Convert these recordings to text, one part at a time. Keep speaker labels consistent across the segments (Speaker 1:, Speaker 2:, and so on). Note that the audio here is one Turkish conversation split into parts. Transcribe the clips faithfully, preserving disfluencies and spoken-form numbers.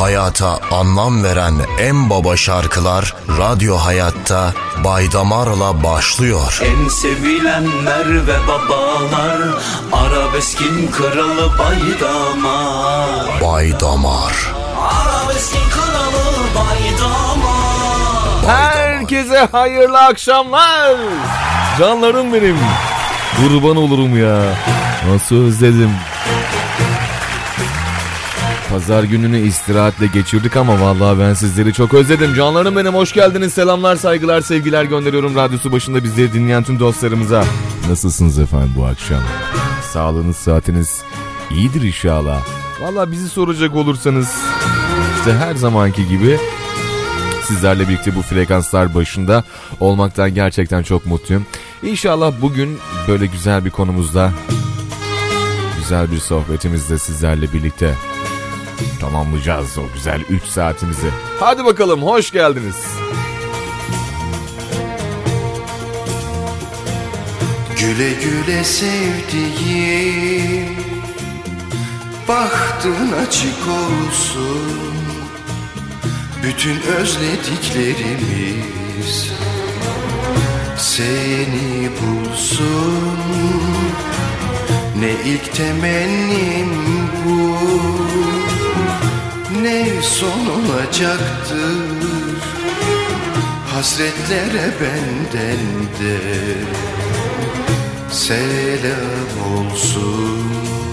Speaker 1: hayata anlam veren en baba şarkılar Radyo Hayat'ta Bay Damar'la başlıyor.
Speaker 2: En sevilenler ve babalar, arabeskin kralı Bay Damar.
Speaker 1: Bay Damar.
Speaker 2: Arabeskin kralı Bay Damar.
Speaker 3: Herkese hayırlı akşamlar. Canlarım benim. Kurban olurum ya. Nasıl özledim. Pazar gününü istirahatle geçirdik ama vallahi ben sizleri çok özledim. Canlarım benim, hoş geldiniz. Selamlar, saygılar, sevgiler gönderiyorum radyosu başında bizleri dinleyen tüm dostlarımıza. Nasılsınız efendim bu akşam? Sağlığınız, saatiniz iyidir inşallah. Vallahi bizi soracak olursanız işte her zamanki gibi sizlerle birlikte bu frekanslar başında olmaktan gerçekten çok mutluyum. İnşallah bugün böyle güzel bir konumuzda, güzel bir sohbetimizde sizlerle birlikte tamamlayacağız o güzel üç saatimizi. Hadi bakalım, hoş geldiniz.
Speaker 4: Güle güle sevdiğim, bahtın açık olsun. Bütün özlediklerimiz seni bulsun. Ne ilk temennim bu, ne son olacaktır. Hasretlere benden de selam olsun.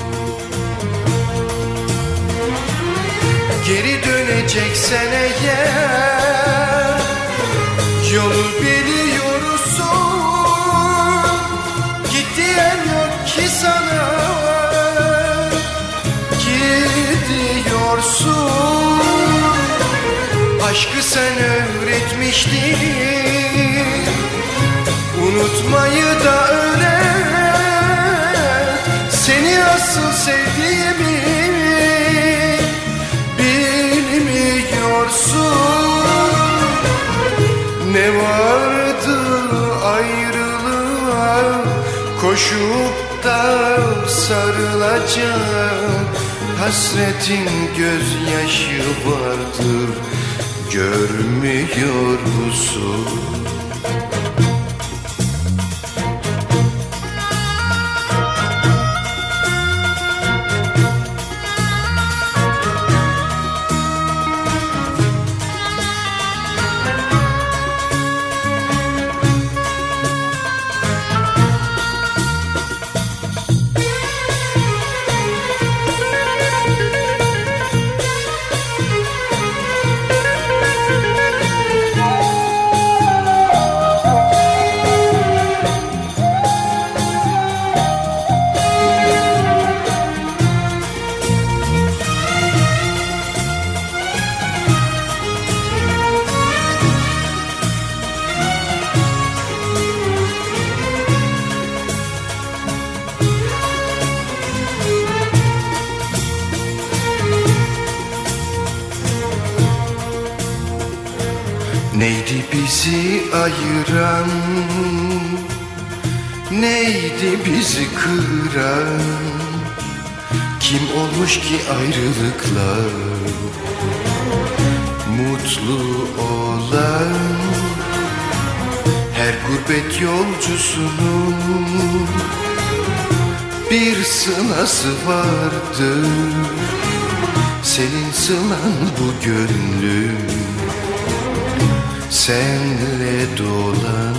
Speaker 4: Geri döneceksen eğer, yolu biliyorsun. Git diyen yok ki sana, gidiyorsun. Aşkı sen öğretmiştin, unutmayı da öğret. Seni asıl sevdiğimi ne vardı ayrılığa, koşup da sarılacak. Hasretin gözyaşı vardır, görmüyor musun? Neydi bizi ayıran, neydi bizi kıran? Kim olmuş ki ayrılıklar mutlu olan? Her gurbet yolcusunun bir sılası vardır. Senin sılan bu gönlüm, senle dolan.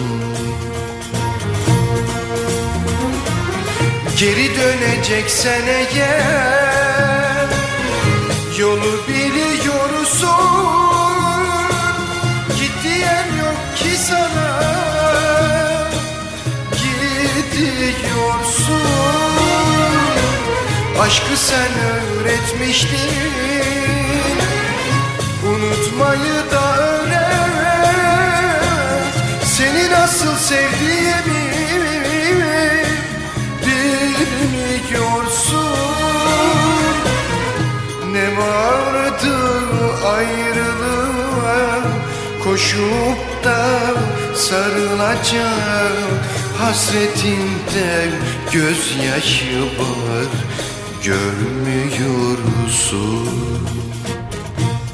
Speaker 4: Geri döneceksen eğer, yolu biliyorsun. Git diyen yok ki sana, gidiyorsun. Aşkı sen öğretmiştin, unutmayı da öğret. Seni nasıl sevdiğimi bilmiyorsun. Ne vardı ayrılığa, koşup da sarılacak. Hasretinde gözyaşı var, görmüyorsun.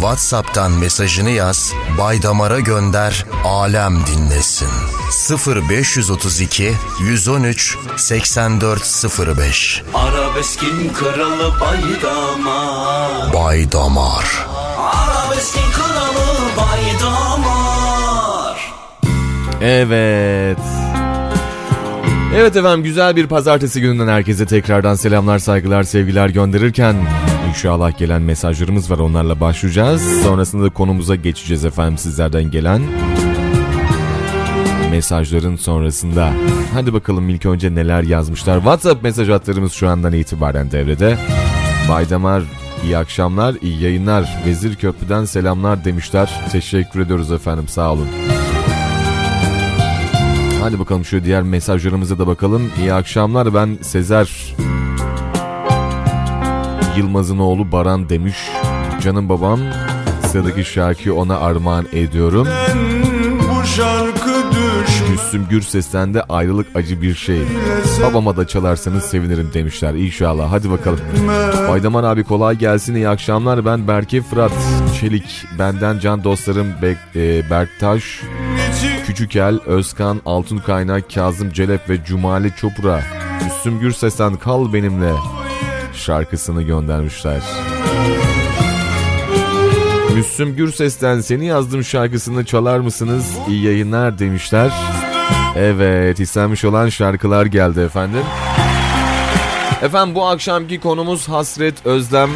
Speaker 1: WhatsApp'tan mesajını yaz, Bay Damar'a gönder, alem dinlesin. sıfır beş otuz iki yüz on üç seksen dört sıfır beş.
Speaker 2: Arabeskin kralı Bay Damar.
Speaker 1: Bay Damar.
Speaker 2: Arabeskin kralı Bay Damar.
Speaker 3: Evet. Evet efendim, güzel bir pazartesi gününden herkese tekrardan selamlar, saygılar, sevgiler gönderirken inşallah gelen mesajlarımız var, onlarla başlayacağız. Sonrasında da konumuza geçeceğiz efendim, sizlerden gelen mesajların sonrasında. Hadi bakalım ilk önce neler yazmışlar. WhatsApp mesaj hatlarımız şu andan itibaren devrede. Bay Damar, iyi akşamlar, iyi yayınlar. Vezirköprü'den selamlar demişler. Teşekkür ediyoruz efendim, sağ olun. Hadi bakalım şu diğer mesajlarımıza da bakalım. İyi akşamlar, ben Sezer Yılmaz'ın oğlu Baran demiş. Canım babam, sıradaki şarkıyı ona armağan ediyorum.
Speaker 4: Bu şarkı düşmez.
Speaker 3: Müslüm Gürses'ten de ayrılık acı bir şey. Babama da çalarsanız sevinirim demişler. İnşallah. Hadi bakalım. Baydaman abi kolay gelsin. İyi akşamlar. Ben Berke Fırat Çelik. Benden can dostlarım Bek, e, Berktaş, Küçükel, Özkan, Altun Kaynak, Kazım Celep ve Cumali Çopura. Müslüm Gürses'ten Kal Benimle şarkısını göndermişler. Müslüm Gürses'ten Seni Yazdım şarkısını çalar mısınız? İyi yayınlar demişler. Evet, istenmiş olan şarkılar geldi efendim. Efendim bu akşamki konumuz hasret, özlem.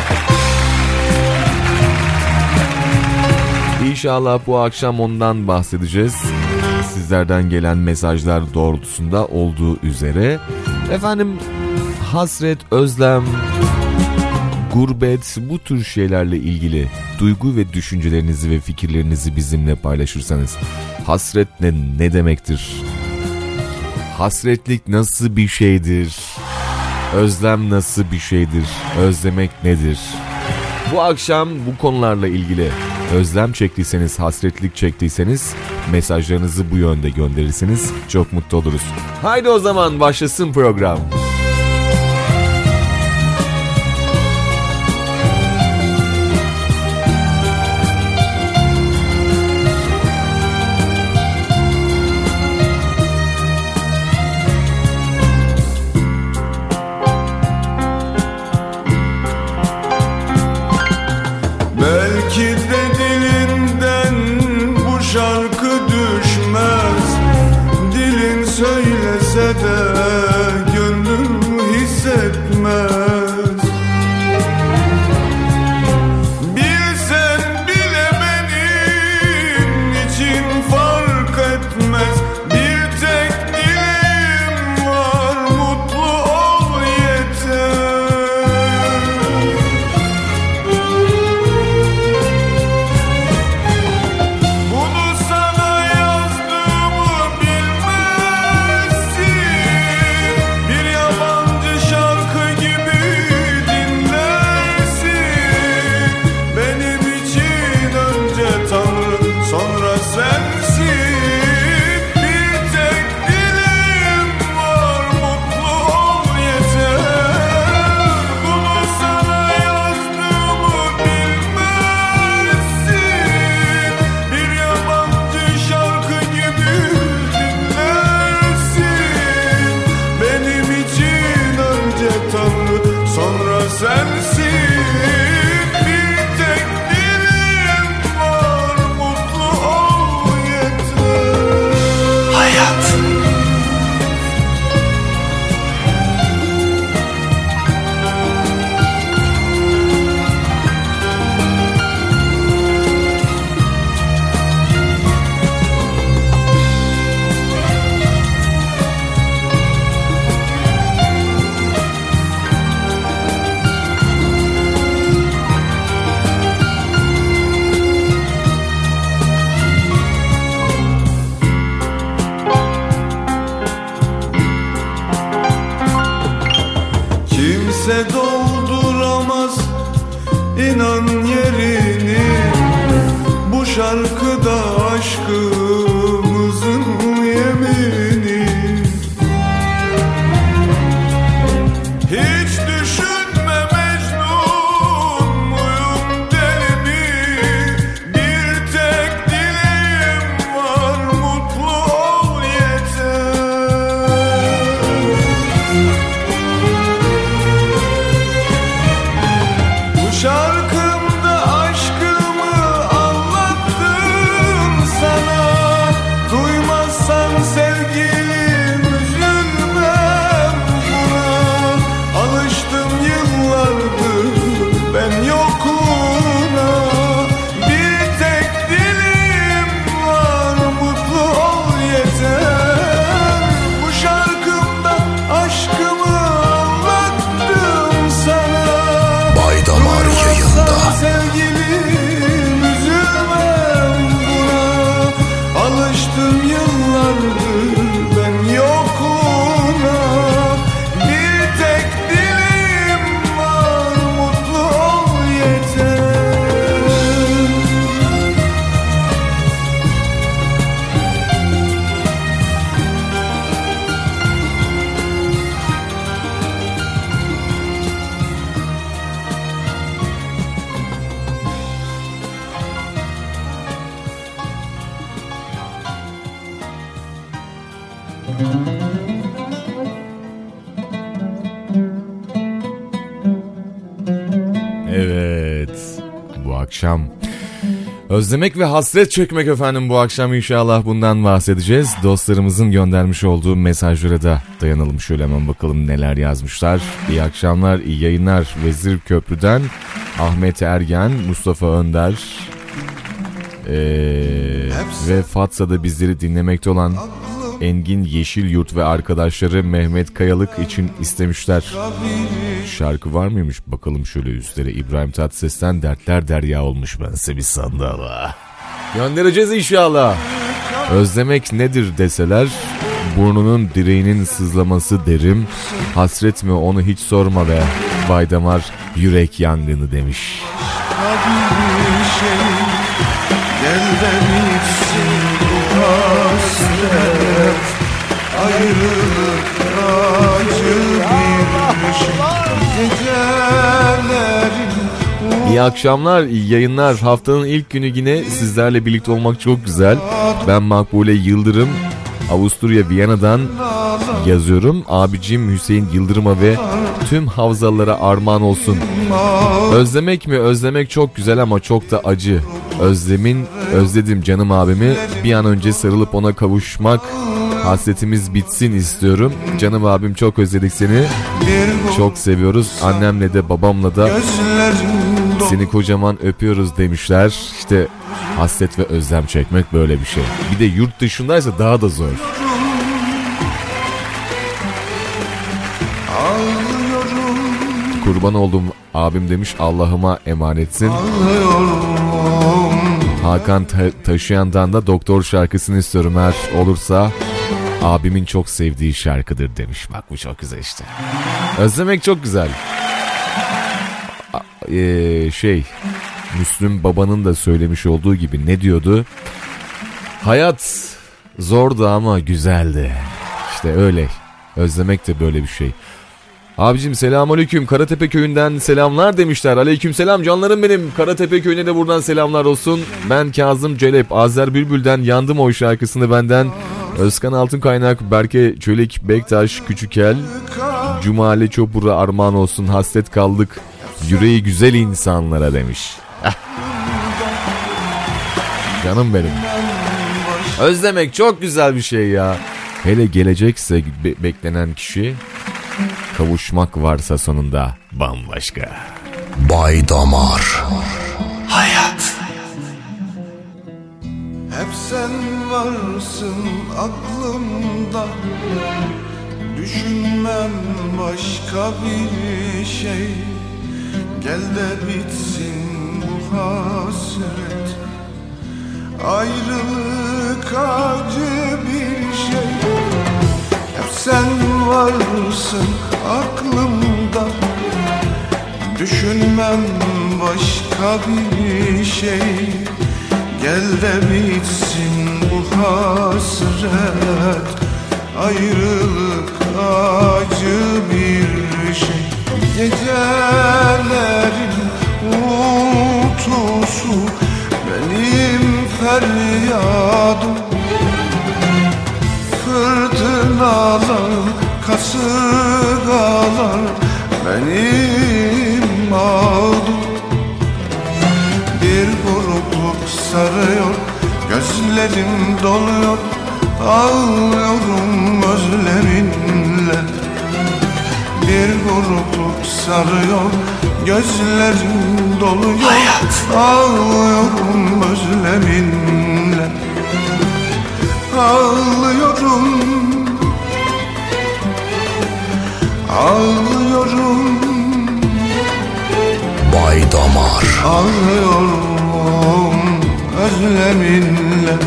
Speaker 3: İnşallah bu akşam ondan bahsedeceğiz. Sizlerden gelen mesajlar doğrultusunda olduğu üzere. Efendim hasret, özlem, gurbet, bu tür şeylerle ilgili duygu ve düşüncelerinizi ve fikirlerinizi bizimle paylaşırsanız. Hasret ne, ne demektir? Hasretlik nasıl bir şeydir? Özlem nasıl bir şeydir? Özlemek nedir? Bu akşam bu konularla ilgili özlem çektiyseniz, hasretlik çektiyseniz mesajlarınızı bu yönde gönderirsiniz. Çok mutlu oluruz. Haydi o zaman başlasın program.
Speaker 4: Belki de dilinden bu şarkı düşmez. Dilin söylese de gönlüm hissetmez. Bilsen bile benim için fark etmez. Bir tek dilim var, mutlu ol yeter. Bunu sana yazdığımı bilmezsin. Bir yabancı şarkı gibi dinlersin. Benim için önce Tanrı, sonra sensin. Bir tek dilim var, mutlu ol yeter. Bunu sana yazdığımı bilmezsin. Bir yabancı şarkı gibi dinlersin. Benim için önce Tanrı, sonra sensin. Bir tek dilim var, mutlu ol yeter.
Speaker 2: Hayat.
Speaker 4: Kimse dolduramaz inan yerini. Bu şarkıda aşkımızın yemini. Hiç düşünme Mecnun muyum, deli miyim? Şarkımda aşkımı anlattım sana. Duymazsan sevgilim üzülmem buna. Alıştım yıllardır ben yokluğuna. Bir tek dilim var, mutlu ol yeter. Bu şarkımda aşkımı anlattım sana.
Speaker 1: Baydamar yayında.
Speaker 4: Sevgilim üzülmem buna. Alıştım yıllardır ben yokluğuna. Bir tek dilim var, mutlu ol yeter.
Speaker 3: Evet, bu akşam özlemek ve hasret çekmek efendim. Bu akşam inşallah bundan bahsedeceğiz. Dostlarımızın göndermiş olduğu mesajlara da dayanalım. Şöyle hemen bakalım neler yazmışlar. İyi akşamlar, iyi yayınlar. Vezir Köprü'den Ahmet Ergen, Mustafa Önder ee, ve Fatsa'da bizleri dinlemekte olan Engin Yeşilyurt ve arkadaşları Mehmet Kayalık için istemişler. Şarkı var mıymış? Bakalım şöyle üstlere. İbrahim Tatlıses'ten Dertler Derya olmuş, bense bir sandala. Göndereceğiz inşallah. Özlemek nedir deseler, burnunun direğinin sızlaması derim. Hasret mi onu hiç sorma be. Baydamar yürek yangını demiş.
Speaker 4: Gel de bitsin bu hasret, ayrılık acı bir şey. Gecelerin
Speaker 3: İyi akşamlar, iyi yayınlar. Haftanın ilk günü yine sizlerle birlikte olmak çok güzel. Ben Makbule Yıldırım, Avusturya Viyana'dan yazıyorum. Abicim Hüseyin Yıldırım'a ve tüm havzalara armağan olsun. Özlemek mi? Özlemek çok güzel ama çok da acı. Özlemin, özledim canım abimi. Bir an önce sarılıp ona kavuşmak, hasretimiz bitsin istiyorum. Canım abim, çok özledik seni. Çok seviyoruz. Annemle de babamla da seni kocaman öpüyoruz demişler. İşte hasret ve özlem çekmek böyle bir şey. Bir de yurt dışındaysa daha da zor. Kurban oldum abim demiş, Allah'ıma emanetsin. Hakan Ta- Taşıyan'dan da Doktor şarkısını istiyorum, eğer olursa abimin çok sevdiği şarkıdır demiş. Bak bu çok güzel işte. Özlemek çok güzel. Ee, şey Müslüm Baba'nın da söylemiş olduğu gibi ne diyordu? Hayat zordu ama güzeldi. İşte öyle. Özlemek de böyle bir şey. Abicim selamünaleyküm, Karatepe köyünden selamlar demişler. Aleykümselam canlarım benim. Karatepe köyüne de buradan selamlar olsun. Ben Kazım Celep, Azer Bülbül'den Yandım Oy şarkısını benden. Özkan Altınkaynak, Berke Çölek, Bektaş, Küçükel, Cumali Çopur'a armağan olsun. Hasret kaldık yüreği güzel insanlara demiş. Canım benim. Özlemek çok güzel bir şey ya. Hele gelecekse be- beklenen kişi, kavuşmak varsa sonunda bambaşka.
Speaker 1: Baydamar.
Speaker 2: Hayat.
Speaker 4: hep sen varsın aklımda. Düşünmem başka bir şey. Gel de bitsin bu hasret. Ayrılık acı bir şey. Hep sen varsın aklımda. Düşünmem başka bir şey. Gel de bitsin bu hasret. Ayrılık acı bir şey. Gecelerin uğultusu benim feryadım. Fırtınalar, kasırgalar benim ağdım. sarıyor, gözlerim doluyor, ağlıyorum özleminle. Bir burukluk sarıyor, gözlerim doluyor, hayat. Ağlıyorum özleminle. Ağlıyorum, ağlıyorum,
Speaker 1: Bay Damar.
Speaker 4: Ağlıyorum özleminle.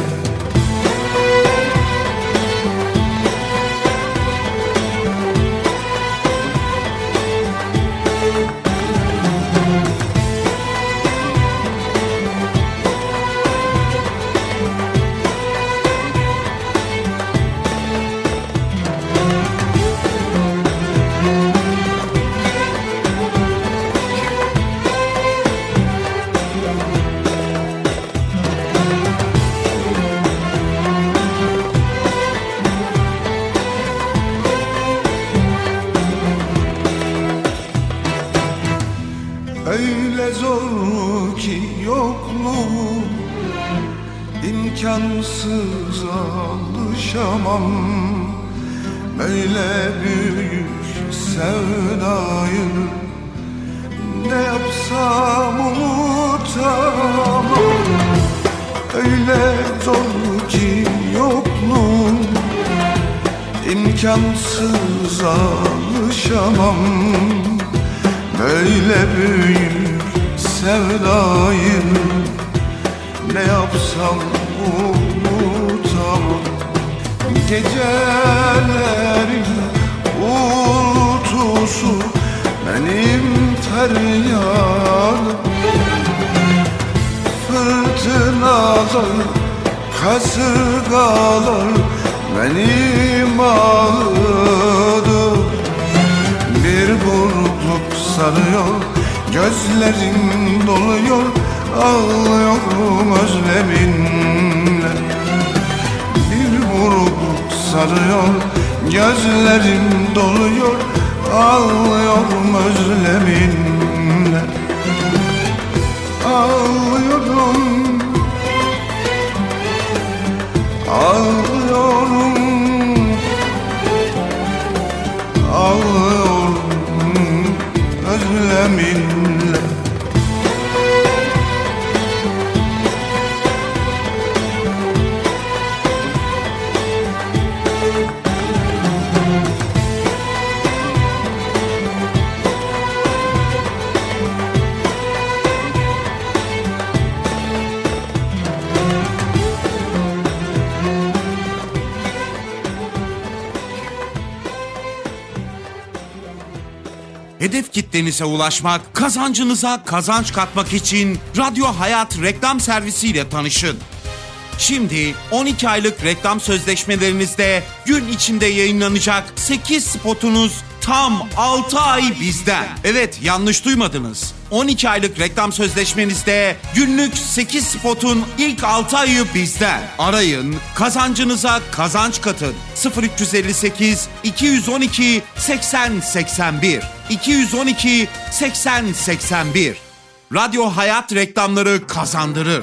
Speaker 4: Öyle zor ki yokluğum, imkansız alışamam. Böyle büyük sevdayı ne yapsam unutamam. Öyle zor ki yokluğum, imkansız alışamam. Böyle büyük sevdayı ne yapsam unutamam. Gecelerin uğultusu benim feryadım. Fırtınalar, kasırgalar benim ağladım. Bir burukluk sarıyor, gözlerim doluyor, ağlıyorum özleminle. Bir burukluk sarıyor, gözlerim doluyor, ağlıyorum özleminle. Ağlıyorum, ağlıyorum, ağlıyorum özleminle.
Speaker 2: Hedef kitlenize ulaşmak, kazancınıza kazanç katmak için Radyo Hayat reklam servisiyle tanışın. Şimdi on iki aylık reklam sözleşmelerinizde gün içinde yayınlanacak sekiz spotunuz tam altı ay bizden. Evet, yanlış duymadınız. on iki aylık reklam sözleşmenizde günlük sekiz spotun ilk altı ayı bizden. Arayın, kazancınıza kazanç katın. sıfır üç elli sekiz iki yüz on iki seksen seksen bir iki yüz on iki seksen seksen bir. Radyo Hayat reklamları kazandırır.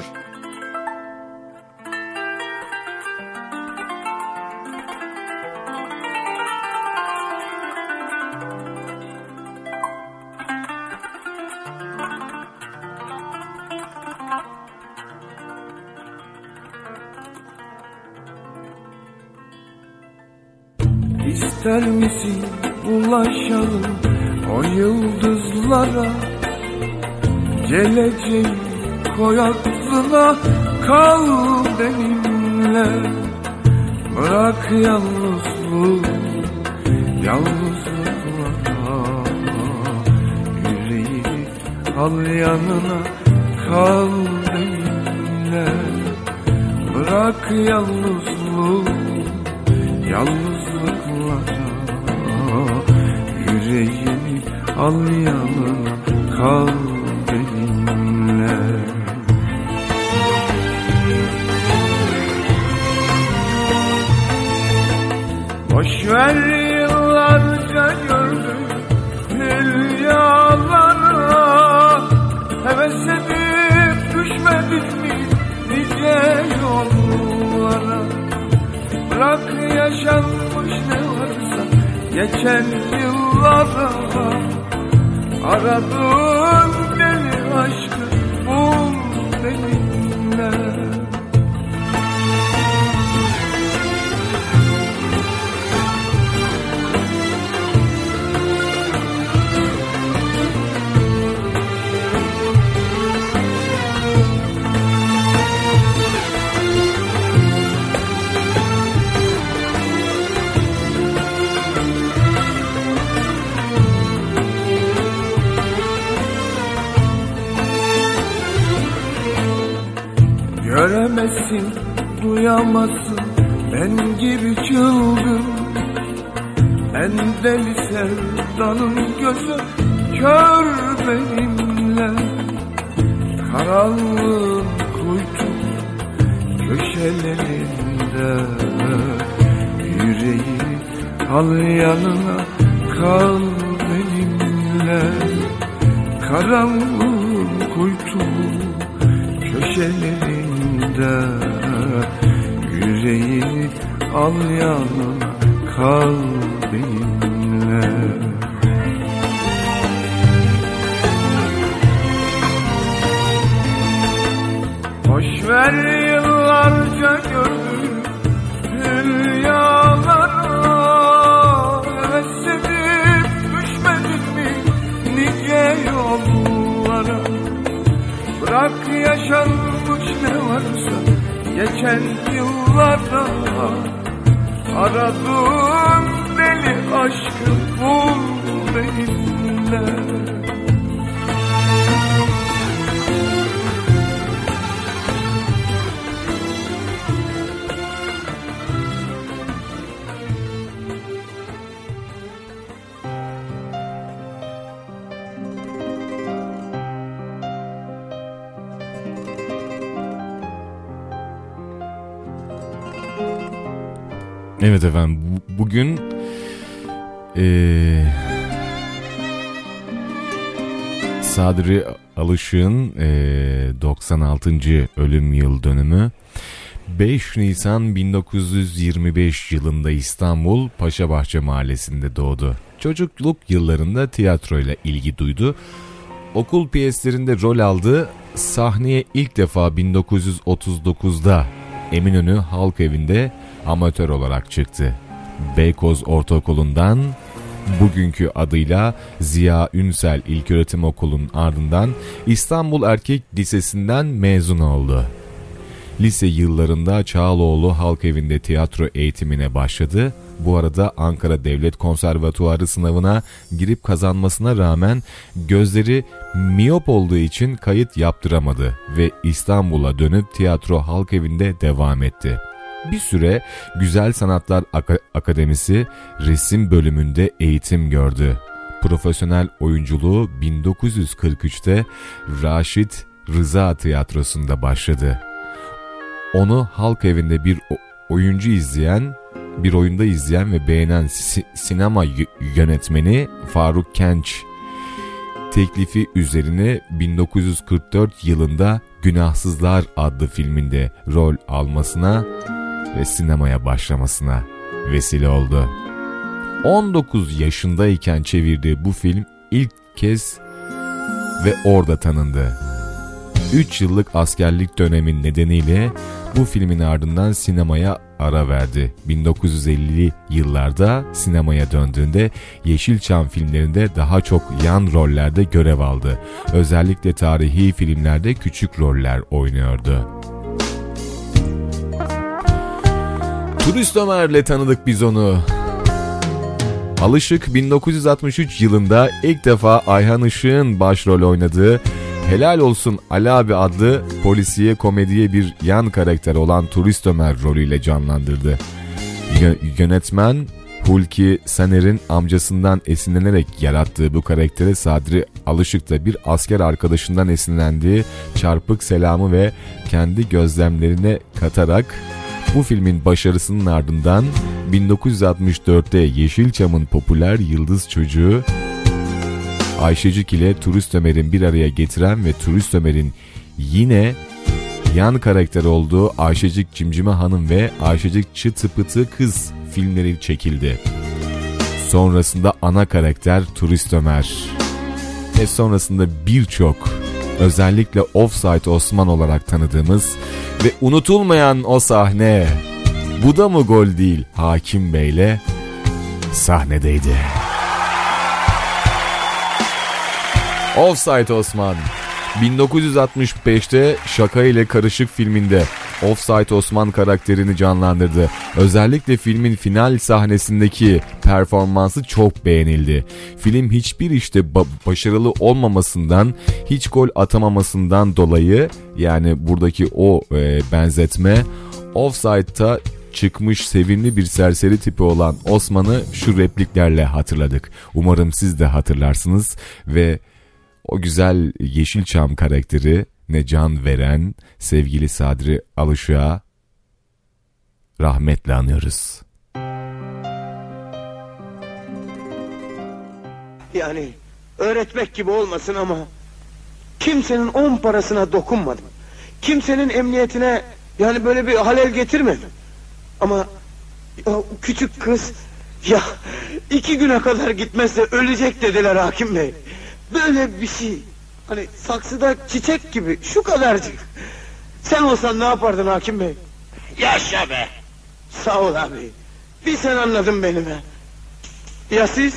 Speaker 4: İster misin ulaşalım o yıldızlara, geleceği koy aklına, kal benimle. Bırak yalnızlığı, yalnızlıklara, yüreğini al yanına, kal benimle. Bırak yalnızlığı, yalnızlıklara, yüreğimi al yanına, kal benimle. Boşver yıllarca gördüm rüyalara, heves edip düşmedin mi Bırak yaşanmış ne varsa geçen yıllarda, aradığın deli aşkı bul benimle. Göremezsin, duyamazsın ben gibi çılgın. En deli sevdanın gözü kör benimle. Karanlığın kuytu köşelerinde, yüreği al yanına kal benimle. Karanlığın kuytu köşelerinde, yüreği al yanına kal benimle. Boşver yıllarca gördüm rüyalara, heves edip düşmedin mi nice yollara. Bırak yaşanmış ne varsa geçen yıllarda, aradığın deli aşkı bul benimle.
Speaker 3: Evet efendim, bu, bugün ee, Sadri Alışık'ın ee, doksan altıncı ölüm yıl dönümü. beş Nisan bin dokuz yüz yirmi beş yılında İstanbul Paşabahçe Mahallesi'nde doğdu. Çocukluk yıllarında tiyatroyla ilgi duydu. Okul piyeslerinde rol aldı. Sahneye ilk defa bin dokuz yüz otuz dokuzda Eminönü Halk Evi'nde amatör olarak çıktı. Beykoz Ortaokulu'ndan bugünkü adıyla Ziya Ünsal İlköğretim Okulu'nun ardından İstanbul Erkek Lisesi'nden mezun oldu. Lise yıllarında Çağlaoğlu Halk Evi'nde tiyatro eğitimine başladı. Bu arada Ankara Devlet Konservatuarı sınavına girip kazanmasına rağmen gözleri miyop olduğu için kayıt yaptıramadı ve İstanbul'a dönüp tiyatro Halk Evi'nde devam etti. Bir süre Güzel Sanatlar Ak- Akademisi resim bölümünde eğitim gördü. Profesyonel oyunculuğu bin dokuz yüz kırk üçte Raşit Rıza Tiyatrosu'nda başladı. Onu Halk Evi'nde bir oyuncu izleyen, bir oyunda izleyen ve beğenen si- sinema y- yönetmeni Faruk Kenç teklifi üzerine bin dokuz yüz kırk dört yılında Günahsızlar adlı filminde rol almasına ve sinemaya başlamasına vesile oldu. on dokuz yaşındayken çevirdiği bu film ilk kez ve orada tanındı. üç yıllık askerlik dönemin nedeniyle bu filmin ardından sinemaya ara verdi. bin dokuz yüz ellili yıllarda sinemaya döndüğünde Yeşilçam filmlerinde daha çok yan rollerde görev aldı. Özellikle tarihi filmlerde küçük roller oynuyordu. Turist Ömer'le tanıdık biz onu. Alışık bin dokuz yüz altmış üç yılında ilk defa Ayhan Işık'ın başrol oynadığı Helal Olsun Ali Abi adlı polisiye komediye bir yan karakter olan Turist Ömer rolüyle canlandırdı. Yö- yönetmen Hulki Saner'in amcasından esinlenerek yarattığı bu karaktere Sadri Alışık da bir asker arkadaşından esinlendiği çarpık selamı ve kendi gözlemlerine katarak bu filmin başarısının ardından bin dokuz yüz altmış dörtte Yeşilçam'ın popüler yıldız çocuğu Ayşecik ile Turist Ömer'in bir araya getiren ve Turist Ömer'in yine yan karakter olduğu Ayşecik Cimcime Hanım ve Ayşecik Çıtı Pıtı Kız filmleri çekildi. Sonrasında ana karakter Turist Ömer ve sonrasında birçok, özellikle Offside Osman olarak tanıdığımız ve unutulmayan o sahne, bu da mı gol değil, Hakim Bey'le sahnedeydi. Offside Osman bin dokuz yüz altmış beşte Şaka ile Karışık filminde Offside Osman karakterini canlandırdı. Özellikle filmin final sahnesindeki performansı çok beğenildi. Film hiçbir işte ba- başarılı olmamasından, hiç gol atamamasından dolayı, yani buradaki o e, benzetme, Offside'da çıkmış sevimli bir serseri tipi olan Osman'ı şu repliklerle hatırladık. Umarım siz de hatırlarsınız ve o güzel Yeşilçam karakteri ne can veren sevgili Sadri Alışık'a rahmetle anıyoruz.
Speaker 5: Yani öğretmek gibi olmasın ama kimsenin on parasına dokunmadım. Kimsenin emniyetine yani böyle bir halel getirmedim. Ama ya, küçük kız ya iki güne kadar gitmezse ölecek dediler hakim bey. Böyle bir şey, hani saksıda çiçek gibi şu kadarcık. Sen olsan ne yapardın hakim bey? Yaşa be. Sağ ol abi. Bir sen anladın beni be. Ya siz?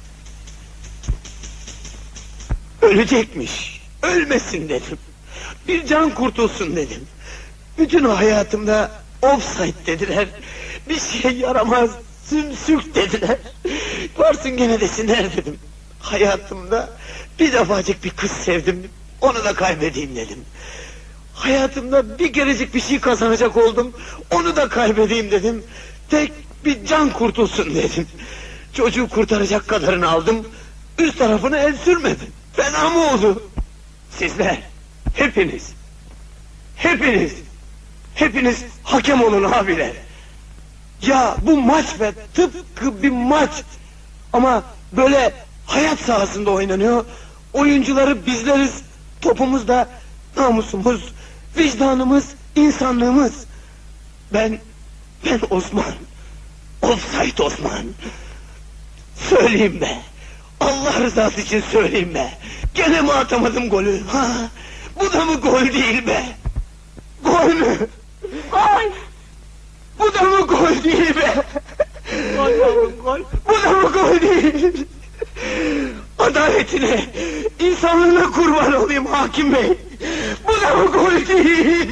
Speaker 5: Ölecekmiş. Ölmesin dedim. Bir can kurtulsun dedim. Bütün hayatımda offside dediler. Bir şey yaramaz, sümsük dediler. Varsın gene desinler dedim. Hayatımda bir defacık bir kız sevdim, onu da kaybedeyim dedim. Hayatımda bir kerecik bir şey kazanacak oldum, onu da kaybedeyim dedim. Tek bir can kurtulsun dedim. Çocuğu kurtaracak kadarını aldım, üst tarafını el sürmedim. Fena mı oldu? Sizler, hepiniz, hepiniz, hepiniz hakem olun abiler. Ya bu maç be, tıpkı bir maç. Ama böyle hayat sahasında oynanıyor. Oyuncuları bizleriz. Topumuz da namusumuz, vicdanımız, insanlığımız. Ben, ben Osman. Offside Osman. Söyleyeyim be. Allah rızası için söyleyeyim be. Gene mi atamadım golü? Ha? Bu da mı gol değil be? Gol mü? Gol! Bu da mı gol değil be? Gol yavrum gol. Bu da mı gol değil? Adaletine, insanlığına kurban olayım hakim bey. Bu da mı gol değil?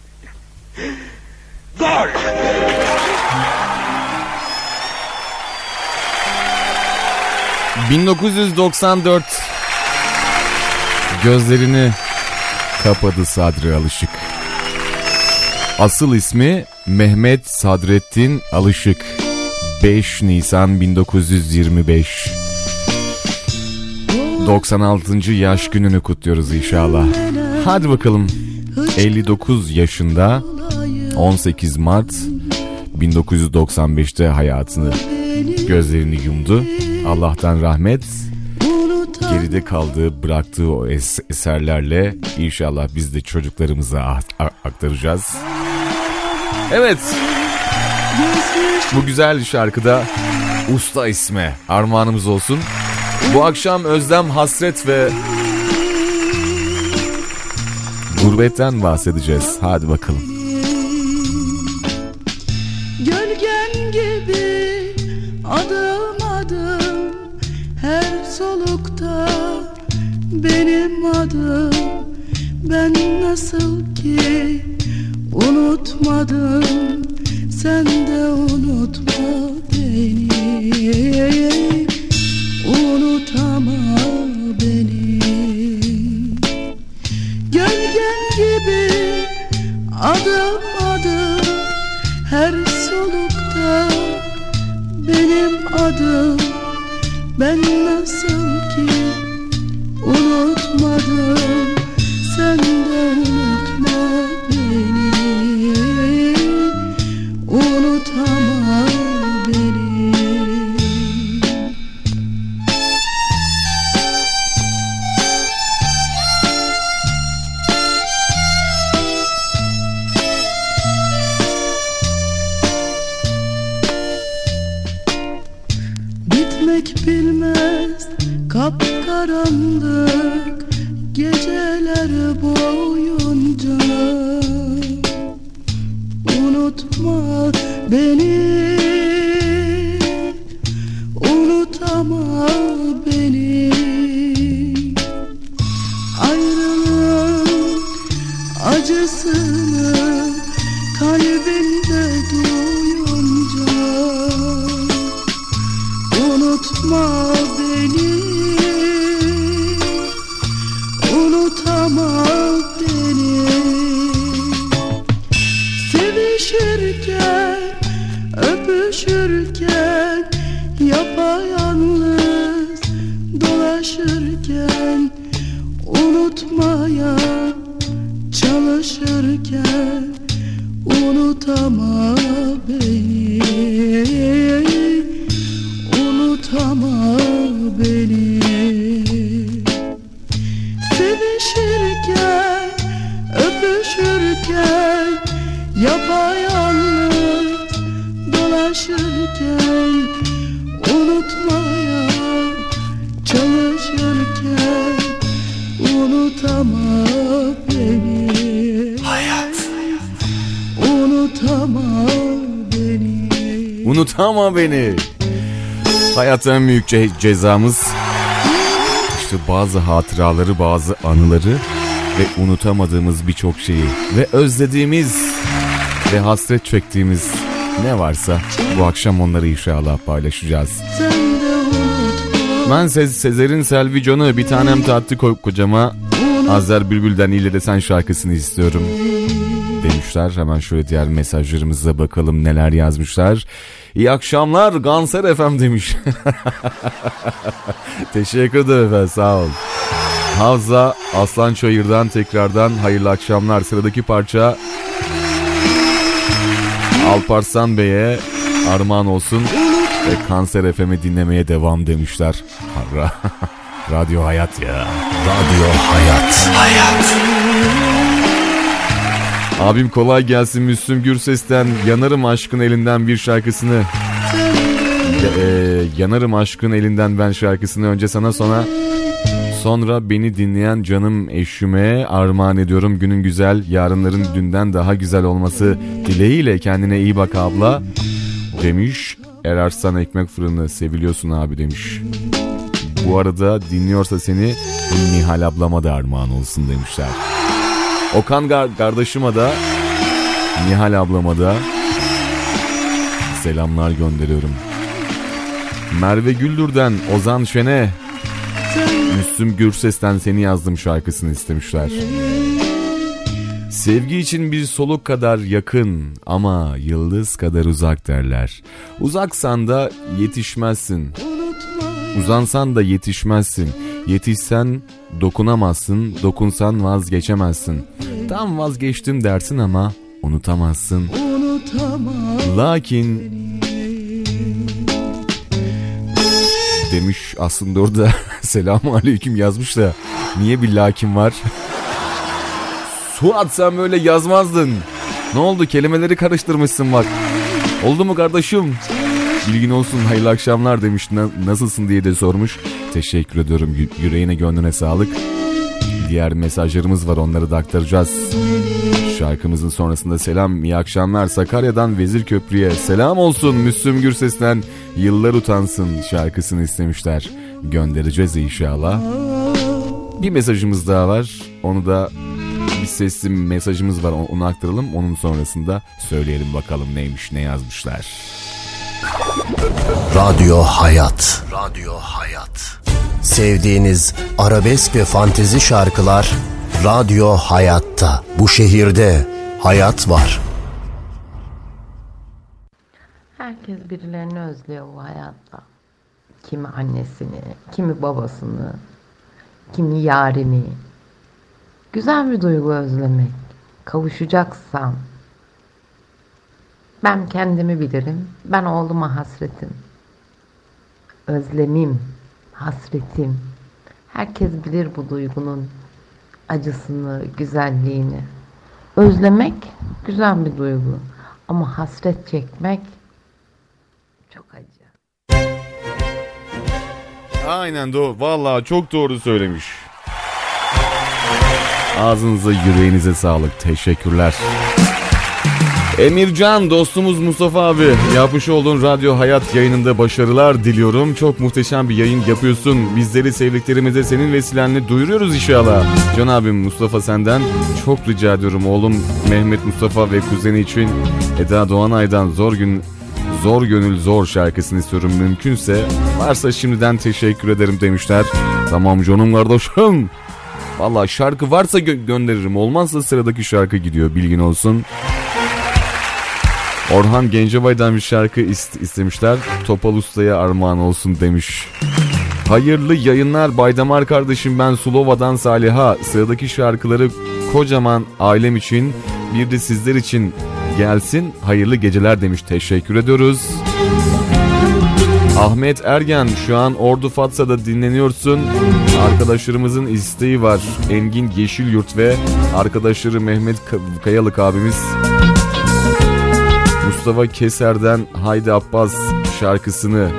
Speaker 5: Gol!
Speaker 3: bin dokuz yüz doksan dört gözlerini kapadı Sadri Alışık. Asıl ismi Mehmet Sadrettin Alışık. beş Nisan bin dokuz yüz yirmi beş. doksan altıncı yaş gününü kutluyoruz inşallah. Hadi bakalım. elli dokuz yaşında on sekiz Mart bin dokuz yüz doksan beşte hayatını, gözlerini yumdu. Allah'tan rahmet, geride kaldığı, bıraktığı o es- eserlerle inşallah biz de çocuklarımıza aktaracağız. Evet, bu güzel şarkıda usta isme armağanımız olsun. Bu akşam özlem, hasret ve gurbetten bahsedeceğiz. Hadi bakalım.
Speaker 6: Gölgen gibi adım adım, her solukta benim adım. Ben nasıl ki unutmadım, sen de unutma beni. Unutama beni. Gölgen gibi adım adım, her solukta benim adım. Ben nasıl ki unutmadım, sen de unutma beni. Unutama beni. karanlık geceler boyunca unutma beni, unutama beni. Ayrılık acısını kalbimde duyunca unutma beni, unutama beni. Sevişirken, öpüşürken, yapayalnız dolaşırken, unutmaya çalışırken, unutama beni, unutama beni. Sevişirken, öpüşürken, yapayalnız dolaşırken, unutmaya çalışırken, unutama beni. Hayat. Unutama beni.
Speaker 3: Unutama beni. Hayat en büyük ce- cezamız. İşte bazı hatıraları, bazı anıları ve unutamadığımız birçok şeyi ve özlediğimiz ve hasret çektiğimiz ne varsa bu akşam onları inşallah paylaşacağız. Ben Se- Sezer'in Selvi Can'ı bir tanem tattı ko- kocama Azer Bülbül'den İlle de Sen şarkısını istiyorum demişler. Hemen şöyle diğer mesajlarımıza bakalım neler yazmışlar. İyi akşamlar Ganser F M demiş. Teşekkür ederim efendim, sağ ol. Havza Aslançayır'dan tekrardan hayırlı akşamlar. Sıradaki parça Alparslan Bey'e armağan olsun ve Kanser F M'i dinlemeye devam demişler. Radyo Hayat ya.
Speaker 1: Radyo Hayat. Hayat.
Speaker 3: Abim kolay gelsin Müslüm Gürses'ten Yanarım Aşkın Elinden bir şarkısını e, Yanarım Aşkın Elinden ben şarkısını önce sana sonra sonra beni dinleyen canım eşime armağan ediyorum. Günün güzel, yarınların dünden daha güzel olması dileğiyle kendine iyi bak abla demiş. Erarslan Ekmek Fırını seviliyorsun abi demiş. Bu arada dinliyorsa seni Nihal ablama da armağan olsun demişler. Okan gar- kardeşime de Nihal ablama da selamlar gönderiyorum. Merve Güldür'den Ozan Şen'e Müslüm Gürses'ten Seni Yazdım şarkısını istemişler. Sevgi için bir soluk kadar yakın ama yıldız kadar uzak derler. Uzaksan da yetişmezsin. Uzansan da yetişmezsin. Yetişsen dokunamazsın. Dokunsan vazgeçemezsin. Tam vazgeçtim dersin ama unutamazsın. Lakin demiş aslında orada selamun aleyküm yazmış da niye bir lakin var? Suat sen böyle yazmazdın. Ne oldu, kelimeleri karıştırmışsın bak. Oldu mu kardeşim? Bilgin olsun, hayırlı akşamlar demiş. Nasılsın diye de sormuş. Teşekkür ediyorum, yüreğine gönlüne sağlık. Diğer mesajlarımız var, onları da aktaracağız. Şarkımızın sonrasında selam, iyi akşamlar. Sakarya'dan Vezirköprü'ye selam olsun. Müslüm Gürses'ten Yıllar Utansın şarkısını istemişler. Göndereceğiz inşallah. Bir mesajımız daha var. Onu da bir sesli mesajımız var, onu aktaralım. Onun sonrasında söyleyelim bakalım neymiş, ne yazmışlar.
Speaker 1: Radyo Hayat. Radyo Hayat. Sevdiğiniz arabesk ve fantezi şarkılar Radyo Hayat'ta. Bu şehirde hayat var.
Speaker 7: Herkes birilerini özlüyor bu hayatta. Kimi annesini, kimi babasını, kimi yarini. Güzel bir duygu özlemek. Kavuşacaksan. Ben kendimi bilirim. Ben oğluma hasretim. Özlemim, hasretim. Herkes bilir bu duygunun acısını, güzelliğini. Özlemek güzel bir duygu. Ama hasret çekmek çok acı.
Speaker 3: Aynen doğru. Vallahi çok doğru söylemiş. Ağzınıza yüreğinize sağlık. Teşekkürler. Emircan dostumuz Mustafa abi, yapmış olduğun Radyo Hayat yayınında başarılar diliyorum. Çok muhteşem bir yayın yapıyorsun. Bizleri sevdiklerimize senin vesilenle duyuruyoruz inşallah. Can abim Mustafa senden çok rica ediyorum oğlum Mehmet Mustafa ve kuzeni için Eda Doğanay'dan Zor Gün Zor Gönül Zor şarkısını istiyorum mümkünse. Varsa şimdiden teşekkür ederim demişler. Tamam canım kardeşim. Vallahi şarkı varsa gö- gönderirim. Olmazsa sıradaki şarkı gidiyor, bilgin olsun. Orhan Gencebay'dan bir şarkı ist- istemişler. Topal Usta'ya armağan olsun demiş. Hayırlı yayınlar Baydamar kardeşim, ben Sulova'dan Saliha. Sıradaki şarkıları kocaman ailem için, bir de sizler için gelsin. Hayırlı geceler demiş. Teşekkür ediyoruz. Ahmet Ergen, şu an Ordu Fatsa'da dinleniyorsun. Arkadaşlarımızın isteği var. Engin Yeşilyurt ve arkadaşları Mehmet Kayalık abimiz Mustafa Keser'den Haydi Abbas şarkısını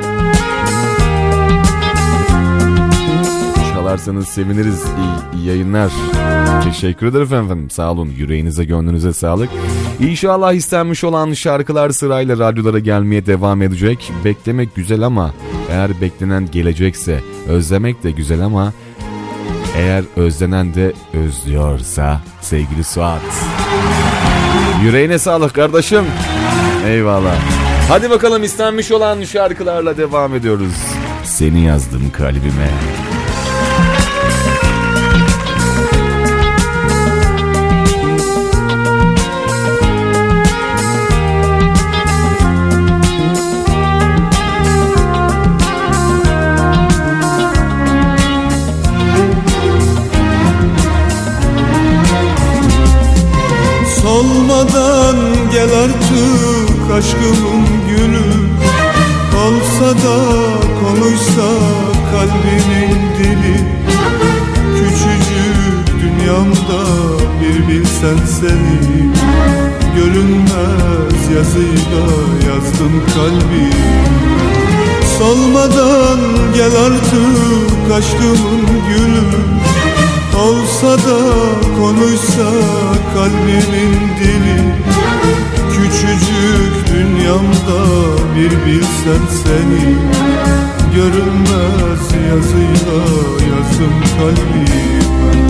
Speaker 3: çalarsanız seviniriz. İyi, iyi yayınlar. Teşekkür ederim efendim. Sağ olun. Yüreğinize, gönlünüze sağlık. İnşallah istenmiş olan şarkılar sırayla radyolara gelmeye devam edecek. Beklemek güzel ama eğer beklenen gelecekse, özlemek de güzel ama eğer özlenen de özlüyorsa sevgili Suat. Yüreğine sağlık kardeşim. Eyvallah. Hadi bakalım, istenmiş olan şarkılarla devam ediyoruz. Seni yazdım kalbime.
Speaker 6: Solmadan gel artık aşkımın gülü, olsa da konuşsa kalbimin dili. Küçücük dünyamda bir bilsen seni, görünmez yazıyla yazdım kalbim. Solmadan gel artık aşkımın gülü, olsa da konuşsa kalbimin dili. Küçücük dünyamda bir bilsen seni, görünmez yazıyla yazdım kalbime.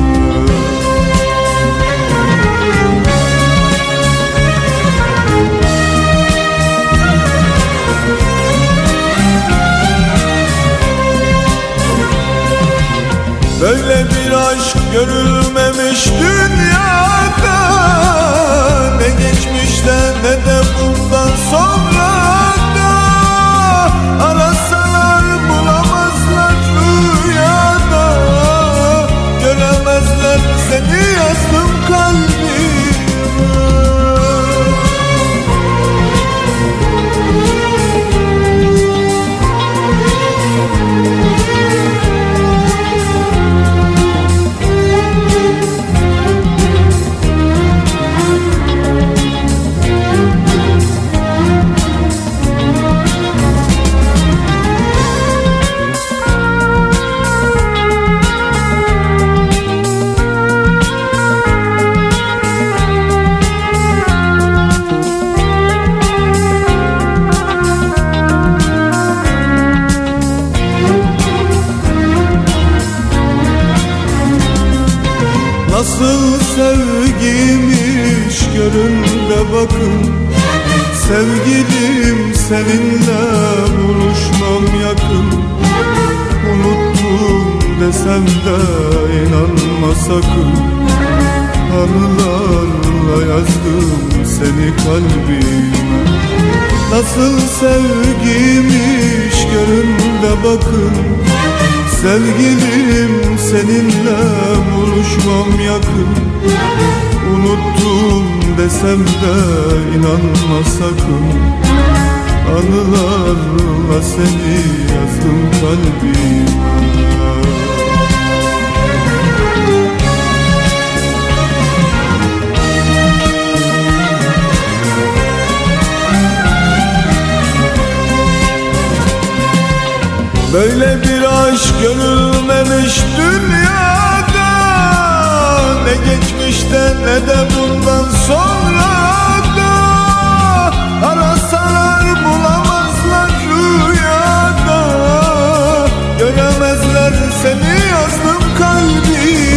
Speaker 6: Böyle bir aşk görülmemiş dünyada, ne geçmişte ne de bundan sonra da. Arasalar bulamazlar rüyada, göremezler seni yazdım kalbime. Nasıl sevgiymiş görün de bakın, sevgilim seninle buluşmam yakın. Unuttum desem de inanma sakın, anılarla yazdım seni kalbime. Nasıl sevgiymiş görün de bakın, sevgilim seninle buluşmam yakın. Unuttum desem de inanma sakın, anılarla seni yazdım kalbime. Böyle bir aşk görülmemiş dünyada, ne geçmişte ne de bundan sonra da. Arasalar bulamazlar rüyada, göremezler seni yazdım kalbime.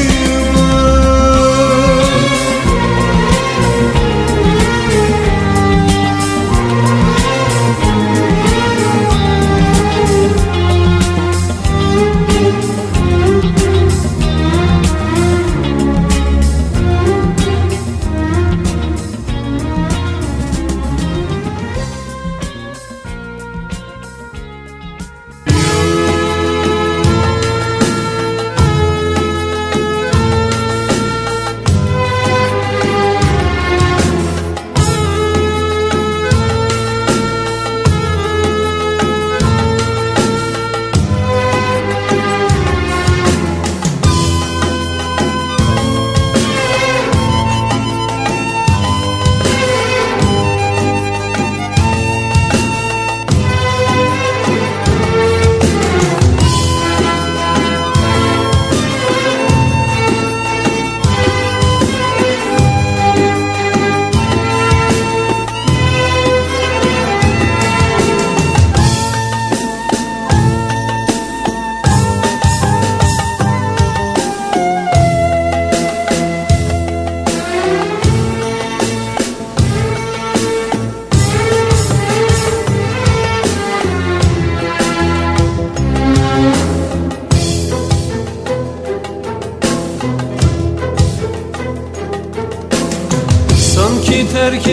Speaker 8: terk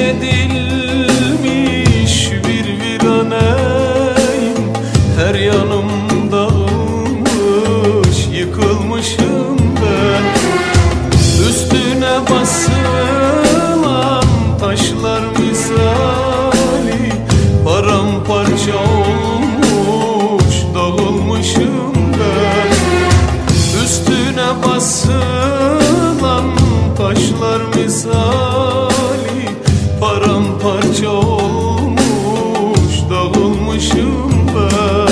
Speaker 8: edilmiş bir viraneyim. Her yanım dağılmış, yıkılmışım ben. Üstüne basılan taşlar misali paramparça olmuş, dağılmışım ben. Üstüne basılan taşlar misali paramparça olmuş, dağılmışım ben.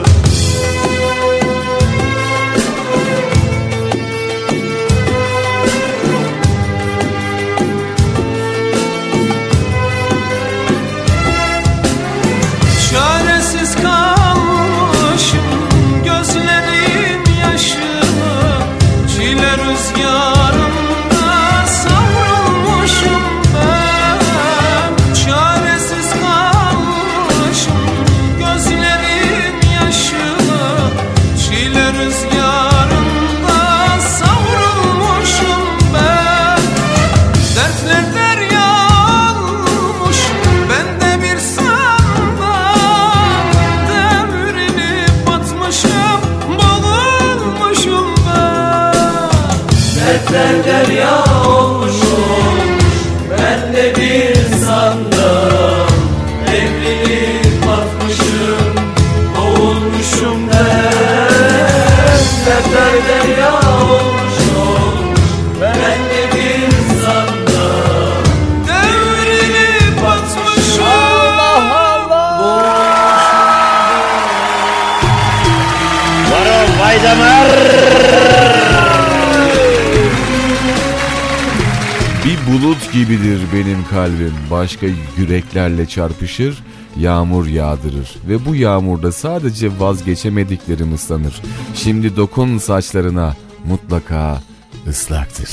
Speaker 8: Çaresiz kalmışım, gözlerim yaşlı, çile rüzgarında savrulmuşum ben. Çaresiz kalmışım, gözlerim yaşlı, çile rüzgarında savrulmuşum ben. Dertler derya olmuş, ben de bir sandal, devrilip batmışım, boğulmuşum ben.
Speaker 9: Dertler derya olmuş, ben de bir sandal, devrilip batmışım, boğulmuşum ben. Dertler derya olmuş, ben de bir sandal,
Speaker 8: Devrilip batmışım.
Speaker 3: Bir bulut gibidir benim kalbim, başka yüreklerle çarpışır, yağmur yağdırır ve bu yağmurda sadece vazgeçemediklerim ıslanır. Şimdi dokun saçlarına, mutlaka ıslaktır.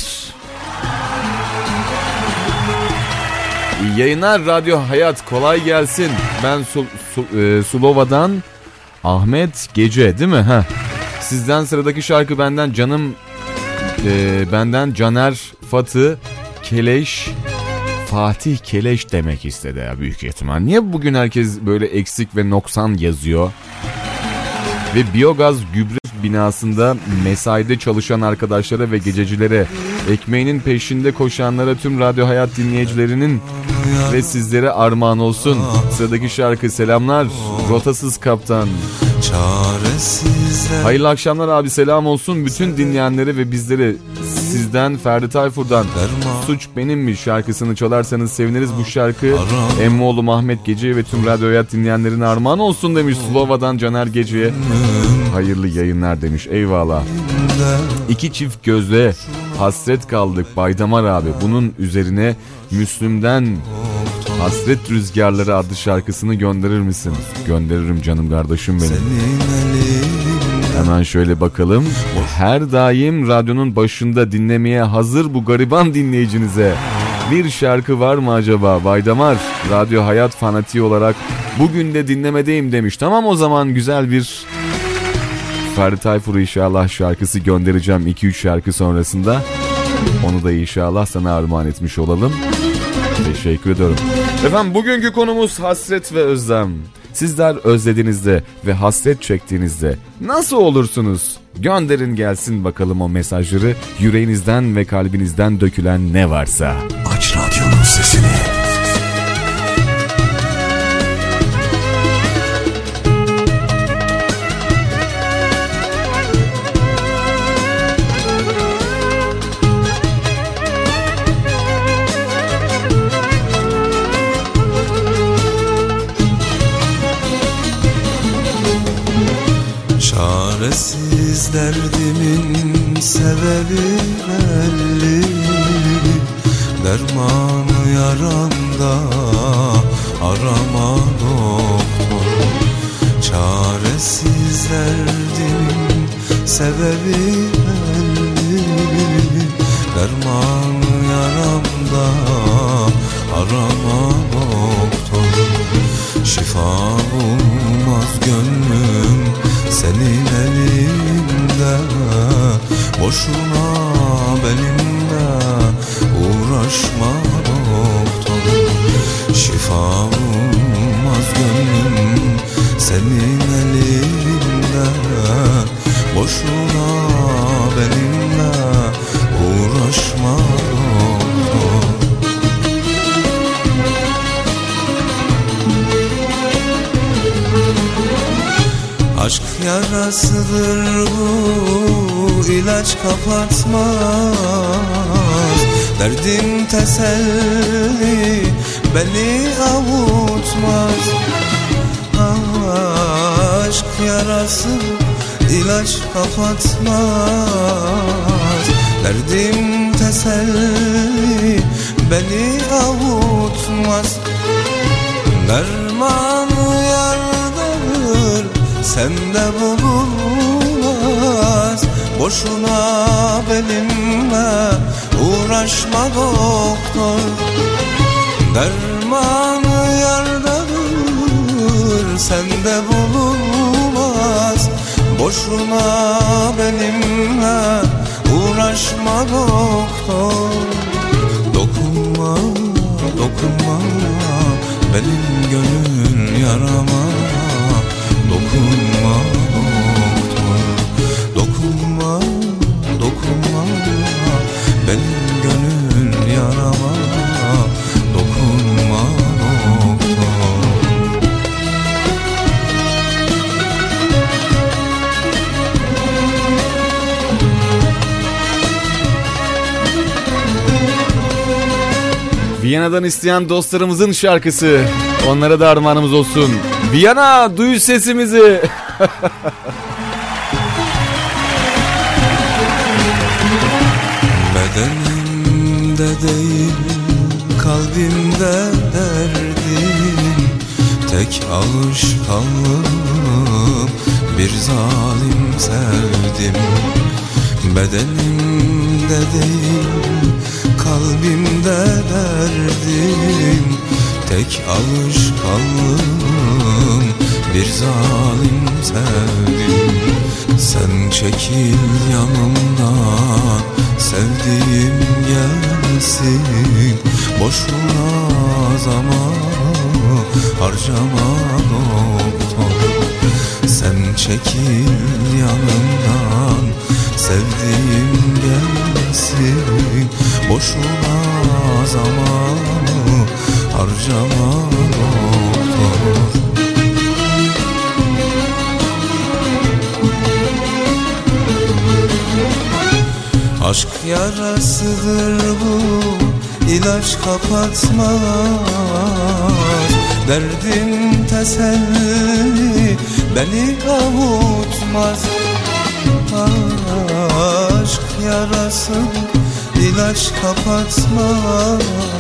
Speaker 3: İyi yayınlar Radyo Hayat, kolay gelsin. Ben Su, Su, e, Sulova'dan Ahmet Gece, değil mi? Heh. Sizden sıradaki şarkı benden canım, e, benden Caner Fatı Keleş, Fatih Keleş demek istedi ya büyük ihtimal. Niye bugün herkes böyle eksik ve noksan yazıyor? Ve biyogaz gübre binasında mesaide çalışan arkadaşlara ve gececilere, ekmeğinin peşinde koşanlara, tüm Radyo Hayat dinleyicilerinin ve sizlere armağan olsun. Sıradaki şarkı selamlar, Rotasız Kaptan. Hayırlı akşamlar abi, selam olsun bütün dinleyenlere ve bizlere. sizden Ferdi Tayfur'dan Suç Benimmiş şarkısını çalarsanız seviniriz. Bu şarkı Emmoğlu Mahmet Gece'ye ve tüm Radyo Hayat dinleyenlerin armağan olsun demiş Slova'dan Caner Gece'ye. Hayırlı yayınlar demiş. Eyvallah. İki çift gözle hasret kaldık Baydamar abi. Bunun üzerine Müslüm'den Hasret Rüzgarları adlı şarkısını gönderir misin? Gönderirim canım kardeşim benim. Hemen şöyle bakalım. Her daim radyonun başında dinlemeye hazır bu gariban dinleyicinize bir şarkı var mı acaba? Baydamar, Radyo Hayat fanatiği olarak bugün de dinlemedeyim demiş. Tamam, o zaman güzel bir Ferdi Tayfur inşallah şarkısı göndereceğim iki üç şarkı sonrasında. Onu da inşallah sana armağan etmiş olalım. Teşekkür ediyorum. Efendim, bugünkü konumuz hasret ve özlem. Sizler özlediğinizde ve hasret çektiğinizde nasıl olursunuz? Gönderin gelsin bakalım o mesajları. Yüreğinizden ve kalbinizden dökülen ne varsa.
Speaker 10: Aç radyonun sesini.
Speaker 6: Çaresiz derdimin sebebi belli, dermanı yaramda arama doktor. Çaresiz derdimin sebebi belli, dermanı yaramda arama doktor. Şifa bulmaz gönlüm senin elinde, boşuna benimle uğraşma doktor. Şifa bulmaz gönlüm senin elinde, boşuna benimle uğraşma doktor. Aşk yarasıdır bu, ilaç kapatmaz. Derdim teselli, beni avutmaz. Aşk yarası, ilaç kapatmaz. Derdim teselli, beni avutmaz. Derman yardır, sende bulunmaz. Boşuna benimle uğraşma doktor. Derman yardadır, sende bulunmaz. Boşuna benimle uğraşma doktor. Dokunma, dokunma benim gönül yarama. Dokunma doktor, dokunma, dokunma benim gönül yarama. Dokunma doktor.
Speaker 3: Viyana'dan isteyen dostlarımızın şarkısı. Onlara da armağanımız olsun. Viyana, duy sesimizi.
Speaker 6: Bedenimde değil, kalbimde derdim. Tek alışkanlığım bir zalim sevdim. Bedenimde değil, kalbimde derdim. Tek alışkanlığım bir zalim sevdim. Sen çekil yanımdan, sevdiğim gelsin. Boşuna zamanı harcama doktor. Sen çekil yanımdan, sevdiğim gelsin. Boşuna zamanı harcama doktor. Aşk yarasıdır bu, ilaç kapatmaz. Derdim teselli beni avutmaz. Aşk yarası ilaç kapatmaz.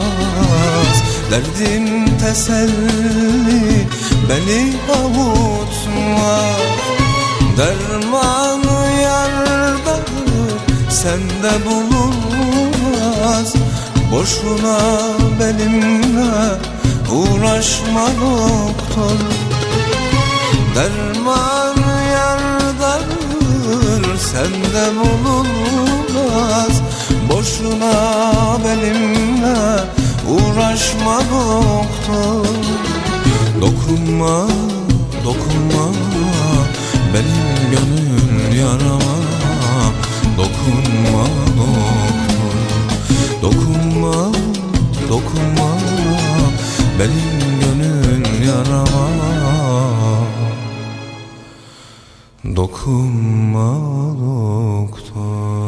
Speaker 6: Derdim teselli beni avutmaz. Dermanı yardadır sende bulunmaz. Boşuna benimle uğraşma doktor. Dermanı yardadır sende bulunmaz. Boşuna benimle uğraşma doktor. Dokunma, dokunma benim gönül yarama. Dokunma doktor. Dokunma, dokunma benim gönül yarama. Dokunma doktor.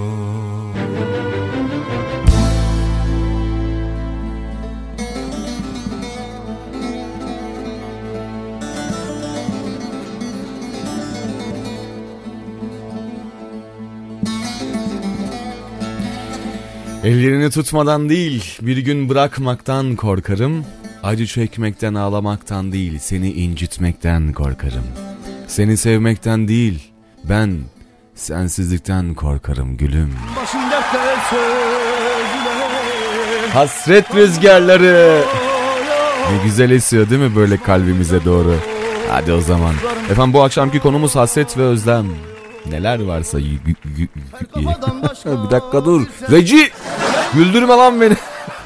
Speaker 3: Ellerini tutmadan değil, bir gün bırakmaktan korkarım. Acı çekmekten, ağlamaktan değil, seni incitmekten korkarım. Seni sevmekten değil, ben sensizlikten korkarım gülüm. Hasret rüzgarları. Ne güzel esiyor değil mi böyle kalbimize doğru? Hadi o zaman. Efendim bu akşamki konumuz hasret ve özlem. Neler varsa y- y- y- y- bir dakika dur. Reci! Güldürme lan beni.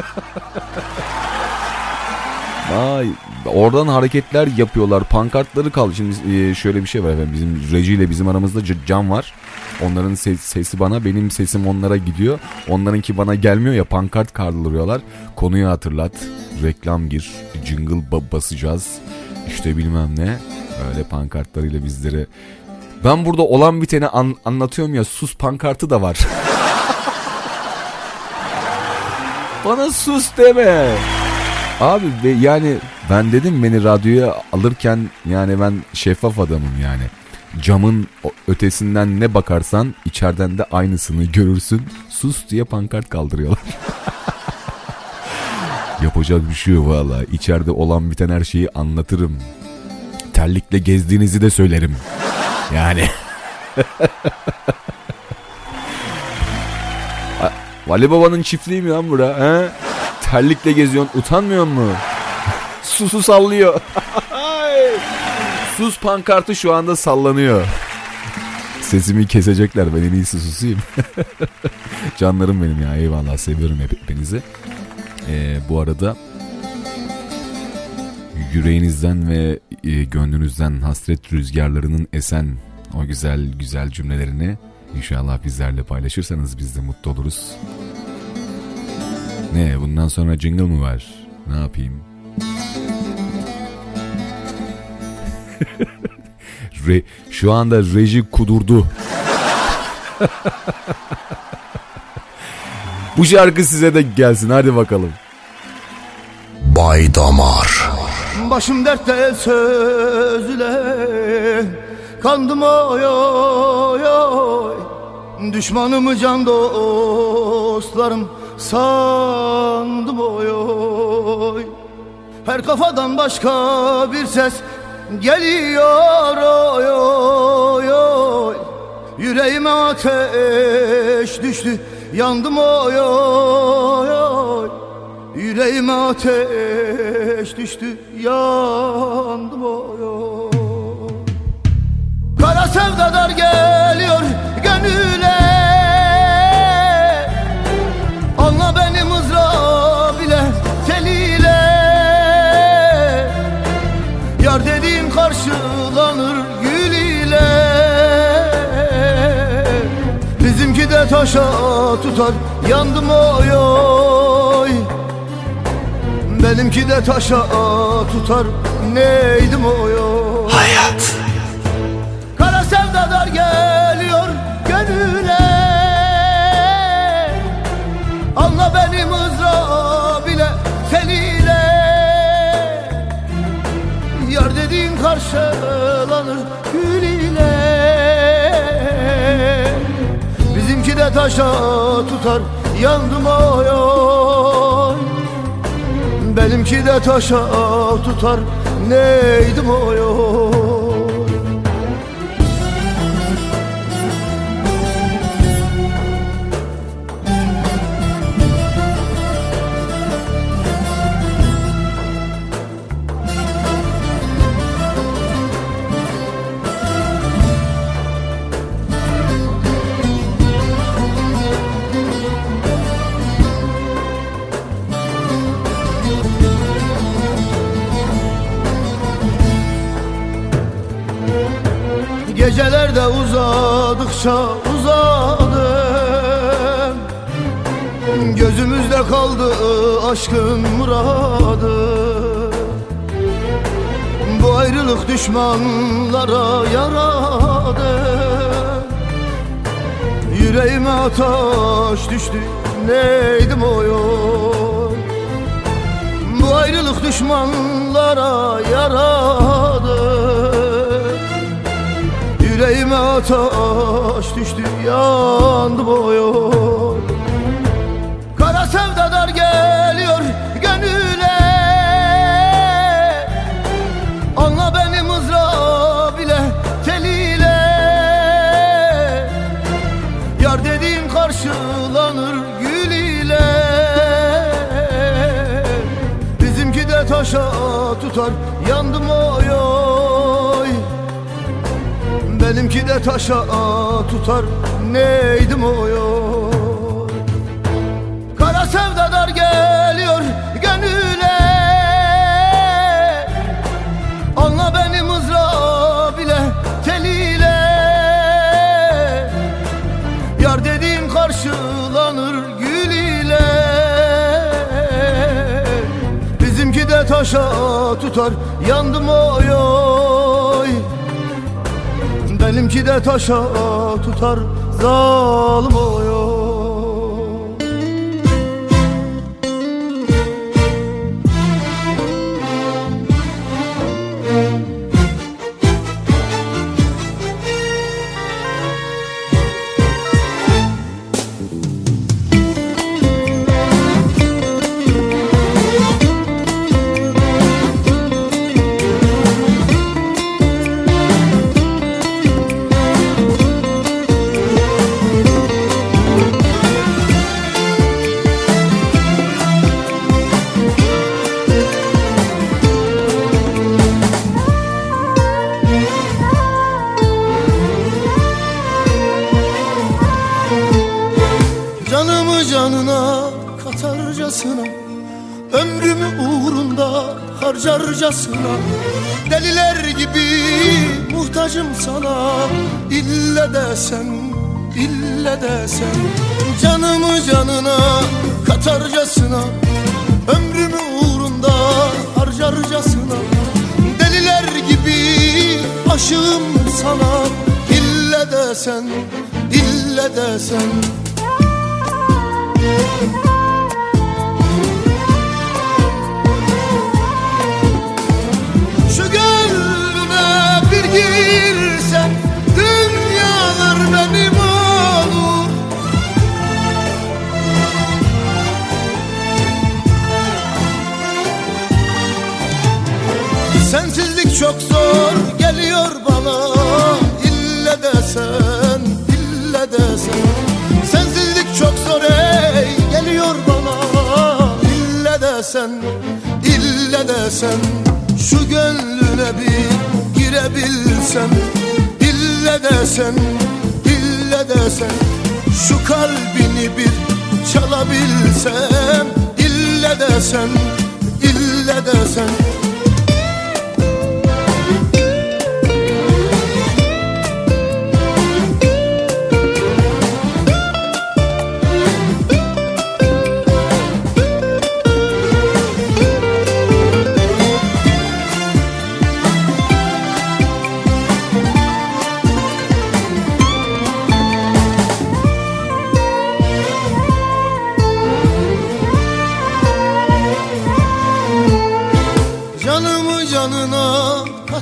Speaker 3: Ay, oradan hareketler yapıyorlar. Pankartları kal. Şimdi şöyle bir şey var efendim. Bizim Reci ile bizim aramızda Can var. Onların ses, sesi bana, benim sesim onlara gidiyor. Onlarınki bana gelmiyor ya, pankart kaldırıyorlar. Konuyu hatırlat. Reklam gir. Jingle basacağız. İşte bilmem ne. Öyle pankartlarıyla bizleri. Ben burada olan biteni an, anlatıyorum ya, sus pankartı da var. Bana sus deme. Abi be, yani ben dedim beni radyoya alırken yani ben şeffaf adamım yani. Camın ötesinden ne bakarsan içeriden de aynısını görürsün. Sus diye pankart kaldırıyorlar. Yapacak bir şey yok valla. İçeride olan biten her şeyi anlatırım. Terlikle gezdiğinizi de söylerim. Yani. Vali Baba'nın çiftliği mi lan bura? He? Terlikle geziyorsun, utanmıyor mu? Susu sallıyor. Sus pankartı şu anda sallanıyor. Sesimi kesecekler, ben en iyisi susayım. Canlarım benim ya, eyvallah, seviyorum hepinizi. Ee, bu arada yüreğinizden ve e, gönlünüzden hasret rüzgarlarının esen o güzel güzel cümlelerini inşallah bizlerle paylaşırsanız biz de mutlu oluruz. Ne, bundan sonra jingle mı var? Ne yapayım? Re, şu anda reji kudurdu. Bu şarkı size de gelsin, hadi bakalım.
Speaker 1: Bay Damar.
Speaker 4: Başım dertte sözüle kandım oy oy oy. Düşmanımı can dostlarım sandım oy oy. Her kafadan başka bir ses geliyor oy oy oy. Yüreğime ateş düştü, yandım oy oy oy. Yüreğime ateş düştü, yandım oy oy. Kara sevdalar geliyor gönüle, anla beni mızrap ile teliyle. Yar dediğin karşılanır gül ile, bizimki de taşa tutar, yandım oy oy. Benimki de taşa tutar, neydim oy oy.
Speaker 1: Hayat.
Speaker 4: Kara sevdalar geliyor gönüle,
Speaker 6: karşılanır gül ile. Bizimki de taşa tutar yandım oy oy. Benimki de taşa tutar neydim oy oy. Geceler de uzadıkça uzadım, gözümüzde kaldı aşkın muradı. Bu ayrılık düşmanlara yaradı, yüreğime ateş düştü neydim oy oy. Bu ayrılık düşmanlara yaradı, yüreğime ateş düştü yandım oy oy. Kara sevdalar geliyor gönüle, anla beni mızrağı bile teliyle. Yar dediğin karşılanır gül ile. Bizimki de taşa tutar yandım oy oy. Benimki de taşa tutar neydim oy oy. Kara sevdalar geliyor gönüle, anla beni mızrağı bile teliyle. Yar dediğin karşılanır gül ile. Bizimki de taşa tutar yandım oy oy. Benimki de taşa tutar zalim oy oy. Canına katarcasına, ömrümü uğrunda harcarcasına, deliler gibi muhtacım sana. İlle desen, ille desen, canımı canına katarcasına, ömrümü uğrunda harcarcasına, deliler gibi aşığım sana. İlle desen, ille desen. Şu gönlüne bir girsen dünyalar benim olur. Sensizlik çok zor geliyor bana, ille desen, ille desen. Sensizlik çok zor ey geliyor bana, ille desen, ille desen. Şu gönlüne bir girebilsem, ille desen, ille desen. Şu kalbini bir çalabilsem, ille desen, ille desen.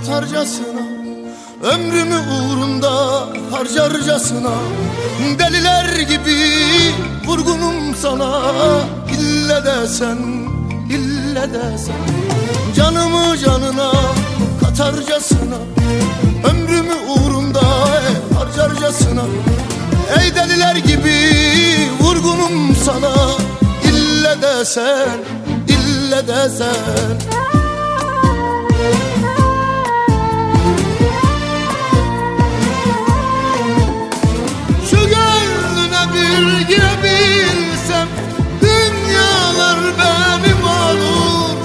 Speaker 4: katarcasına, ömrümü uğrunda harcarcasına, deliler gibi vurgunum sana. İlle de sen, ille de sen, canımı canına katarcasına, ömrümü uğrunda harcarcasına. Ey deliler gibi vurgunum sana. İlle de sen, ille de sen. Şu gönlüne bir girebilsem, dünyalar benim olur.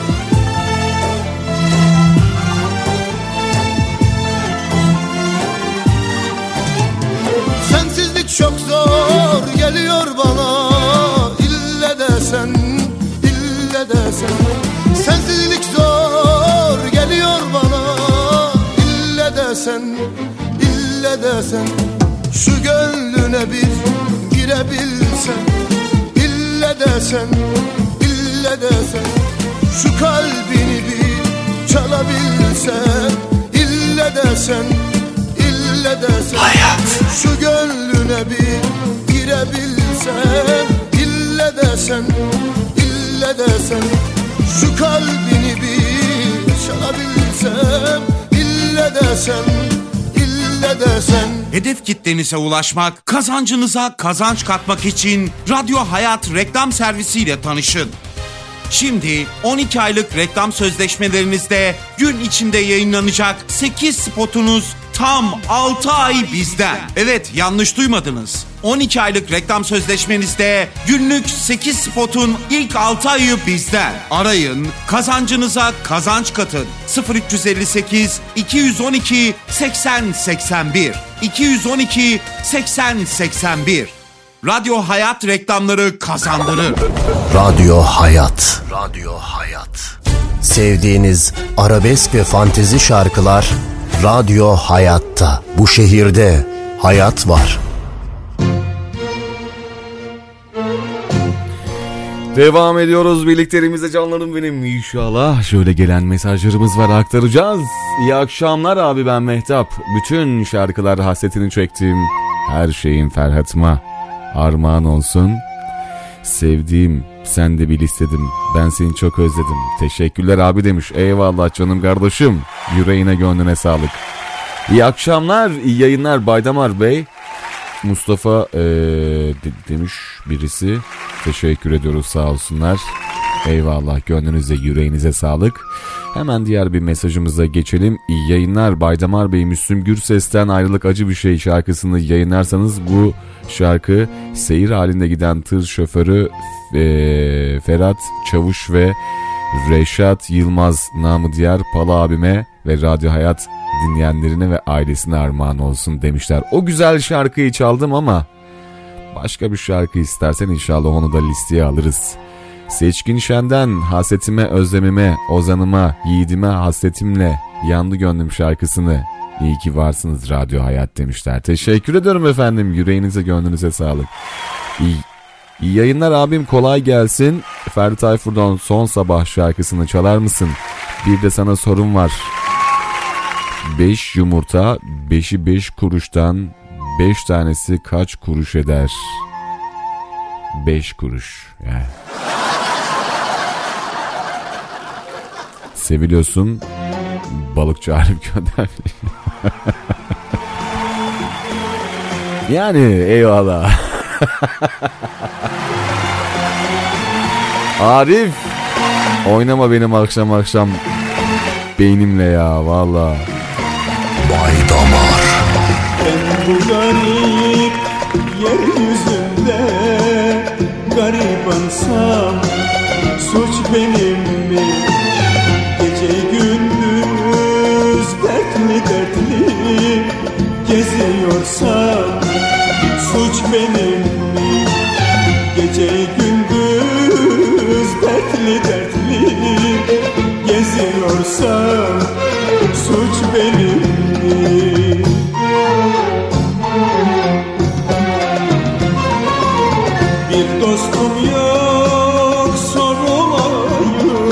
Speaker 4: Sensizlik çok zor geliyor bana. İlle de sen, ille de sen. Sensizlik zor geliyor bana. İlle de sen, ille de sen. Şu gönlüne bir girebilsen, ille de sen, ille de sen. Şu kalbini bir çalabilsen, ille de sen, ille de sen. Hayat. Şu gönlüne bir girebilsen, ille de sen, ille de sen. Şu kalbini bir çalabilsem, ille de sen, ille de sen.
Speaker 2: Hedef kitlenize ulaşmak, kazancınıza kazanç katmak için Radyo Hayat reklam servisiyle tanışın. Şimdi on iki aylık reklam sözleşmelerinizde gün içinde yayınlanacak sekiz spotunuz tam altı ay bizden. Evet, yanlış duymadınız. on iki aylık reklam sözleşmenizde günlük sekiz spotun ilk altı ayı bizden. Arayın, kazancınıza kazanç katın. sıfır üç elli sekiz iki yüz on iki seksen seksen bir iki yüz on iki seksen seksen bir. Radyo Hayat reklamları kazandırır.
Speaker 1: Radyo Hayat. Radyo Hayat. Sevdiğiniz arabesk ve fantezi şarkılar Radyo Hayat'ta. Bu şehirde hayat var.
Speaker 3: Devam ediyoruz birliklerimizle canlarım benim. İnşallah şöyle gelen mesajlarımız var, aktaracağız. İyi akşamlar abi, ben Mehtap. Bütün şarkılar hasretini çektiğim her şeyin Ferhat'ıma armağan olsun. Sevdiğim, sen de bil istedim. Ben seni çok özledim. Teşekkürler abi demiş. Eyvallah canım kardeşim. Yüreğine gönlüne sağlık. İyi akşamlar, iyi yayınlar Baydamar Bey. Mustafa ee, de, demiş birisi. Teşekkür ediyoruz, sağ olsunlar. Eyvallah, gönlünüze yüreğinize sağlık. Hemen diğer bir mesajımıza geçelim. İyi yayınlar Baydamar Bey. Müslüm Gürses'ten Ayrılık Acı Bir Şey şarkısını yayınlarsanız, bu şarkı seyir halinde giden tır şoförü e, Ferhat Çavuş ve Reşat Yılmaz namı diğer Pala abime ve Radyo Hayat dinleyenlerine ve ailesine armağan olsun demişler. O güzel şarkıyı çaldım ama başka bir şarkı istersen inşallah onu da listeye alırız. Seçkin Şen'den Hasretime Özlemime, Ozanıma, Yiğidime Hasretimle Yandı Gönlüm şarkısını iyi ki varsınız Radyo Hayat demişler. Teşekkür ederim efendim, yüreğinize gönlünüze sağlık. İyi, iyi yayınlar abim, kolay gelsin. Ferdi Tayfur'dan Son Sabah şarkısını çalar mısın? Bir de sana sorum var. Beş yumurta, beşi beş kuruştan beş tanesi kaç kuruş eder? Beş kuruş yani. Seviliyorsun balıkçı Arif göndermiş. Yani eyvallah. Arif, oynama benim akşam akşam beynimle ya valla.
Speaker 1: Baydamar.
Speaker 6: Ben bu garip yeryüzünde garibansam suç benim mi? Gece gündüz dertli dertli geziyorsam suç benim mi? Gece gündüz dertli dertli geziyorsam suç benim mi? Bir dostum yok sorulayım,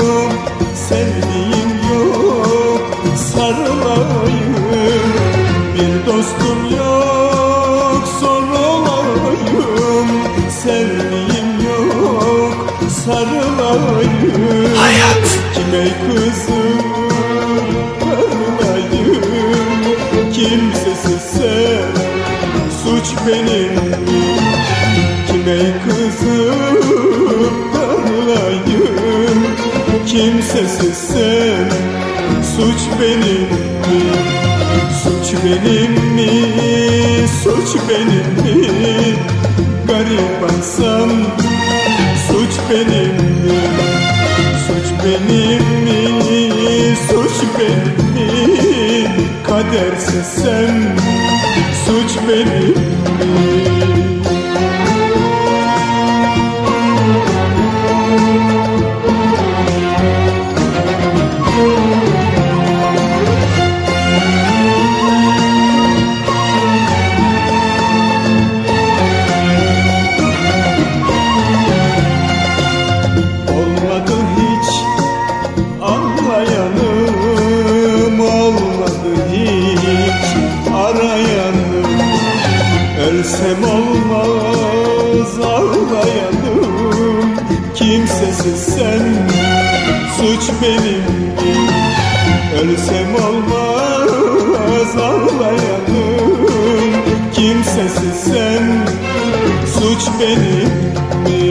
Speaker 6: darılayım.
Speaker 10: Hayat.
Speaker 6: Kime kızıp darılayım. Kimsesiz sen, suç benim mi? Kime kızıp darılayım. Kimsesiz sen, suç benim mi? Suç benim mi? Suç benim mi? Garibansam suç benim mi? Suç benim mi? Suç benim mi? Kadersiz sen, suç benim mi? Ölsem olmaz ağlayanım. Kimsesiz sen, suç benim mi? Ölsem olmaz ağlayanım. Kimsesiz sen, suç benim mi?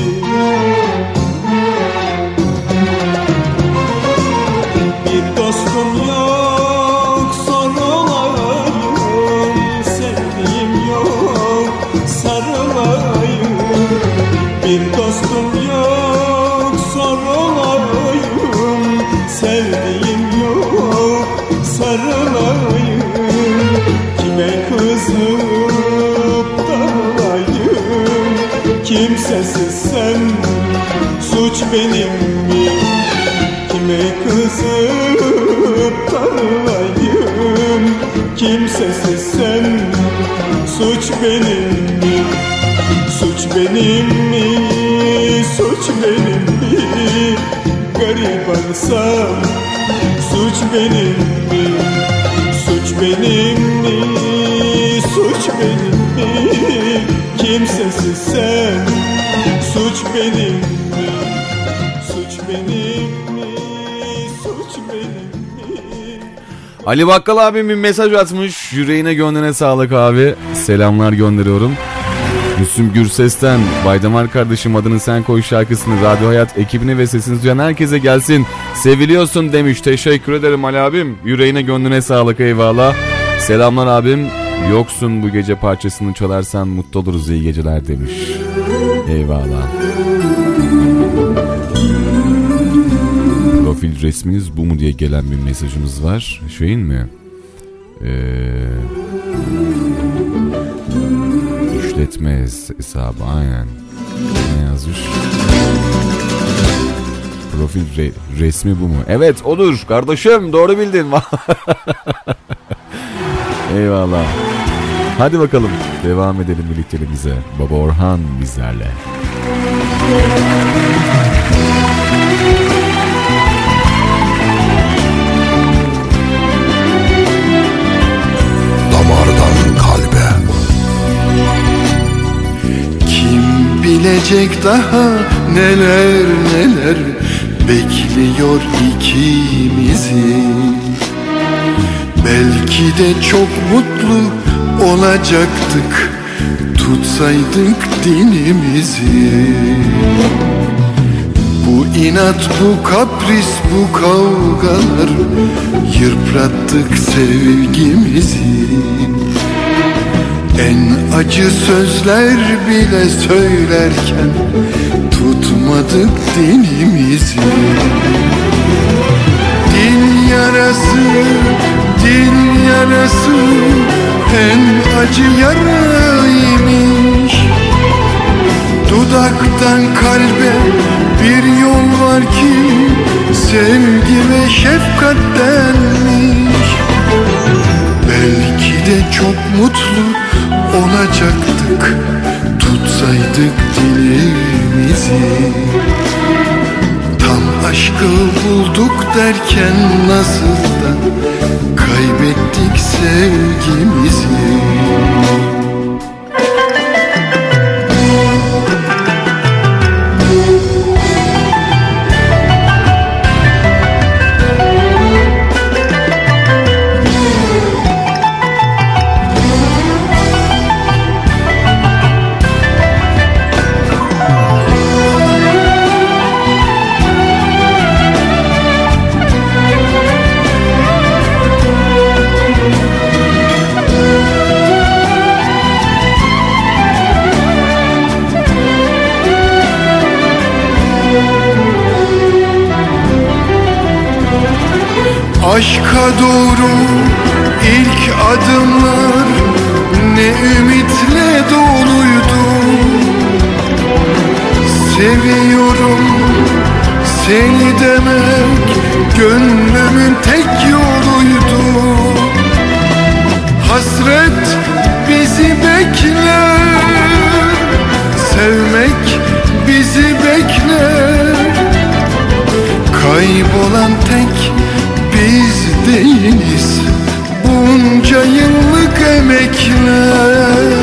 Speaker 6: Bir dostum yok, son olayım. Sevdiğim yok, sarılayım. Bir dostum yok, son olayım. Sevdiğim yok, sarılayım. Kime kızıp darılayım. Kimsesiz sen, suç benim mi? Kime kızıp darılayım. Kimsesiz sen, suç benim mi? Suç benim mi? Suç benim mi? Garibansam suç benim mi? Suç benim mi? Suç benim mi? Kimsesiz sen, suç benim mi? Suç benim mi? Suç benim mi?
Speaker 3: Ali Bakkal abim bir mesaj atmış. Yüreğine gönlüne sağlık abi. Selamlar gönderiyorum. Müslüm Gürses'ten Baydamar kardeşim adını sen koy şarkısını Radyo Hayat ekibine ve sesini duyan herkese gelsin. Seviliyorsun demiş. Teşekkür ederim Ali abim. Yüreğine gönlüne sağlık, eyvallah. Selamlar abim. Yoksun bu gece parçasını çalarsan mutlu oluruz, iyi geceler demiş. Eyvallah. Profil resminiz bu mu diye gelen bir mesajımız var. Şeyin mi? Eee... İşletme hesabı, aynen. Ne yazmış? Profil re- resmi bu mu? Evet odur kardeşim, doğru bildin. Eyvallah. Hadi bakalım devam edelim birlikteliğimize. Baba Orhan bizlerle.
Speaker 10: Damardan kalbe.
Speaker 4: Kim bilecek daha neler neler bekliyor ikimizi. Belki de çok mutlu olacaktık tutsaydık dinimizi. Bu inat, bu kapris, bu kavgalar yıprattık sevgimizi. En acı sözler bile söylerken tutmadık dinimizi. Dil yarası, dil yarası en acı yaraymış. Dudaktan kalbe bir yol var ki sevgi ve şefkattenmiş. Belki de çok mutlu olacaktık tutsaydık dilimizi. Tam aşkı bulduk derken nasıl da kaybettik sevgimizi. Aşka doğru ilk adımlar ne ümitle doluydu. Seviyorum seni demek gönlümün tek yoluydu. Hasret bizi bekler, sevmek bizi bekler. Kaybolan tek biz değiliz, bunca yıllık emekler.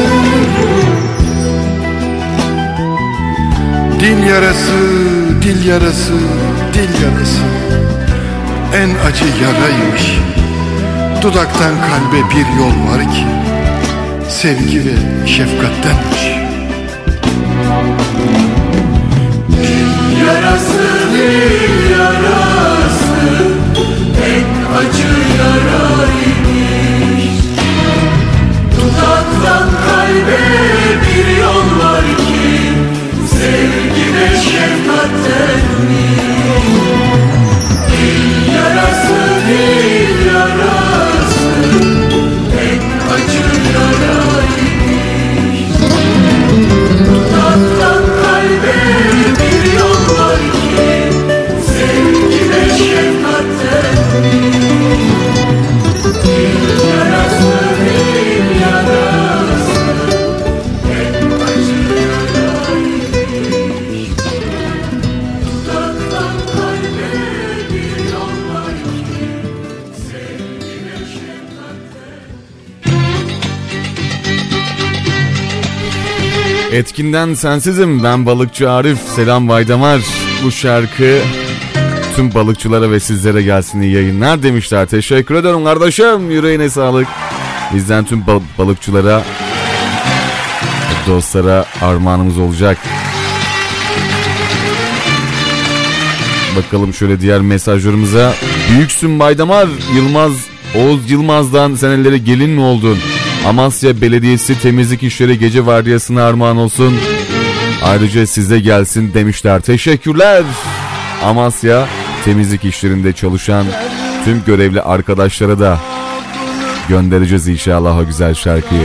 Speaker 4: Dil yarası, dil yarası, dil yarası en acı yaraymış. Dudaktan kalbe bir yol var ki sevgi ve şefkattenmiş.
Speaker 9: Dil yarası, dil yarası en acı yaraymış. Dudaktan kalbe bir yol var ki sevgi ve şefkattenmiş. Dil yarası, dil yarası en acı yaraymış. Dudaktan kalbe bir yol var ki sevgi ve şefkattenmiş. Dil yarası, dil yarası en acı yaraymış. Dudaktan kalbe bir yol var ki sevgi ve şefkattenmiş.
Speaker 3: Etkinden Sensizim, ben balıkçı Arif. Selam Baydamar. Bu şarkı tüm balıkçılara ve sizlere gelsin, iyi yayınlar demişler. Teşekkür ederim kardeşim, yüreğine sağlık. Bizden tüm bal- balıkçılara, dostlara armağanımız olacak. Bakalım şöyle diğer mesajlarımıza. Büyüksün Baydamar. Yılmaz, Oğuz Yılmaz'dan senelere gelin mi oldun? Amasya Belediyesi temizlik işleri gece vardiyasına armağan olsun. Ayrıca size gelsin demişler. Teşekkürler. Amasya temizlik işlerinde çalışan tüm görevli arkadaşlara da göndereceğiz inşallah o güzel şarkıyı.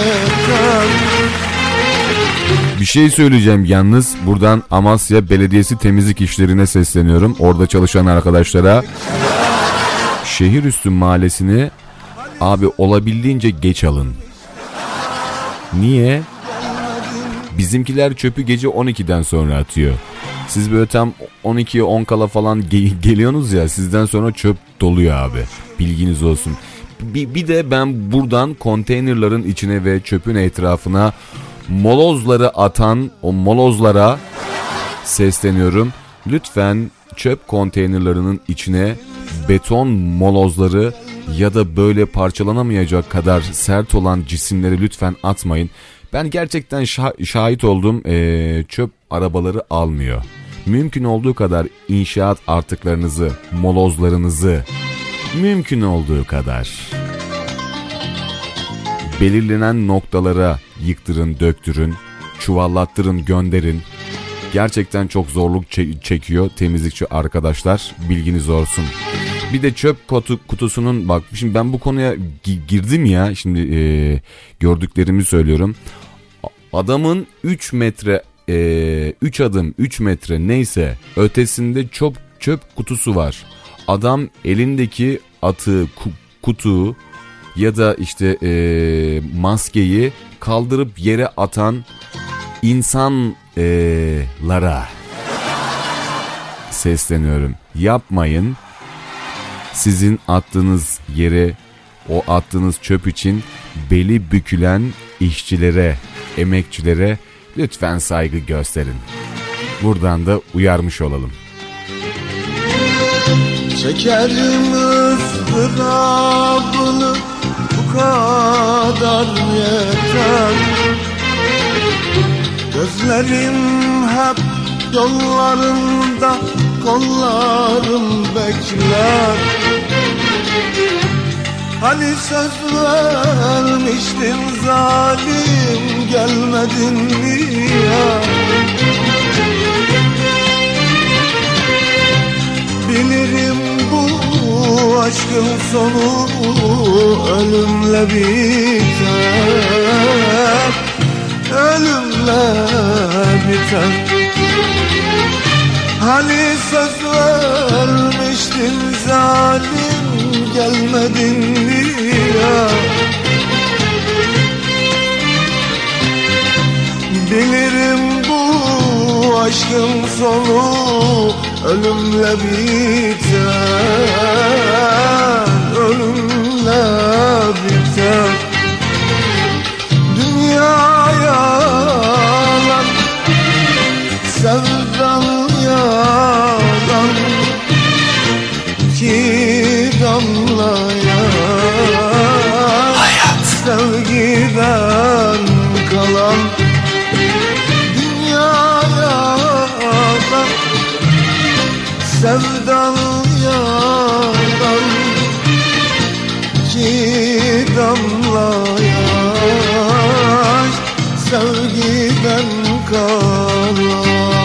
Speaker 3: Bir şey söyleyeceğim yalnız, buradan Amasya Belediyesi temizlik işlerine sesleniyorum. Orada çalışan arkadaşlara, Şehirüstü Mahallesi'ni abi olabildiğince geç alın. Niye? Bizimkiler çöpü gece on ikiden sonra atıyor. Siz böyle tam on ikiye on kala falan ge- geliyorsunuz ya, sizden sonra çöp doluyor abi. Bilginiz olsun. Bir, bir de ben buradan konteynerların içine ve çöpün etrafına molozları atan o molozlara sesleniyorum. Lütfen çöp konteynerlarının içine beton molozları ya da böyle parçalanamayacak kadar sert olan cisimleri lütfen atmayın. Ben gerçekten şah- şahit oldum, ee, çöp arabaları almıyor. Mümkün olduğu kadar inşaat artıklarınızı, molozlarınızı mümkün olduğu kadar belirlenen noktalara yıktırın, döktürün, çuvallattırın, gönderin. Gerçekten çok zorluk çe- çekiyor temizlikçi arkadaşlar, bilginiz olsun. Bir de çöp kutu, kutusunun, bak şimdi ben bu konuya gi- girdim ya, şimdi e, gördüklerimi söylüyorum. Adamın üç metre, üç adım, üç metre neyse ötesinde çöp, çöp kutusu var. Adam elindeki atığı, kutuyu ya da işte e, maskeyi kaldırıp yere atan insanlara sesleniyorum. Yapmayın. Sizin attığınız yere, o attığınız çöp için beli bükülen işçilere, emekçilere lütfen saygı gösterin. Buradan da uyarmış olalım.
Speaker 6: Çekerim ızdırabını, bu kadar yeter. Gözlerim hep yollarında, kollarım bekler. Hani söz vermiştin zalim, gelmedin niye? Bilirim bu
Speaker 4: aşkın sonu ölümle biter, ölümle biter. Hani söz vermiştin zalim, gelmedin niye? Bilirim bu aşkın sonu ölümle biter, ölümle biter. Dünya yalan, sevdan yalan, iki damla yalan, hayat sevgiden kalan. Dünya yalan, sevdan yalan, iki damla yaş sevgiden kalan.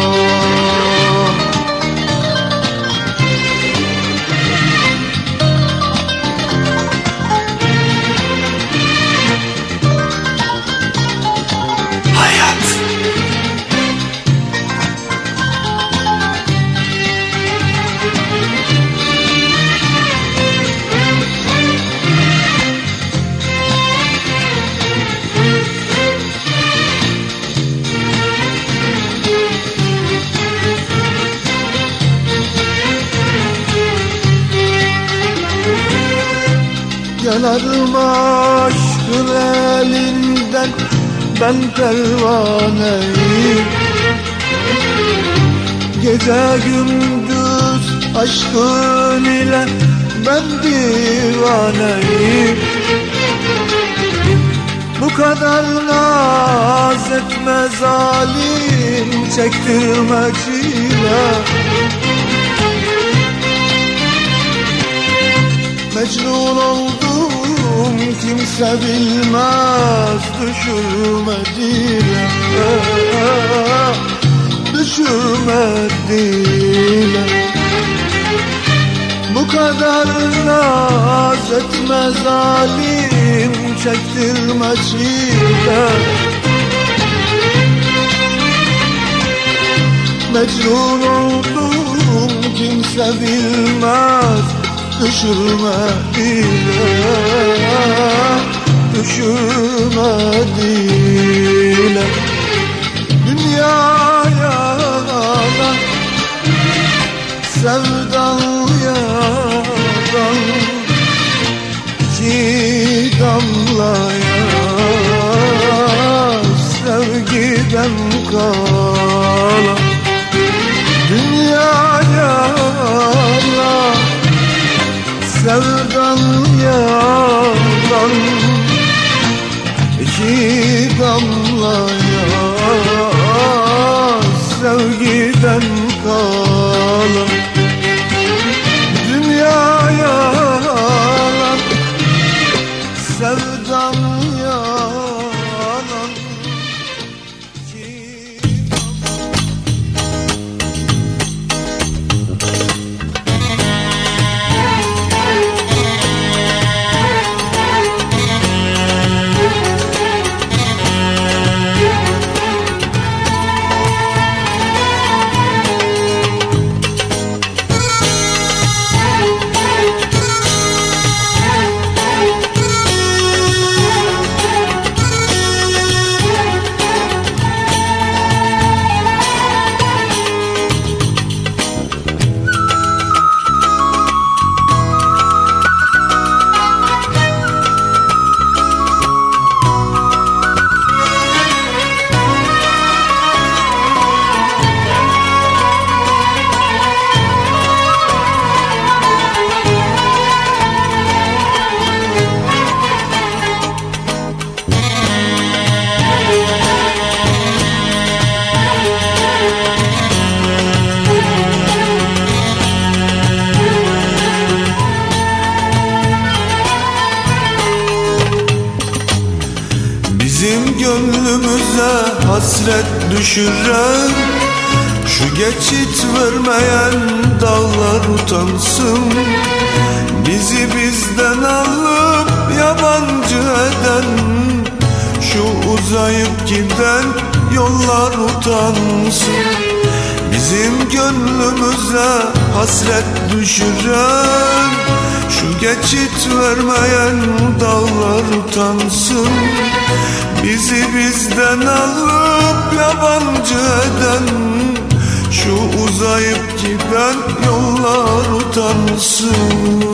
Speaker 4: Yanarım aşkın elinden ben pervaneyim. Gece gündüz aşkın ile ben divaneyim. Bu kadar naz etme zalim, çektirme çile. Mecnun oldum kimse bilmez, düşürme dile, düşürme dile. Bu kadar naz etme zalim, çektirme çile. Mecnun oldum kimse bilmez, düşürme dile, düşürme dile. Dünya yalan, sevdan yalan, iki damla yaş sevgiden kalan. Dünya yalan, sevdan yalan, iki damla yaş sevgiden kalan. Dünya yalan, sevdan yalan, iki gönlümüze hasret düşüren, şu geçit vermeyen dağlar utansın. Bir bizi bizden alıp yabancı eden, şu uzayıp giden yollar utansın. Bizim gönlümüze hasret düşüren, şu geçit vermeyen dağlar utansın. Bizi bizden alıp yabancı eden, şu uzayıp giden yollar utansın.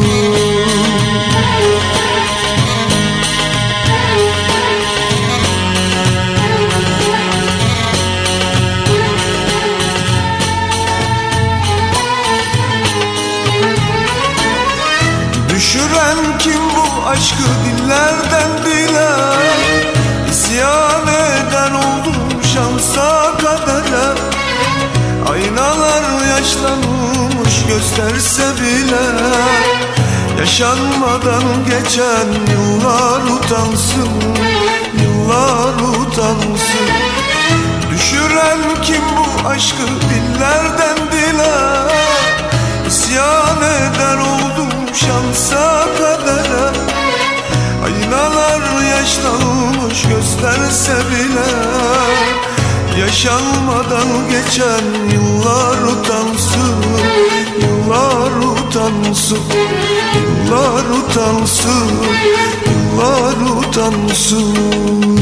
Speaker 4: Düşüren kim bu aşkı dillerden dile, İsyan eden oldum şansa kadere. Aynalar yaşlanmış gösterse bile, yaşanmadan geçen yıllar utansın, yıllar utansın. Düşüren kim bu aşkı dillerden dile, İsyan eden oldum şansa kadere. Aynalar yaşlanmış gösterse bile, yaşanmadan geçen yıllar utansın, yıllar utansın, yıllar utansın, yıllar utansın.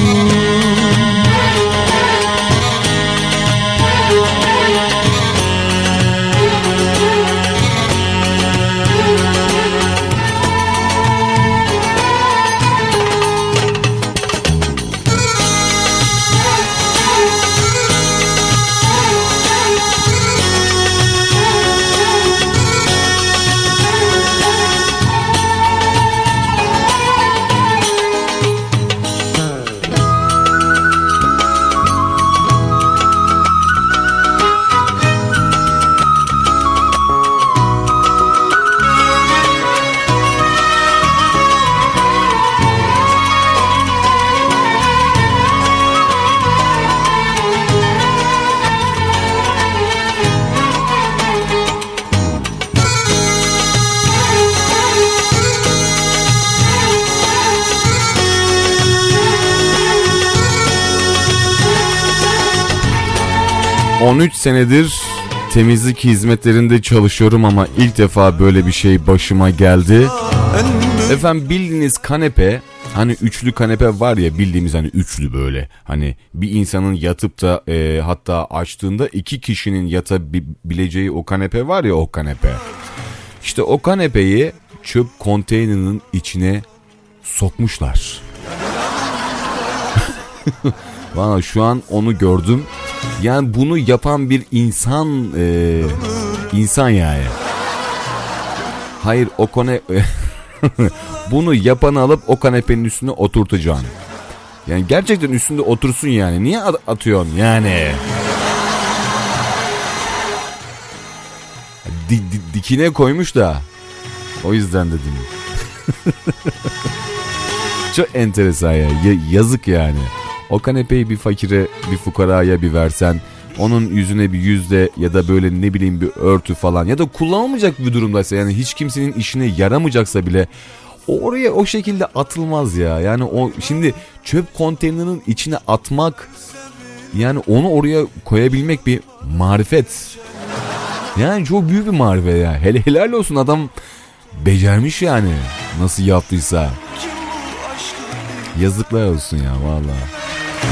Speaker 3: on üç senedir temizlik hizmetlerinde çalışıyorum ama ilk defa böyle bir şey başıma geldi. Efendim bildiğiniz kanepe, hani üçlü kanepe var ya, bildiğimiz hani üçlü böyle. Hani bir insanın yatıp da e, hatta açtığında iki kişinin yatabileceği o kanepe var ya, o kanepe. İşte o kanepeyi çöp konteynerinin içine sokmuşlar. Valla şu an onu gördüm. Yani bunu yapan bir insan, e, insan yani. Hayır, o kone bunu yapanı alıp o kanepenin üstüne oturtacaksın. Yani gerçekten üstünde otursun yani. Niye atıyorsun yani? Di, di, dikine koymuş da. O yüzden dedim. Çok enteresan ya. ya. Yazık yani. O kanepeyi bir fakire, bir fukaraya bir versen, onun yüzüne bir yüzde ya da böyle ne bileyim bir örtü falan, ya da kullanılmayacak bir durumdaysa, yani hiç kimsenin işine yaramayacaksa bile oraya o şekilde atılmaz ya. Yani o şimdi çöp konteynerinin içine atmak, yani onu oraya koyabilmek bir marifet. Yani çok büyük bir marifet ya. Hele helal olsun, adam becermiş yani, nasıl yaptıysa. Yazıklar olsun ya vallahi.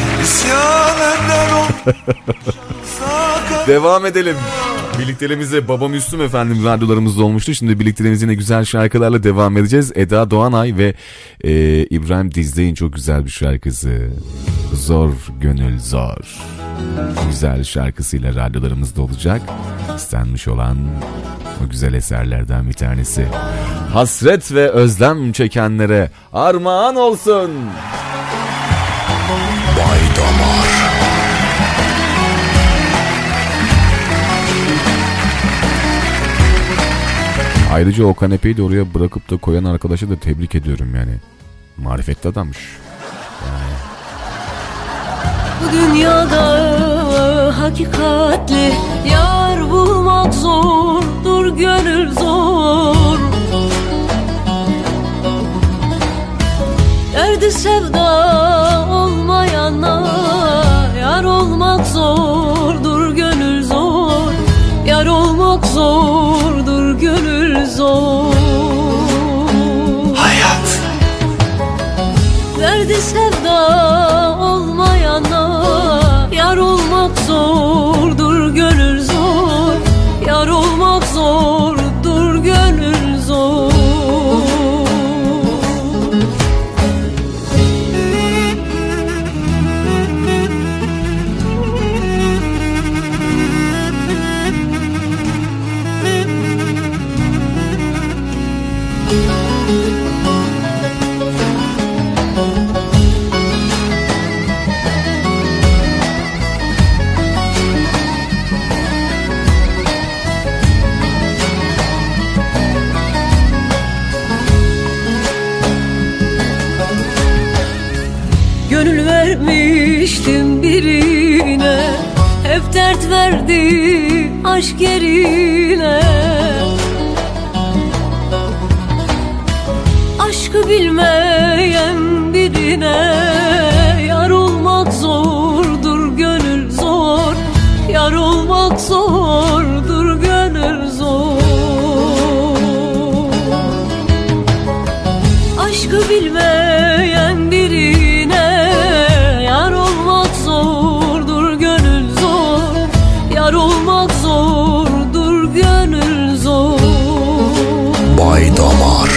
Speaker 3: Devam edelim. Birlikteliğimize Baba Müslüm efendim radyolarımızda olmuştu. Şimdi birlikteliğimiz yine güzel şarkılarla devam edeceğiz. Eda Doğanay ve e, İbrahim Dizlek'in çok güzel bir şarkısı. Zor Gönül Zor. Güzel şarkısıyla radyolarımızda olacak. İstenmiş olan o güzel eserlerden bir tanesi. Hasret ve özlem çekenlere armağan olsun.
Speaker 1: Bay Damar.
Speaker 3: Ayrıca o kanepeyi de oraya bırakıp da koyan arkadaşı da tebrik ediyorum yani. Marifetli adammış. Yani.
Speaker 11: Bu dünyada hakikatli yar bulmak zordur, gönül zor. zordur gönül zor.
Speaker 10: Hayat.
Speaker 11: Derdi sevda olmayana yar olmak zordur gönül zor. Yar olmak zordur gönül zor. Gönül vermiştim birine, hep dert verdi aşk yerine. Aşkı bilmeyen birine yar olmak zordur gönül zor. Yar olmak zordur gönül zor. Aşkı bilmeyen birine yar olmak zordur gönül zor. Yar olmak zordur gönül zor.
Speaker 1: Bay Damar.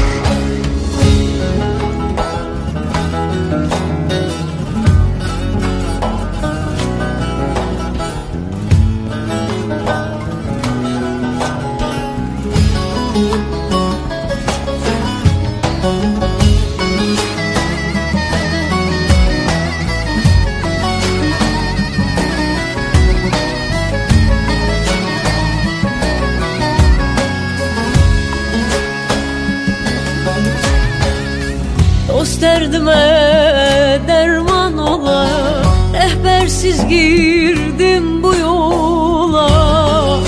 Speaker 11: Dost derdime derman ola, rehbersiz girdim bu yola.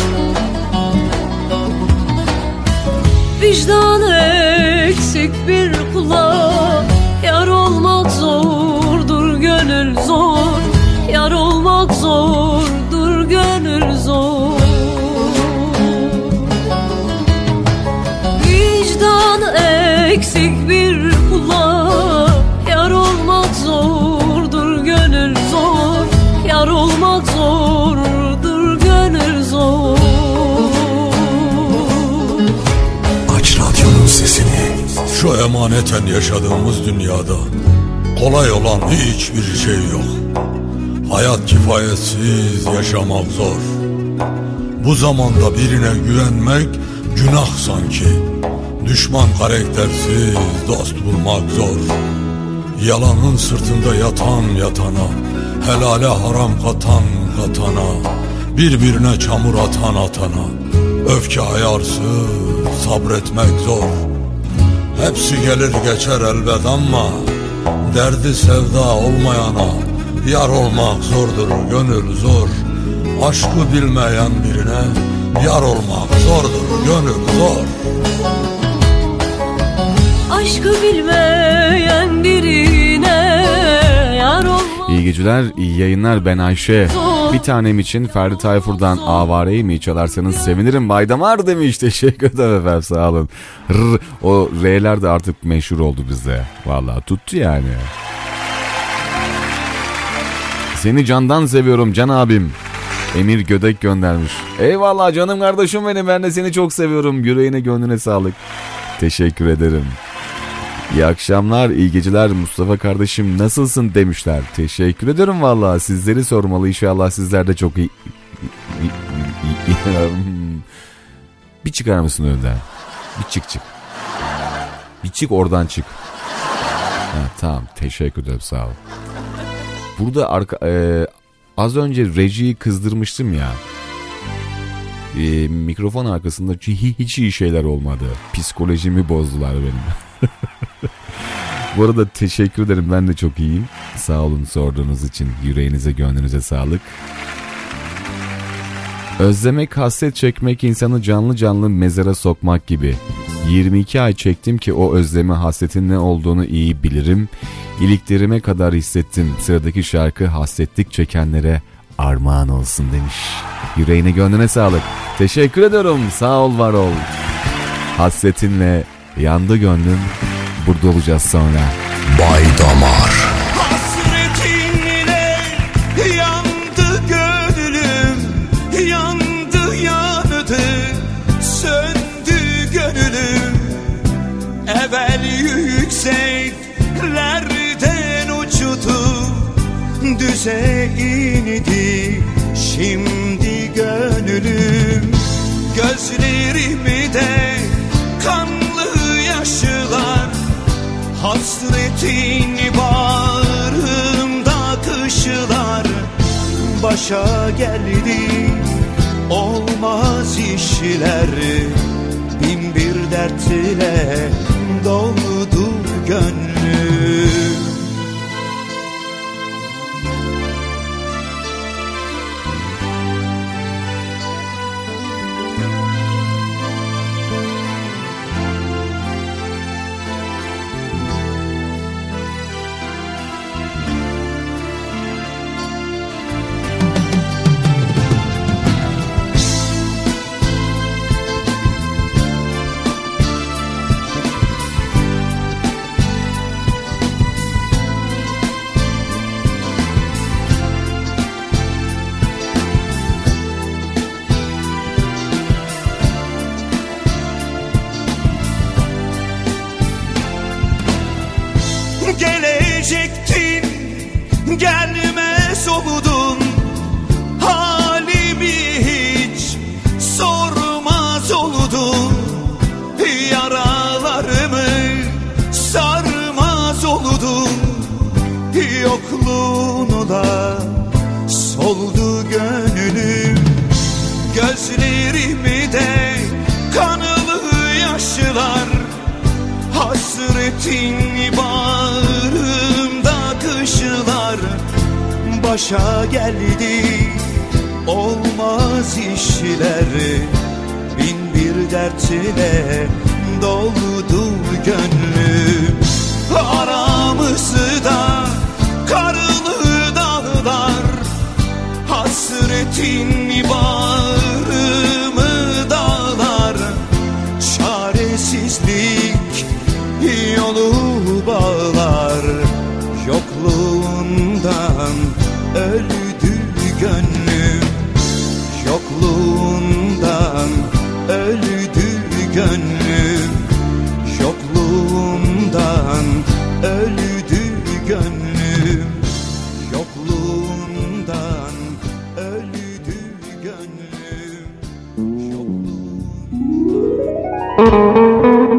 Speaker 11: Vicdanı eksik bir kula yar olmak zordur gönül zor. Yar olmak zordur gönül zor. Vicdanı eksik bir kula yar olmak zordur gönül zor. Yar olmak zordur gönül zor.
Speaker 10: Aç radyonun sesini.
Speaker 12: Şu emaneten yaşadığımız dünyada kolay olan hiçbir şey yok. Hayat kifayetsiz, yaşamak zor. Bu zamanda birine güvenmek günah sanki. Düşman karaktersiz dost bulmak zor. Yalanın sırtında yatan yatana, helale haram katan katana, birbirine çamur atan atana, öfke ayarsız sabretmek zor. Hepsi gelir geçer elbet ama derdi sevda olmayana yar olmak zordur gönül zor. Aşkı bilmeyen birine yar olmak zordur gönül zor.
Speaker 11: Aşkı bilmeyen birine yar olmak.
Speaker 3: İyi geceler, iyi yayınlar, ben Ayşe. Bir tanem için Ferdi Tayfur'dan Avare'yi mi çalarsanız sevinirim Bay Damar demiş. Teşekkür ederim efendim, sağ olun. Rr, o R'ler de artık meşhur oldu bizde. Vallahi tuttu yani. Seni candan seviyorum can abim. Emir Gödek göndermiş. Eyvallah canım kardeşim benim, ben de seni çok seviyorum. Yüreğine gönlüne sağlık. Teşekkür ederim. İyi akşamlar, iyi geceler Mustafa kardeşim, nasılsın demişler. Teşekkür ederim vallahi, sizleri sormalı, inşallah sizler de çok iyi. Bir çıkar mısın önden? Bir çık çık. Bir çık oradan çık. Ha, tamam, teşekkür ederim, sağ ol. Burada arka, e, az önce rejiyi kızdırmıştım ya. E, mikrofon arkasında hiç iyi şeyler olmadı. Psikolojimi bozdular benim. Bu arada teşekkür ederim, ben de çok iyiyim. Sağ olun sorduğunuz için, yüreğinize gönlünüze sağlık. Özlemek, hasret çekmek insanı canlı canlı mezara sokmak gibi. yirmi iki ay çektim ki o özlemi, hasretin ne olduğunu iyi bilirim. İliklerime kadar hissettim. Sıradaki şarkı hasretlik çekenlere armağan olsun demiş. Yüreğine gönlüne sağlık. Teşekkür ediyorum. Sağ ol, var ol. Hasretinle yandı gönlüm. Burada olacağız sonra.
Speaker 1: Bay Damar.
Speaker 8: Hasretinle yandı gönlüm, yandı yandı, söndü gönlüm. Evvel yükseklerden uçtu, düze indi şimdi gönlüm. Gözlerimi de kanlı yaşlar, hasretin bağrımda kışlar. Başa geldi olmaz işler, bin bir dertle doldu gönlüm. Gelecektin, gelmez oldun, halimi hiç sormaz oldun. Yaralarımı sarmaz oldun, yokluğunla soldu gönlüm. Gözlerimi de kanlı yaşlar, hasretin bağrımda kışlar. Başa geldi olmaz işler, bin bir dertle doldu gönlüm. Aramızda karlı dağlar, hasretin bağrımı dağlar. Çaresizlik yolu bağlar, yokluğundan öldü gönlüm. Yokluğundan öldü gönlüm. Yokluğundan öldü gönlüm. Yokluğundan öldü gönlüm. Yokluğundan...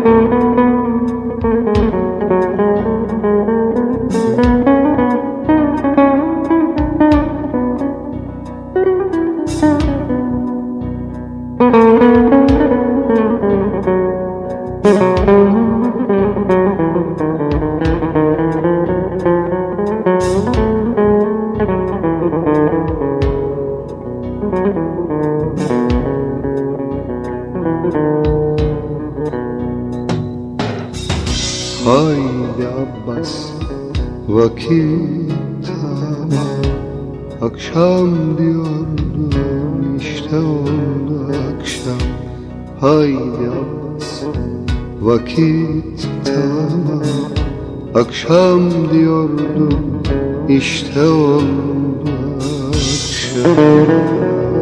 Speaker 4: Haydi Abbas, vakit tamam. Akşam diyordum, işte oldu akşam. Haydi Abbas, vakit tamam. Akşam diyordum, işte oldu akşam.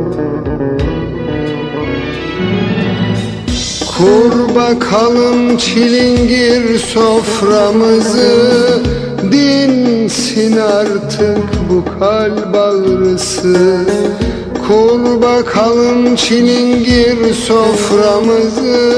Speaker 4: Kur bakalım çilingir soframızı, dinsin artık bu kalp ağrısı. Kur bakalım çilingir soframızı,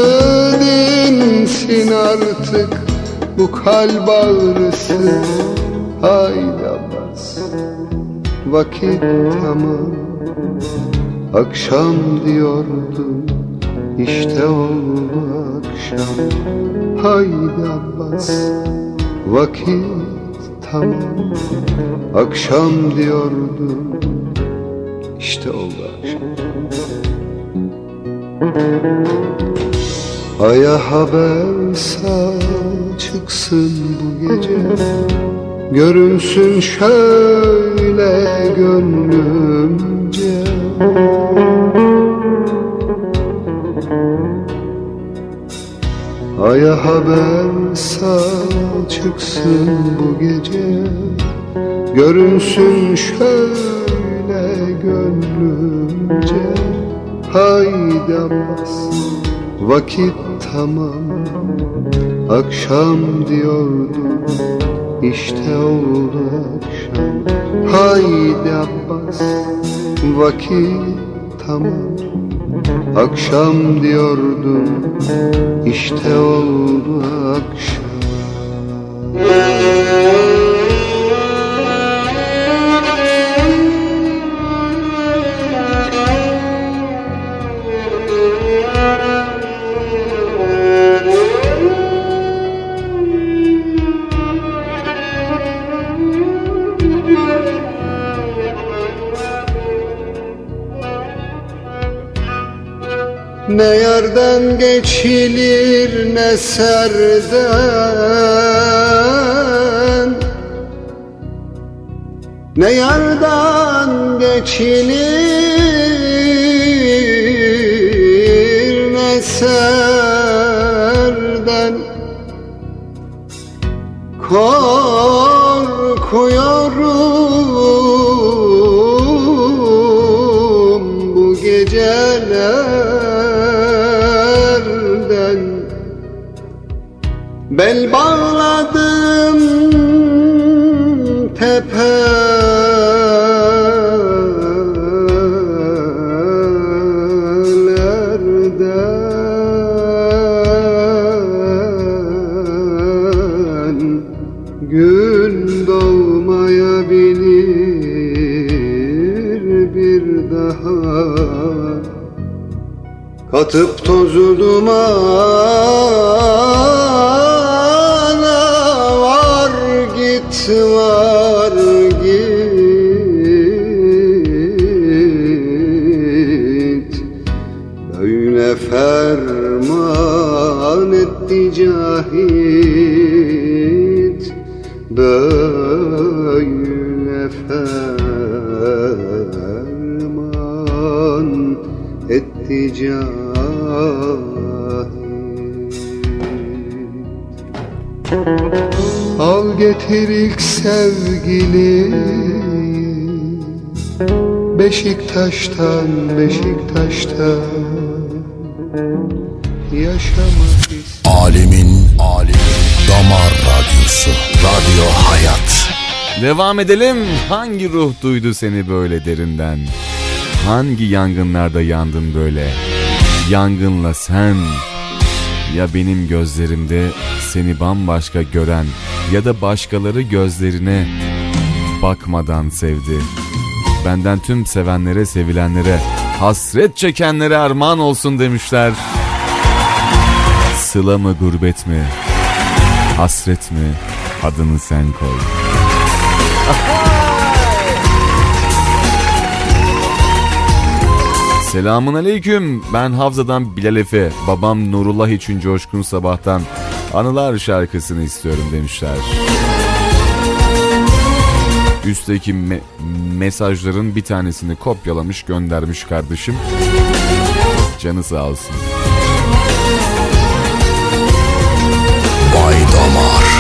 Speaker 4: dinsin artık bu kalp ağrısı. Haydi Abbas, vakit tamam. Akşam diyordum, İşte oldu akşam. Haydi Abbas, vakit tamam. Akşam diyordum, işte oldu akşam. Aya haber sal, çıksın bu gece. Görünsün şöyle gönlümce. Aya haber sal çıksın bu gece, görünsün şöyle gönlümce. Haydi Abbas, vakit tamam, akşam diyordum, işte oldu akşam. Haydi Abbas, vakit tamam, akşam diyordum, işte oldu akşam. Ne yerden geçilir ne serden, ne yerden geçilir ne serden. Korkuyorum bu geceler, bel bağladım tepelerden. Gün doğmayabilir bir daha, katıp tozu dumana var git var git. Böyle ferman etti Cahit, böyle ferman etti Cahit. Al getir ilk sevgili, Beşiktaş'tan Beşiktaş'tan yaşamak istedim.
Speaker 1: Alemin alemi damar radyosu, Radyo Hayat.
Speaker 3: Devam edelim. Hangi ruh duydu seni böyle derinden? Hangi yangınlarda yandın böyle? Yangınla sen. Ya benim gözlerimde seni bambaşka gören, ya da başkaları gözlerine bakmadan sevdi. Benden tüm sevenlere, sevilenlere, hasret çekenlere armağan olsun demişler. Sıla mı gurbet mi? Hasret mi? Adını sen koy. Selamun aleyküm. Ben Havza'dan Bilal Efe. Babam Nurullah için Coşkun Sabah'tan Anılar şarkısını istiyorum demişler. Üstteki me- mesajların bir tanesini kopyalamış göndermiş kardeşim. Canı sağ olsun.
Speaker 1: Bay Damar.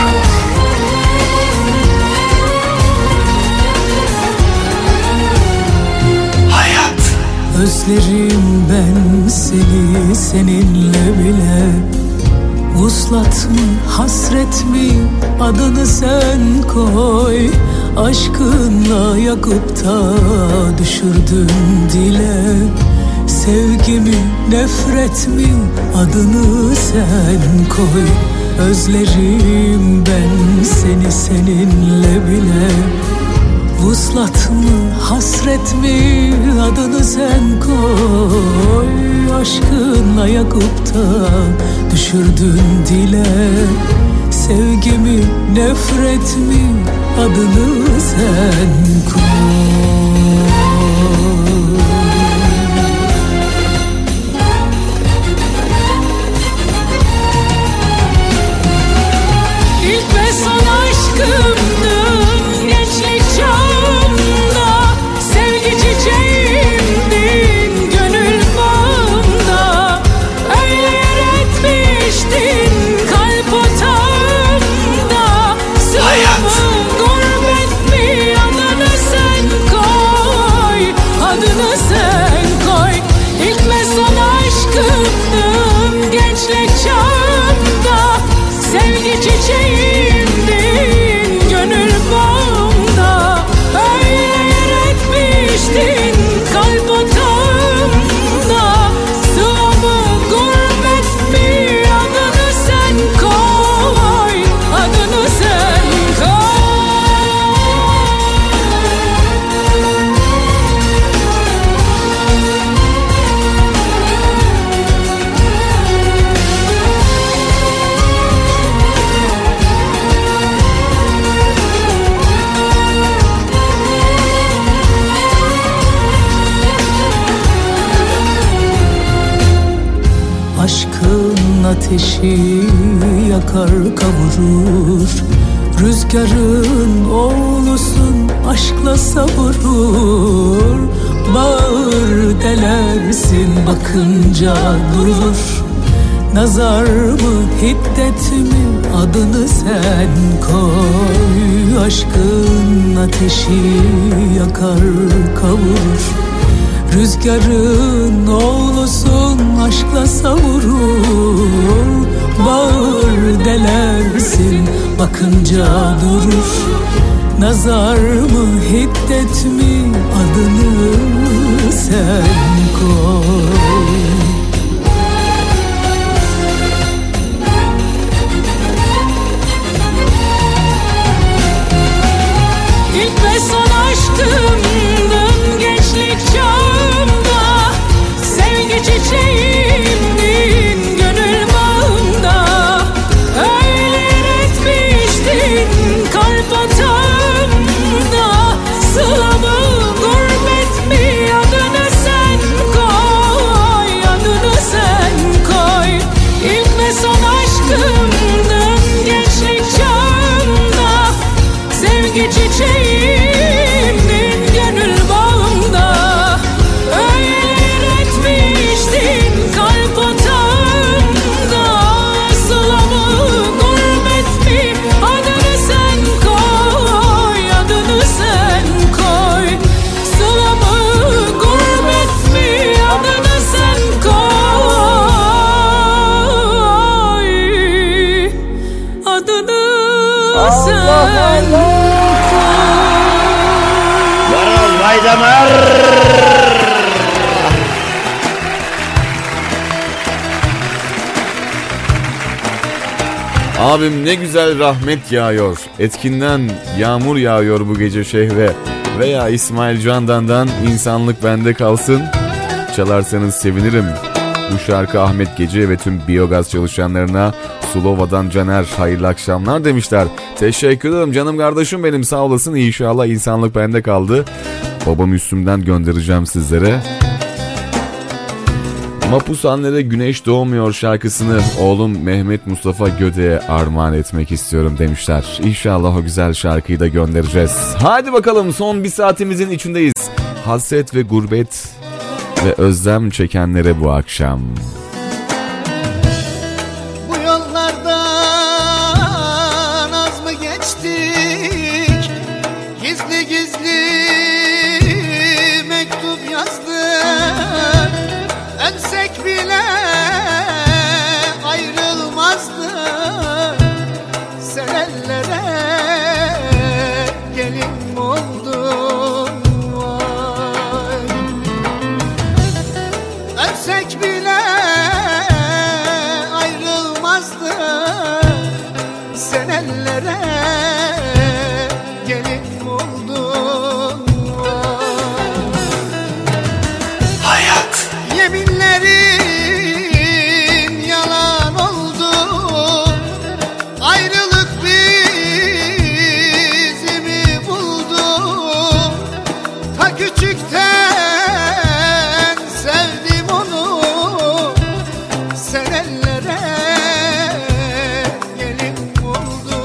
Speaker 1: Hayat.
Speaker 13: Özlerim ben seni, seninle bile. Vuslat mı, hasret mi, adını sen koy. Aşkınla yakıp da düşürdün dile. Sevgi mi, nefret mi, adını sen koy. Özlerim ben seni, seninle bile. Vuslat mı, hasret mi, adını sen koy. Aşkınla yakıp da düşürdün dile. Sevgi mi, nefret mi, adını sen koy. İlk ben sana aşkımdım, gençlik çağımda sevgi çiçeğimdi. Aşkın ateşi yakar kavurur. Rüzgarın oğlusun, aşkla savurur. Bağır delersin, bakınca durur. Nazar mı, hiddet mi, adını sen koy. Aşkın ateşi yakar kavurur. Rüzgarın oğlusun, aşkla savurur. Bağır delersin, bakınca durur. Nazar mı, hiddet mi, adını sen koy. İlk ve son aşkımdın gençlik çağımda. Sevgi çiçeğimdin gönül bağında. Öyle etmiştin kalp atağımda. Sılamı gurbet mi, adını sen koy, adını sen koy. İlk ve son aşkımdın gençlik çağımda. Sevgi çiçeğimdin gönül bağımda. Öyle etmiştin kalp atağımda. Sılamı gurbet mi, adını sen koy, adını sen koy. Sılamı gurbet mi, adını sen koy, adını sen koy.
Speaker 14: Baydamar.
Speaker 3: Abim ne güzel rahmet yağıyor. Etkinden yağmur yağıyor bu gece şehre. Veya İsmail Candan'dan insanlık bende kalsın. Çalarsanız sevinirim. Bu şarkı Ahmet Gece ve tüm biyogaz çalışanlarına Sulova'dan Caner hayırlı akşamlar demişler. Teşekkür ederim canım kardeşim benim, sağ olasın. İnşallah insanlık bende kaldı. Babam Üstüm'den göndereceğim sizlere. Mapushanelere Güneş Doğmuyor şarkısını oğlum Mehmet Mustafa Göde'ye armağan etmek istiyorum demişler. İnşallah o güzel şarkıyı da göndereceğiz. Hadi bakalım, son bir saatimizin içindeyiz. Hasret ve gurbet ve özlem çekenlere bu akşam.
Speaker 15: Bu yollardan az mı geçtik? Gizli gizli mektup yazdık. Ölsek bile ayrılmazdık. Sen ellere gelin mi oldun? Vay. Ölsek bile ayrılmazdık. Sen ellere gelin mi oldun? Vay. Hayat. Yeminlerin yalan oldu. Ayrılık bizi mi buldu? Ta küçükten sevdim onu. Sen ellere gelin oldu.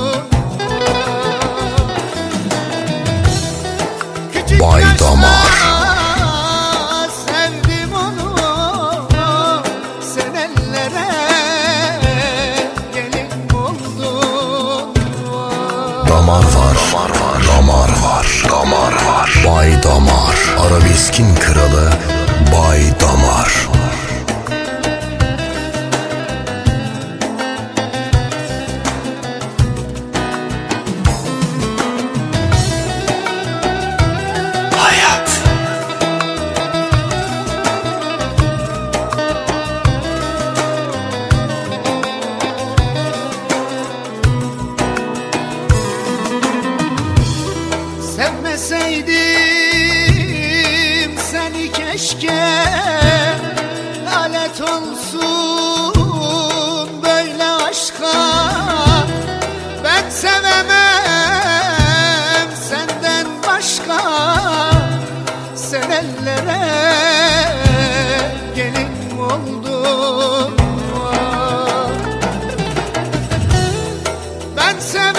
Speaker 15: Küçük
Speaker 1: Bay
Speaker 15: yaşta
Speaker 1: Damar.
Speaker 15: sevdim onu. Sen ellere gelin oldu.
Speaker 1: Damar var, damar var, damar var, damar var. Bay Damar, arabeskin kralı Bay Damar.
Speaker 15: Hayat. Sevmeseydim seni keşke. Lanet olsun böyle aşka. Ben sevemem senden başka. Sen ellere gelin oldu. var. Ben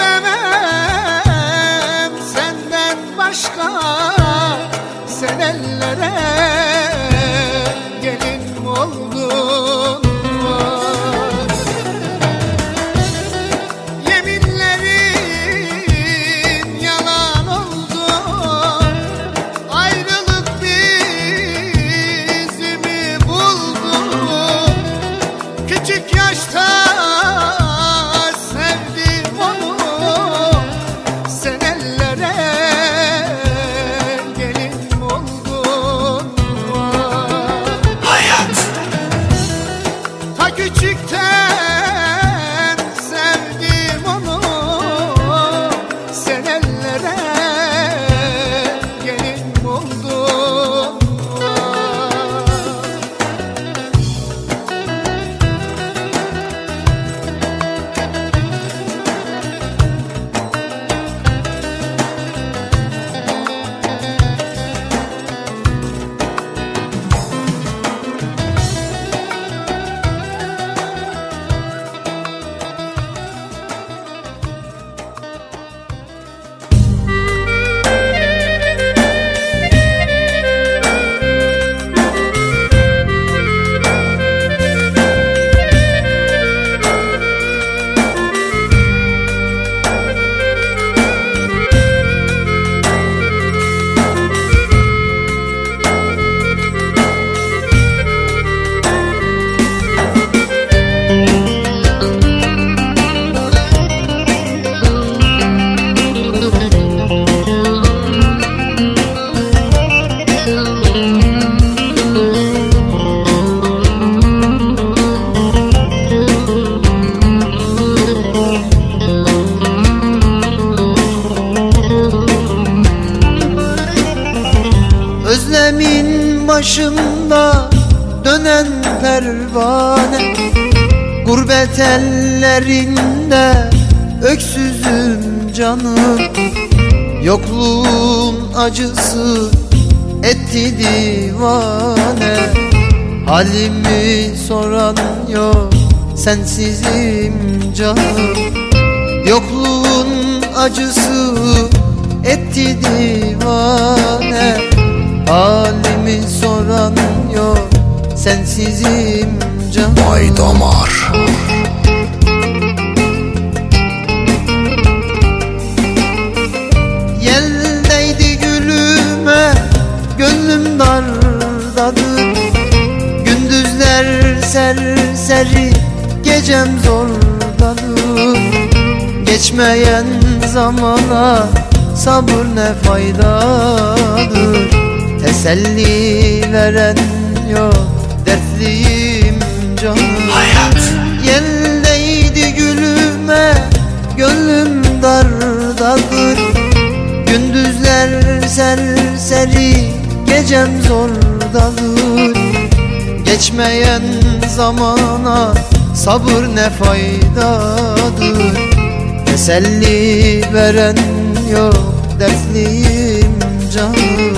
Speaker 15: sevemem senden başka, sen ellere gelin oldun var. Yeminlerin yalan oldu, ayrılık bizimi buldu. Küçük yaşta sevdim onu, sen ellere gelin oldun var.
Speaker 10: Hayat.
Speaker 15: Ta küçükten sevdim onu, sen ellere gelin oldun var. Özlemin başımda dönen pervane, gurbet ellerinde öksüzüm canım. Yokluğun acısı etti divane, halimi soran yok, sensizim canım. Yokluğun acısı etti divane, halimi soran yok, sensizim canım.
Speaker 10: Bay Damar.
Speaker 15: Yeldeydi gülüme, gönlüm dardadır. Gündüzler serseri, gecem zordadır. Geçmeyen zamana sabır ne faydadır. Teselli veren yok, dertliyim canım.
Speaker 10: Hayat.
Speaker 15: Yeldeydi gülüme, gönlüm dardadır. Gündüzler serseri, gecem zordadır. Geçmeyen zamana sabır ne faydadır. Teselli veren yok, dertliyim canım.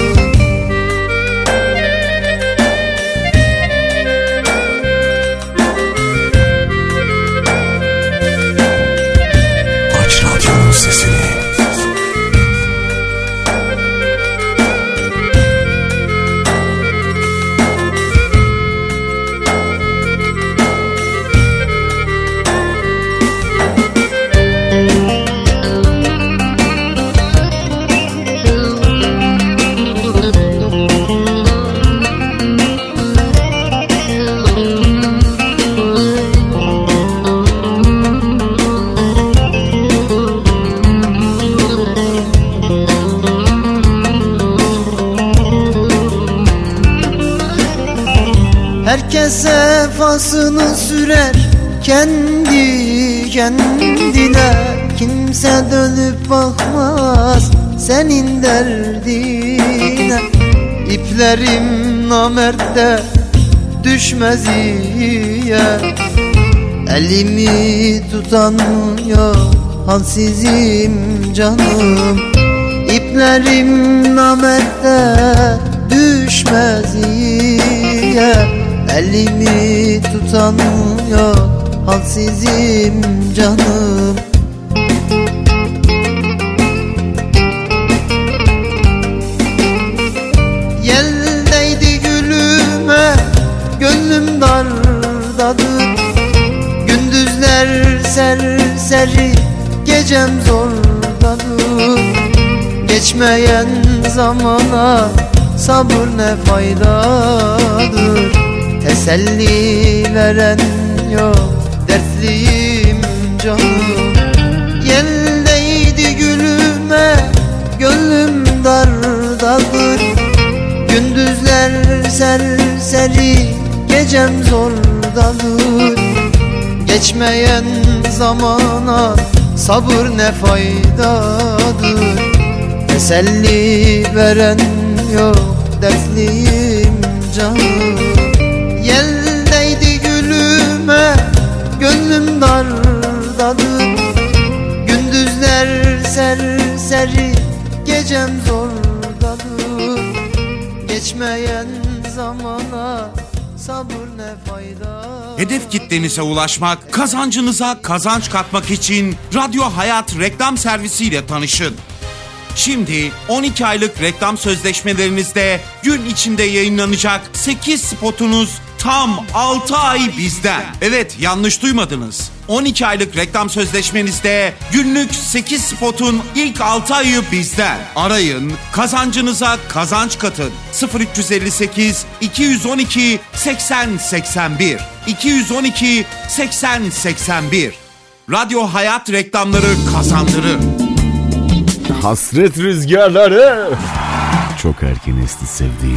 Speaker 10: Aç radyonun sesini.
Speaker 15: Herkes sefasını sürer kendi kendine. Kimse dönüp bakmaz senin derdine. İplerim namerde düşmez iyiye. Elimi tutan yok, halsizim canım. İplerim namerde düşmez iyiye. Elimi tutan yok, halsizim canım. Yeldeydi gülüme, gönlüm dardadır. Gündüzler serseri, gecem zordadır. Geçmeyen zamana sabır ne faydadır. Teselli veren yok, dertliyim canım. Yeldeydi gülüme, gönlüm dardadır. Gündüzler serseri, gecem zordadır. Geçmeyen zamana sabır ne faydadır. Teselli veren yok, dertliyim canım. Yeldeydi gülüme, gönlüm dardadır. Gündüzler serseri, gecem zordadır. Geçmeyen zamana sabır ne fayda.
Speaker 2: Hedef kitlenize ulaşmak, kazancınıza kazanç katmak için Radyo Hayat reklam servisiyle tanışın. Şimdi on iki aylık reklam sözleşmelerinizde gün içinde yayınlanacak sekiz spotunuz tam altı ay bizden. Evet, yanlış duymadınız. on iki aylık reklam sözleşmenizde günlük sekiz spotun ilk altı ayı bizden. Arayın, kazancınıza kazanç katın. sıfır üç elli sekiz iki yüz on iki seksen seksen bir iki yüz on iki seksen seksen bir. Radyo Hayat reklamları kazandırır.
Speaker 3: Hasret rüzgarları. Çok erken esti sevdiğim.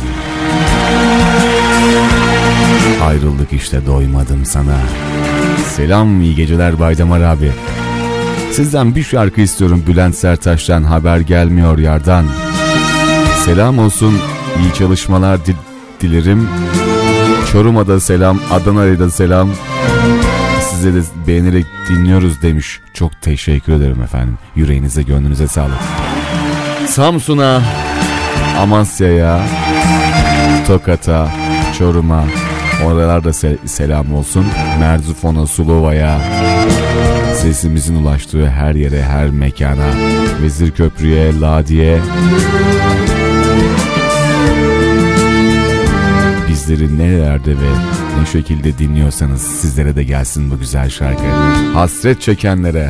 Speaker 3: Ayrıldık işte, doymadım sana. Selam, iyi geceler Baydamar abi. Sizden bir şarkı istiyorum Bülent Serttaş'tan, haber gelmiyor yardan. Selam olsun, iyi çalışmalar di- dilerim. Çorum'a da selam, Adana'ya da selam. Size de beğenerek dinliyoruz demiş. Çok teşekkür ederim efendim. Yüreğinize, gönlünüze sağlık. Samsun'a, Amasya'ya, Tokat'a, Çorum'a, oralarda sel- selam olsun. Merzufon'a, Sulova'ya, sesimizin ulaştığı her yere, her mekana, Vezirköprü'ye, Ladiye. Bizleri nerelerde ve ne şekilde dinliyorsanız sizlere de gelsin bu güzel şarkı. Hasret çekenlere.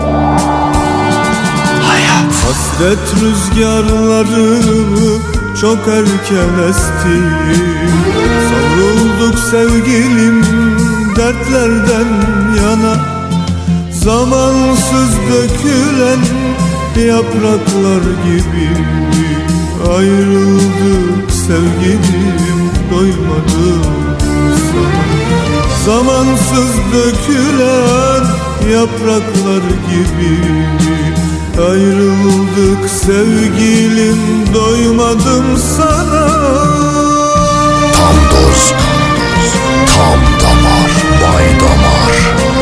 Speaker 6: Hayat. Hasret rüzgarları çok erken esti. Savrulduk sevgilim dertlerden yana. Zamansız dökülen yapraklar gibi ayrıldık sevgilim, doymadım sana. Zamansız dökülen yapraklar gibi ayrıldık sevgilim, doymadım sana.
Speaker 10: Tam doz, tam damar, Baydamar.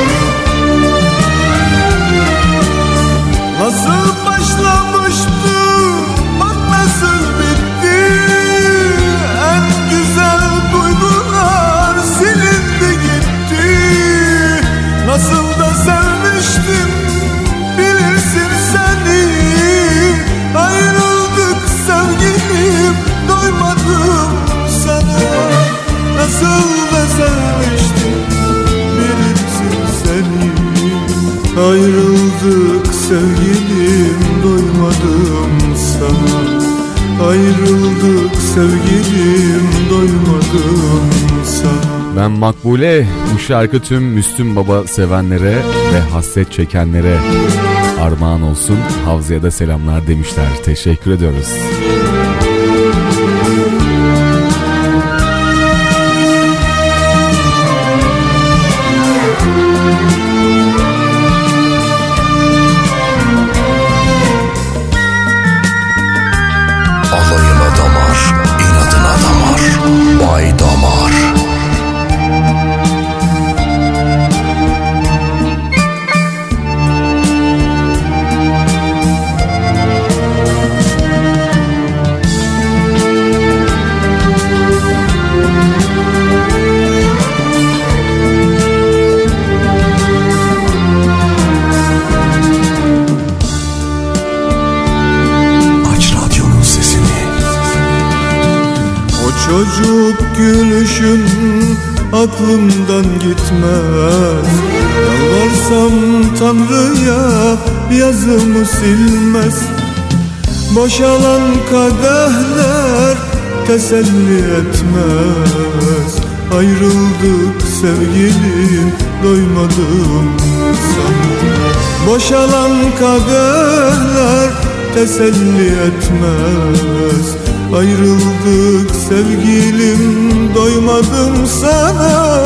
Speaker 6: Nasıl başlamıştı, bak nasıl bitti. En güzel duygular silindi gitti. Nasıl da sevmiştim, bilirsin seni. Ayrıldık sevgilim, doymadım sana. Nasıl da sevmiştim, bilirsin seni. Ayrıldık sevgilim, doymadım sana. Ayrıldık sevgilim, doymadım sana.
Speaker 3: Ben Makbule, bu şarkı tüm Müslüm Baba sevenlere ve hasret çekenlere armağan olsun. Havza'ya da selamlar demişler. Teşekkür ediyoruz.
Speaker 10: Alayına damar, inadına damar, Baydamar.
Speaker 6: Çocuk gülüşün aklımdan gitmez. Yalvarsam Tanrı'ya yazımı silmez. Boşalan kadehler teselli etmez. Ayrıldık sevgilim, doymadım sana. Boşalan kadehler teselli etmez. Ayrıldık sevgilim, doymadım sana.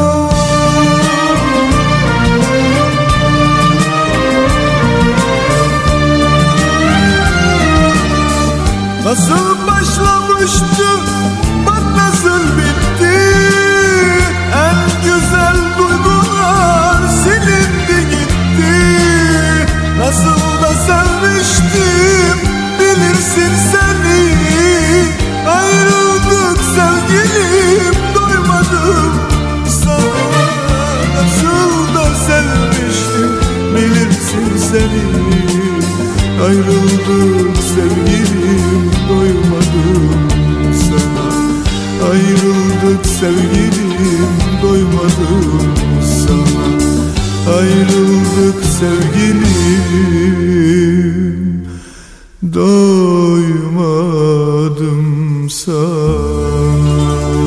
Speaker 6: Nasıl başlamıştı, bak nasıl bitti. En güzel duygular silindi gitti. Nasıl da sevmiştim, bilirsin seni. Ayrıldık sevgilim, doymadım sana. Nasıl da sevmiştim, bilirsin seni. Ayrıldık sevgilim, doymadım sana. Ayrıldık sevgilim, doymadım sana. Ayrıldık sevgilim, doymadım sana.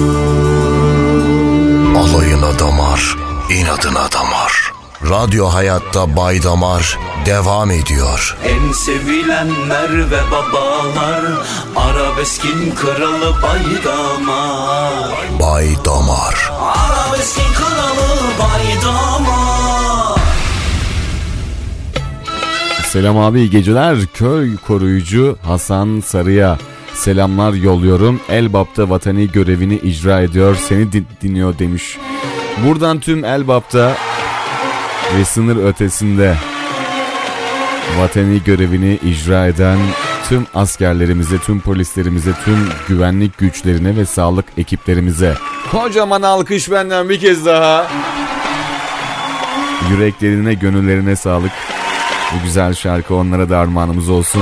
Speaker 10: Alayına damar, inadına damar. Radyo Hayat'ta Bay Damar devam ediyor.
Speaker 8: En sevilenler ve babalar, arabeskin kralı Bay Damar.
Speaker 10: Bay Damar.
Speaker 8: Arabeskin kralı Bay Damar.
Speaker 3: Selam abi, iyi geceler. Köy koruyucu Hasan Sarı'ya selamlar yolluyorum. Elbap'ta vatani görevini icra ediyor, seni din- dinliyor demiş. Buradan tüm Elbap'ta ve sınır ötesinde vatani görevini icra eden tüm askerlerimize, tüm polislerimize, tüm güvenlik güçlerine ve sağlık ekiplerimize kocaman alkış benden bir kez daha. Yüreklerine, gönüllerine sağlık. Bu güzel şarkı onlara da armağanımız olsun.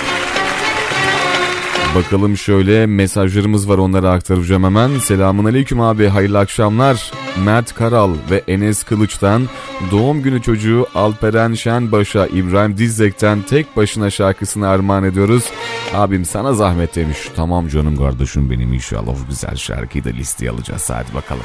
Speaker 3: Bakalım, şöyle mesajlarımız var, onları aktaracağım hemen. Selamun aleyküm abi, hayırlı akşamlar. Mert Karal ve Enes Kılıç'tan doğum günü çocuğu Alperen Şenbaş'a İbrahim Dizdek'ten Tek Başına şarkısını armağan ediyoruz. Abim sana zahmet demiş. Tamam canım kardeşim benim, inşallah o güzel şarkıyı da listeye alacağız. Hadi bakalım.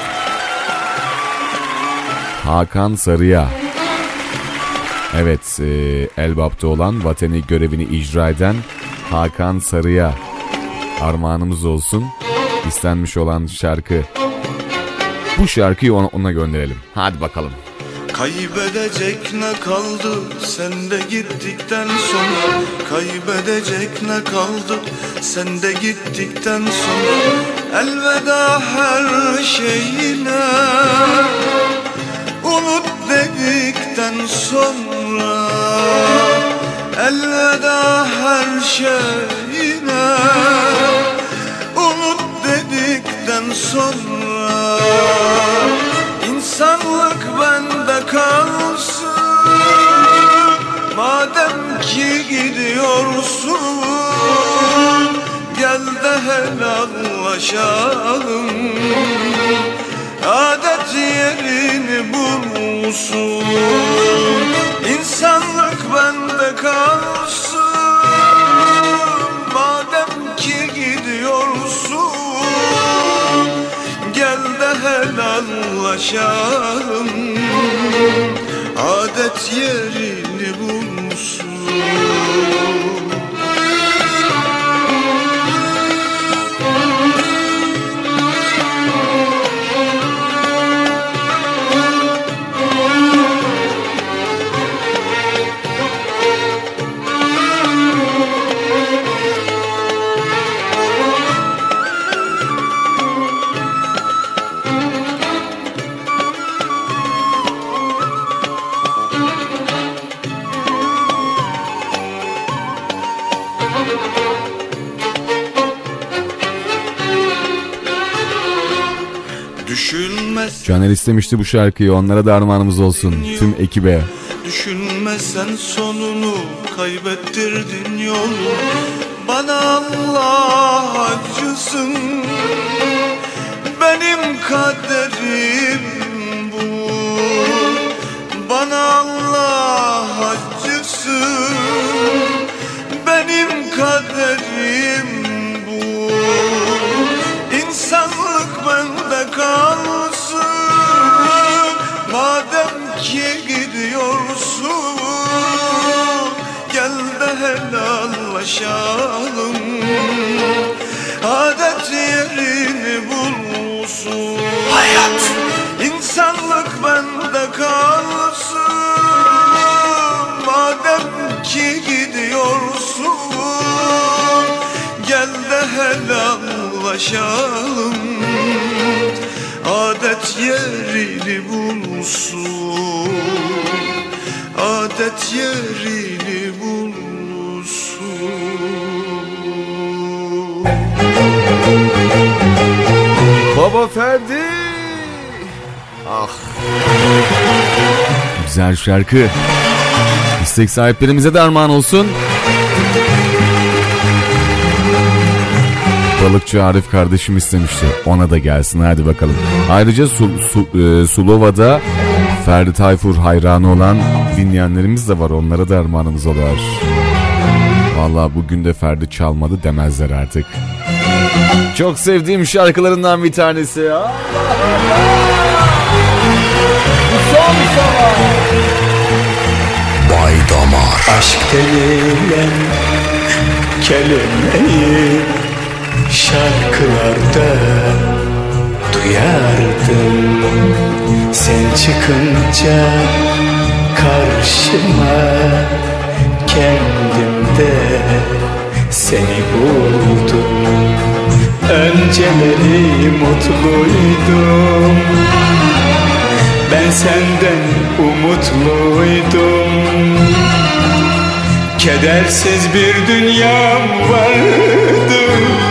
Speaker 3: Hakan Sarı'ya. Evet, e, Elbap'ta olan vatani görevini icra eden Hakan Sarı'ya armağanımız olsun. İstenmiş olan şarkı. Bu şarkıyı ona, ona gönderelim. Hadi bakalım.
Speaker 4: Kaybedecek ne kaldı sen de gittikten sonra? Kaybedecek ne kaldı sen de gittikten sonra? Elveda her şeyine, unut dedikten sonra. Elveda her şeyine, unut dedikten sonra. İnsanlık bende kalsın, madem ki gidiyorsun. Gel de helallaşalım, adet yerini bulsun. İnsanlık bende kalsın, madem ki gidiyorsun. Gel de helallaşalım, adet yerini bulsun.
Speaker 3: Caner istemişti bu şarkıyı, onlara da armağanımız olsun tüm ekibe.
Speaker 4: Düşünme sen sonunu, kaybettirdin yolu. bana Allah acısın. Benim kaderim bu, bana Allah acısın. Benim kaderim bu, insanlık bende kalsın. Madem ki gidiyorsun, gel de helallaşalım. Adet yerini bulsun. Hayat, insanlık bende kalsın. Madem ki gidiyorsun, gel de helallaşalım. Adet yerini bulsun. Adet yerini bulsun.
Speaker 3: Baba Ferdi. Ah. Güzel şarkı. İstek sahiplerimize de armağan olsun. Balıkçı Arif kardeşim istemişti. Ona da gelsin, hadi bakalım. Ayrıca Su, Su, e, Sulova'da Ferdi Tayfur hayranı olan dinleyenlerimiz de var. Onlara da armağanımız olur. Vallahi bugün de Ferdi çalmadı demezler artık. Çok sevdiğim şarkılarından bir tanesi ya.
Speaker 10: Son sabah. Bay Damar.
Speaker 8: Aşk denilen kelimeyi şarkılarda duyardım. Sen çıkınca karşıma kendimde seni buldum. Önceleri mutluydum, ben senden umutluydum. Kedersiz bir dünyam vardı,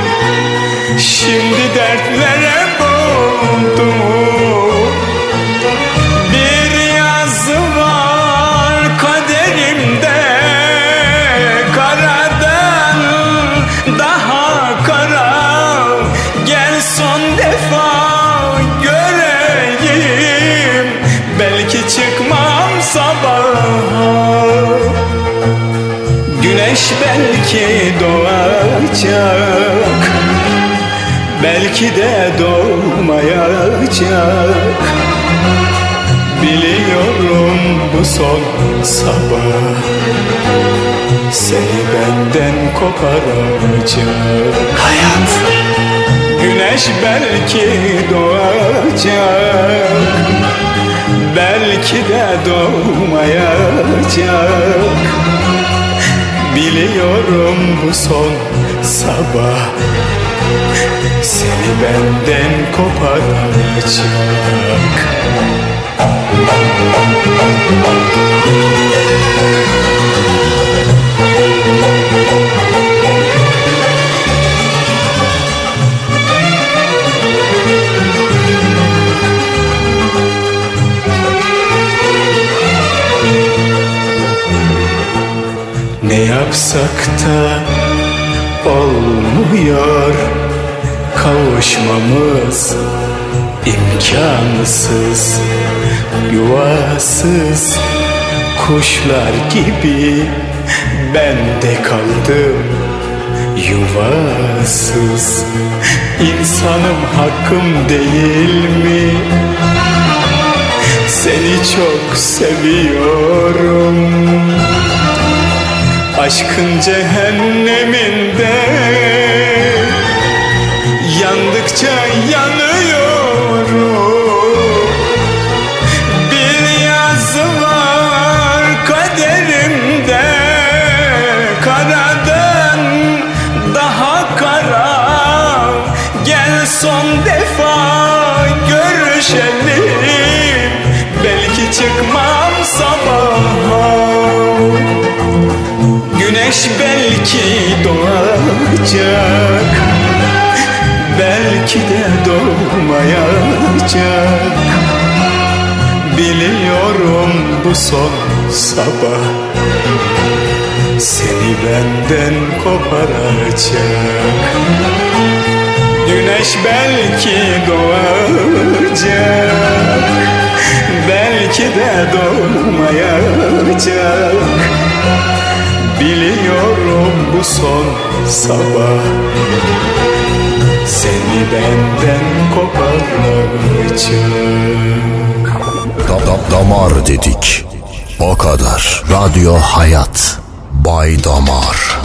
Speaker 8: şimdi dertlere boğuldum. Bir yazı var kaderimde, karadan daha kara. Gel son defa göreyim, belki çıkmam sabaha. Güneş belki doğacak, belki de doğmayacak. Biliyorum bu son sabah seni benden koparacak. Hayat, güneş belki doğacak, belki de doğmayacak. Biliyorum bu son sabah seni benden koparacak. Ne yapsak da olmuyor, kavuşmamız imkansız. Yuvasız kuşlar gibi ben de kaldım yuvasız. İnsanım, hakkım değil mi? Seni çok seviyorum. Aşkın cehenneminde yandıkça yanıyorum. Bir yazı var kaderimde, karadan daha kara. Gel son defa görüşelim, belki çıkmam sabaha. Güneş belki doğacak, belki de doğmayacak. Biliyorum bu son sabah seni benden koparacak. Güneş belki doğacak, belki de doğmayacak. Biliyorum bu son sabah seni benden koparacak.
Speaker 1: Da, da, damar dedik. O kadar. Radyo Hayat. Bay Damar.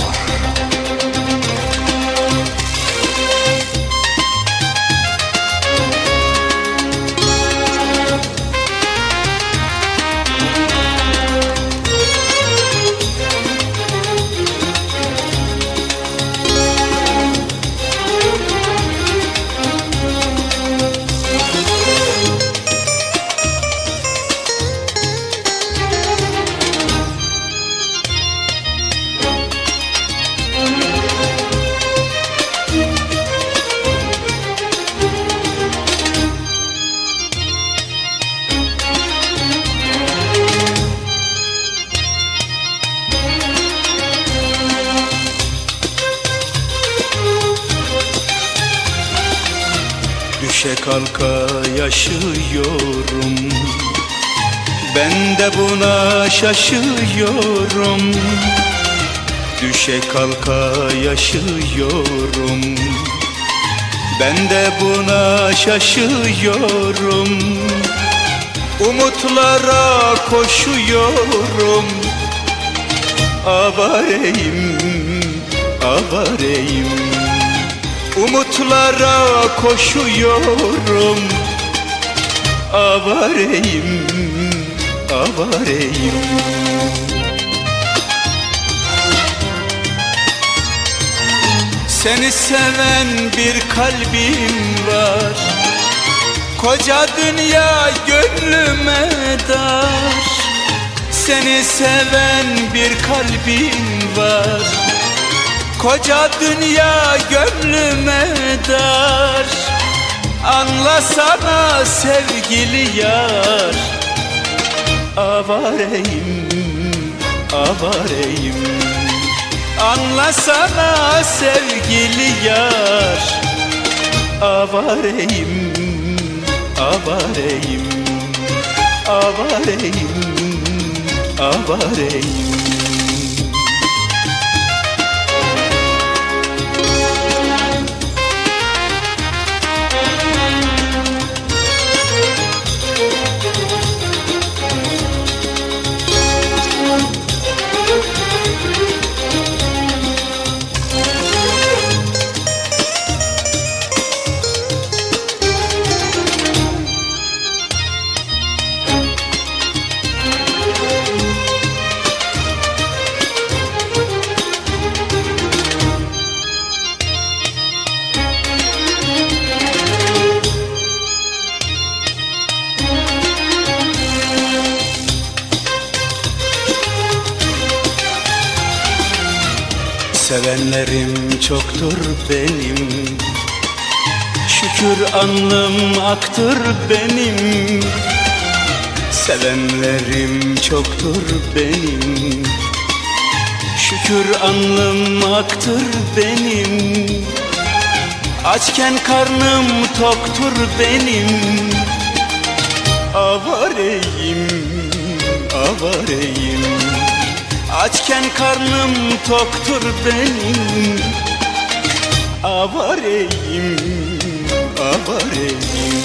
Speaker 8: Düşe kalka yaşıyorum, ben de buna şaşıyorum. Düşe kalka yaşıyorum, ben de buna şaşıyorum. Umutlara koşuyorum, avareyim, avareyim. Umutlara koşuyorum, avareyim, avareyim. Seni seven bir kalbim var, koca dünya gönlüme dar. Seni seven bir kalbim var, koca dünya gönlüme dar. Anlasana sevgili yar, avareyim, avareyim. Anlasana sevgili yar, avareyim, avareyim, avareyim, avareyim. Sevenlerim çoktur benim, şükür alnım aktır benim. Sevenlerim çoktur benim, şükür alnım aktır benim. Açken karnım toktur benim, avareyim, avareyim. Açken karnım toktur benim, avareyim, avareyim.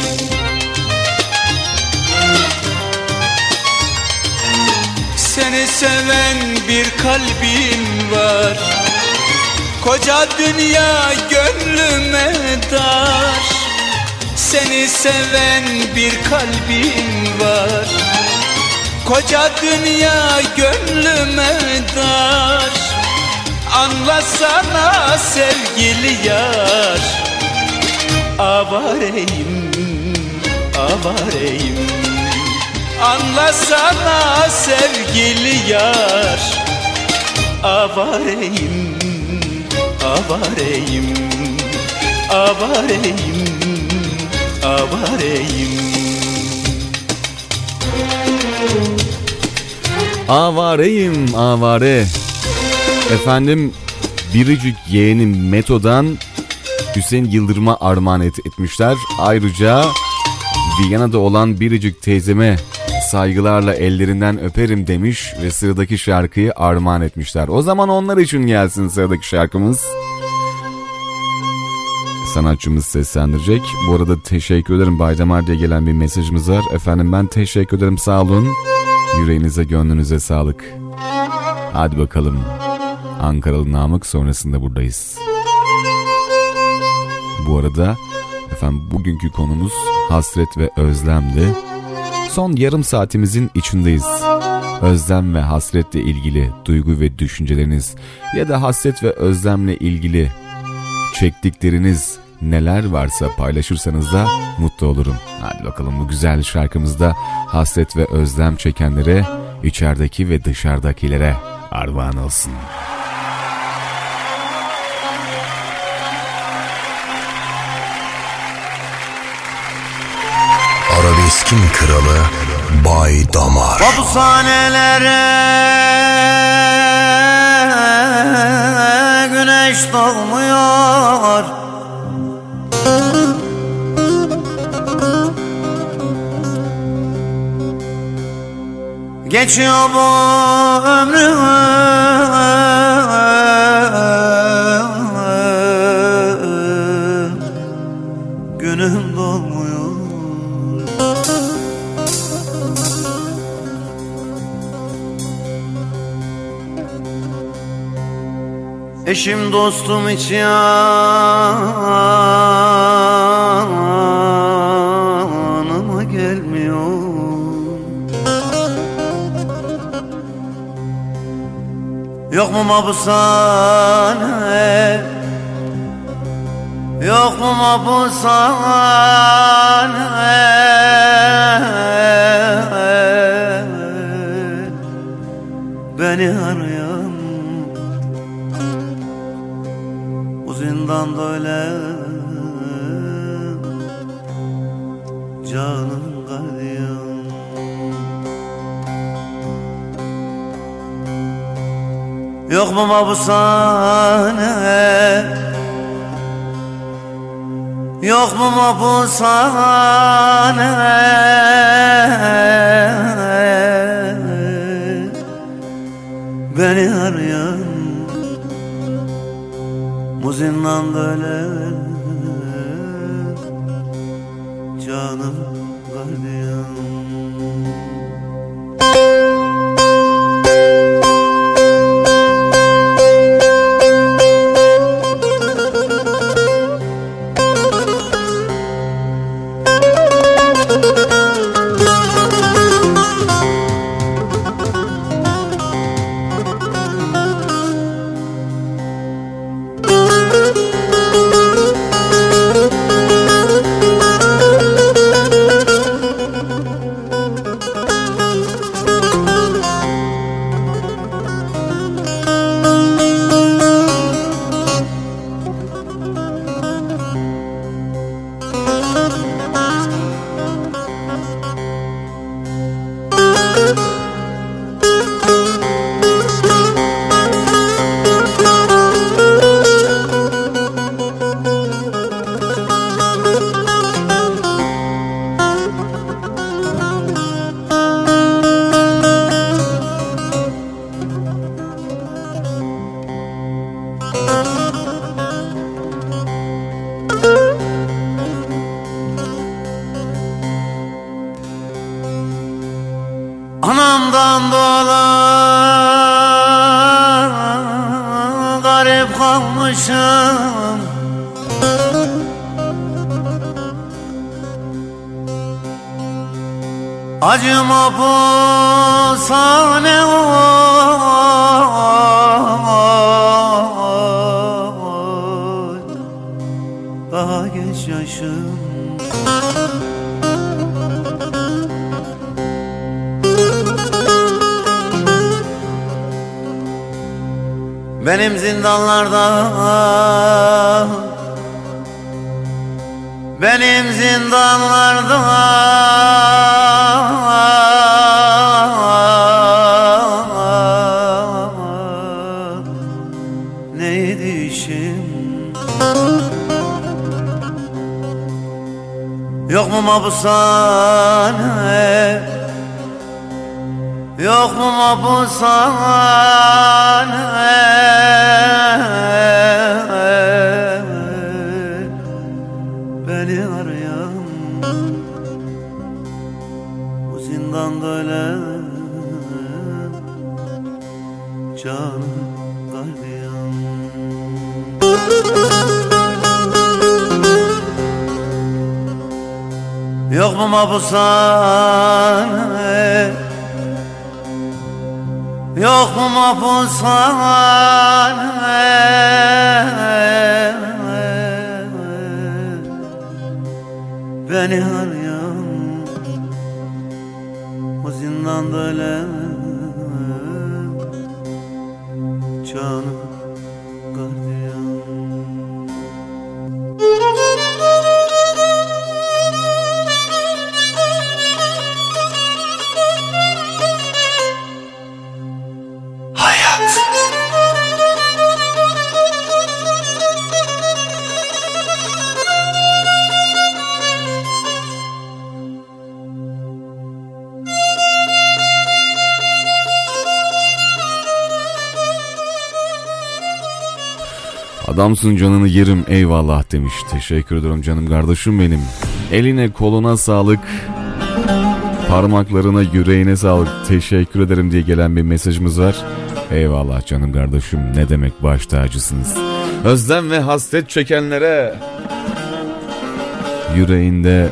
Speaker 8: Seni seven bir kalbim var, koca dünya gönlüme dar. Seni seven bir kalbim var, koca dünya gönlüme dar. Anlasana sevgili yar, avareyim, avareyim. Anlasana sevgili yar, avareyim, avareyim, avareyim, avareyim.
Speaker 3: Avareyim, avare. Efendim Biricik yeğenim Meto'dan Hüseyin Yıldırım'a armağan et, etmişler. Ayrıca Viyana'da olan Biricik teyzeme saygılarla ellerinden öperim demiş ve sıradaki şarkıyı armağan etmişler. O zaman onlar için gelsin sıradaki şarkımız. Sanatçımız seslendirecek. Bu arada teşekkür ederim. Baydamar diye gelen bir mesajımız var. Efendim ben teşekkür ederim, sağ olun. Yüreğinize gönlünüze sağlık. Hadi bakalım. Ankaralı Namık sonrasında buradayız. Bu arada efendim bugünkü konumuz hasret ve özlemdi. Son yarım saatimizin içindeyiz. Özlem ve hasretle ilgili duygu ve düşünceleriniz ya da hasret ve özlemle ilgili çektikleriniz neler varsa paylaşırsanız da mutlu olurum. Hadi bakalım bu güzel şarkımızda hasret ve özlem çekenlere, içerideki ve dışarıdakilere armağan olsun.
Speaker 1: Arabeskin kralı Bay Damar.
Speaker 15: Hapishanelere güneş doğmuyor. Geçiyor bu ömrüm, günüm dolmuyor. Eşim dostum hiç yanıma gelmiyor. Yok mu mahpushane, yok mu mahpushane, beni arayan bu zindanda öyle canım gardiyan. Yok mu mahpushane, yok mu mahpushane, beni arayan bu zindanda öyle canım gardiyan. Anamdan dolan garip kalmışım. Acıma bu sahne oy, daha geç yaşım. Benim zindanlarda, benim zindanlarda mahpushane, yok mu mahpushane? Beni arayan bu zindanda ölen canım gardiyan. Yok mu mahpushane, yok mu mahpushane? Beni arayan o zindanda ölen canım gardiyan.
Speaker 3: Adamsın canını yerim eyvallah demiş. Teşekkür ederim canım kardeşim benim. Eline koluna sağlık. Parmaklarına yüreğine sağlık. Teşekkür ederim diye gelen bir mesajımız var. Eyvallah canım kardeşim. Ne demek baş tacısınız. Özlem ve hasret çekenlere, yüreğinde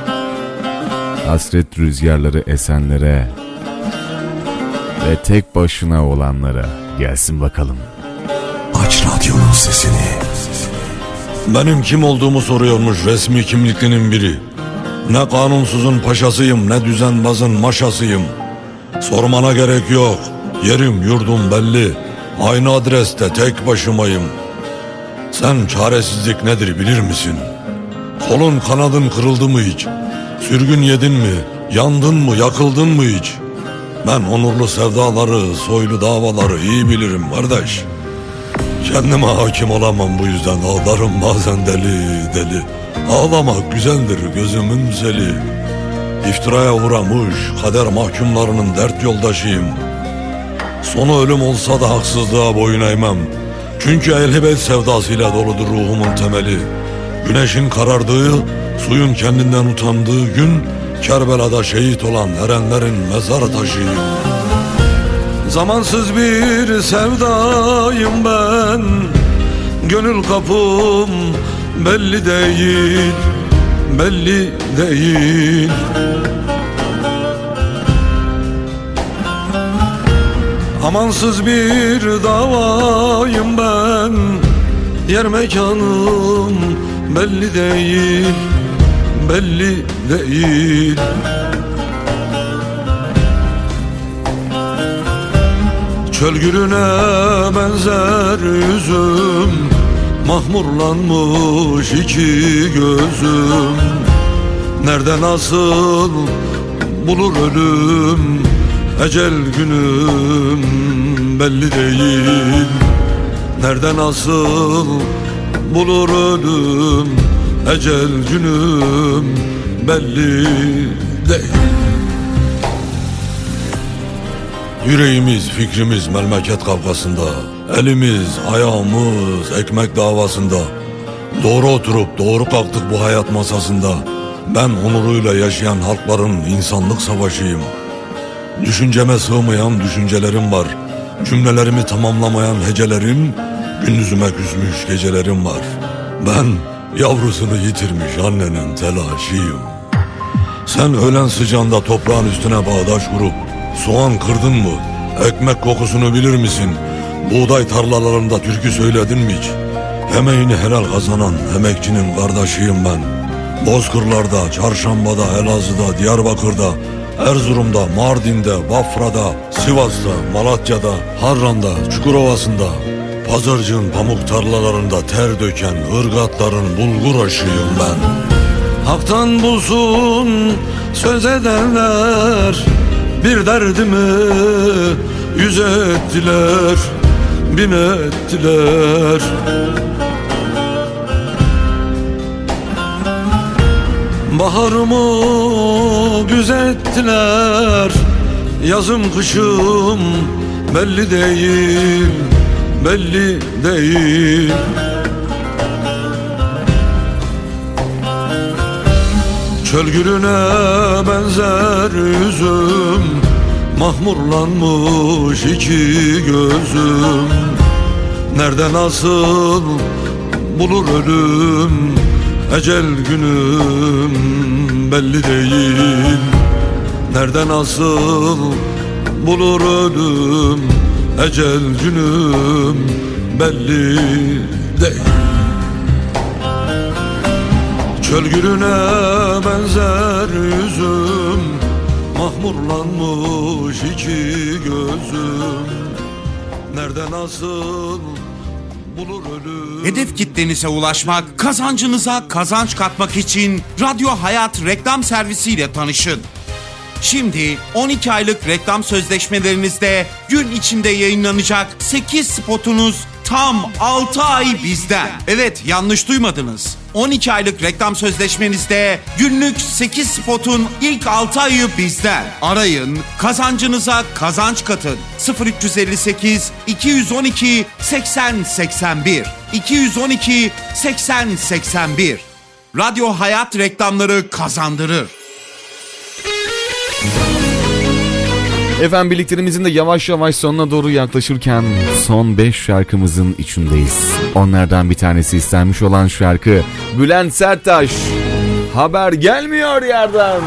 Speaker 3: hasret rüzgarları esenlere ve tek başına olanlara gelsin bakalım.
Speaker 12: Aç radyonun sesini. Benim kim olduğumu soruyormuş resmi kimliklinin biri. Ne kanunsuzun paşasıyım, ne düzenbazın maşasıyım. Sormana gerek yok, yerim yurdum belli. Aynı adreste tek başımayım. Sen çaresizlik nedir bilir misin? Kolun kanadın kırıldı mı hiç? Sürgün yedin mi? Yandın mı? Yakıldın mı hiç? Ben onurlu sevdaları, soylu davaları iyi bilirim kardeş. Kendime hakim olamam, bu yüzden ağlarım bazen deli deli. Ağlamak güzeldir gözümün zeli. İftiraya uğramış kader mahkumlarının dert yoldaşıyım. Sonu ölüm olsa da haksızlığa boyun eğmem. Çünkü ehl-i sevdasıyla doludur ruhumun temeli. Güneşin karardığı, suyun kendinden utandığı gün Kerbela'da şehit olan erenlerin mezar taşıyım. Zamansız bir sevdayım ben, gönül kapım belli değil, belli değil. Amansız bir davayım ben, yer mekanım belli değil, belli değil. Çöl gülüne benzer yüzüm, mahmurlanmış iki gözüm. Nerede nasıl bulur ölüm, ecel günüm belli değil. Nerede nasıl bulur ölüm, ecel günüm belli değil. Yüreğimiz, fikrimiz memleket kavgasında, elimiz, ayağımız ekmek davasında. Doğru oturup doğru kalktık bu hayat masasında. Ben onuruyla yaşayan halkların insanlık savaşıyım. Düşünceme sığmayan düşüncelerim var. Cümlelerimi tamamlamayan hecelerim, gündüzüme küsmüş gecelerim var. Ben yavrusunu yitirmiş annenin telaşıyım. Sen öğlen sıcağında toprağın üstüne bağdaş kurup soğan kırdın mı? Ekmek kokusunu bilir misin? Buğday tarlalarında türkü söyledin mi hiç? Emeğini helal kazanan emekçinin kardeşiyim ben. Bozkırlarda, Çarşamba'da, Elazığ'da, Diyarbakır'da, Erzurum'da, Mardin'de, Bafra'da, Sivas'ta, Malatya'da, Harran'da, Çukurova'sında, Pazarcık'ın pamuk tarlalarında ter döken ırgatların bulgur aşıyım ben. Hak'tan bulsun söz edenler, bir derdimi yüz ettiler, bin ettiler. Baharımı güz ettiler, yazım kışım belli değil, belli değil. Çöl gülüne benzer yüzüm, mahmurlanmış iki gözüm. Nerede nasıl bulur ölüm, ecel günüm belli değil. Nerede nasıl bulur ölüm, ecel günüm belli değil. Çöl gülüne benzer yüzüm, mahmurlanmış iki gözüm. Nerede nasıl bulur ölüm.
Speaker 2: Hedef kitlenize ulaşmak, kazancınıza kazanç katmak için Radyo Hayat reklam servisiyle tanışın. Şimdi on iki aylık reklam sözleşmelerinizde gün içinde yayınlanacak sekiz spotunuz tam altı ay bizden. Evet, yanlış duymadınız. on iki aylık reklam sözleşmenizde günlük sekiz spotun ilk altı ayı bizden. Arayın, kazancınıza kazanç katın. sıfır üç elli sekiz iki yüz on iki seksen seksen bir iki yüz on iki seksen seksen bir. Radyo Hayat reklamları kazandırır.
Speaker 3: Efendim, birliklerimizin de yavaş yavaş sonuna doğru yaklaşırken son beş şarkımızın içindeyiz. Onlardan bir tanesi istenmiş olan şarkı Bülent Serttaş, Haber Gelmiyor Yerden.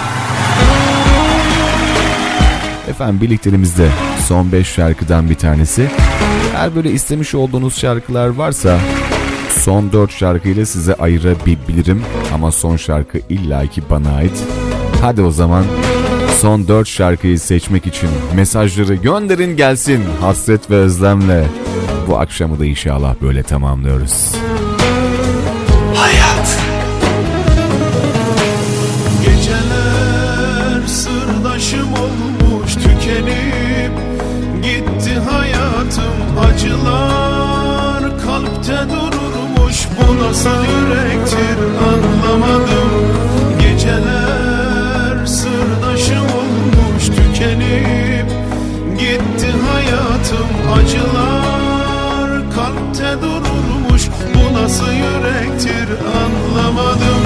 Speaker 3: Efendim, birliklerimizde son beş şarkıdan bir tanesi. Eğer böyle istemiş olduğunuz şarkılar varsa son dört şarkıyla size ayırabilirim. Ama son şarkı illaki bana ait. Hadi o zaman son dört şarkıyı seçmek için mesajları gönderin gelsin hasret ve özlemle. Bu akşamı da inşallah böyle tamamlıyoruz.
Speaker 9: Hayat. Geceler sırdaşım olmuş, tükenip gitti hayatım. Acılar kalpte dururmuş, bu nasıl yürektir anlamadım. Geceler sırdaşım olmuş, tükenip gitti hayatım. Acılar kalpte dururmuş, bu nasıl yürektir anlamadım.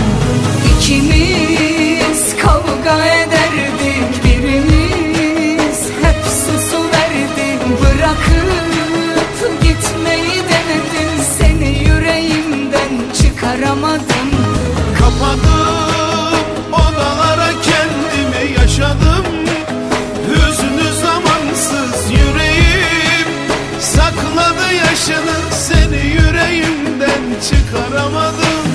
Speaker 13: İkimiz kavga ederdik, birimiz hep susuverdi. Bırakıp gitmeyi denedim, seni yüreğimden çıkaramadım.
Speaker 9: Kapadım odalara kendimi, yaşadım hüznü zamansız. Yüreğim sakladı yaşını, seni yüreğimden çıkaramadım.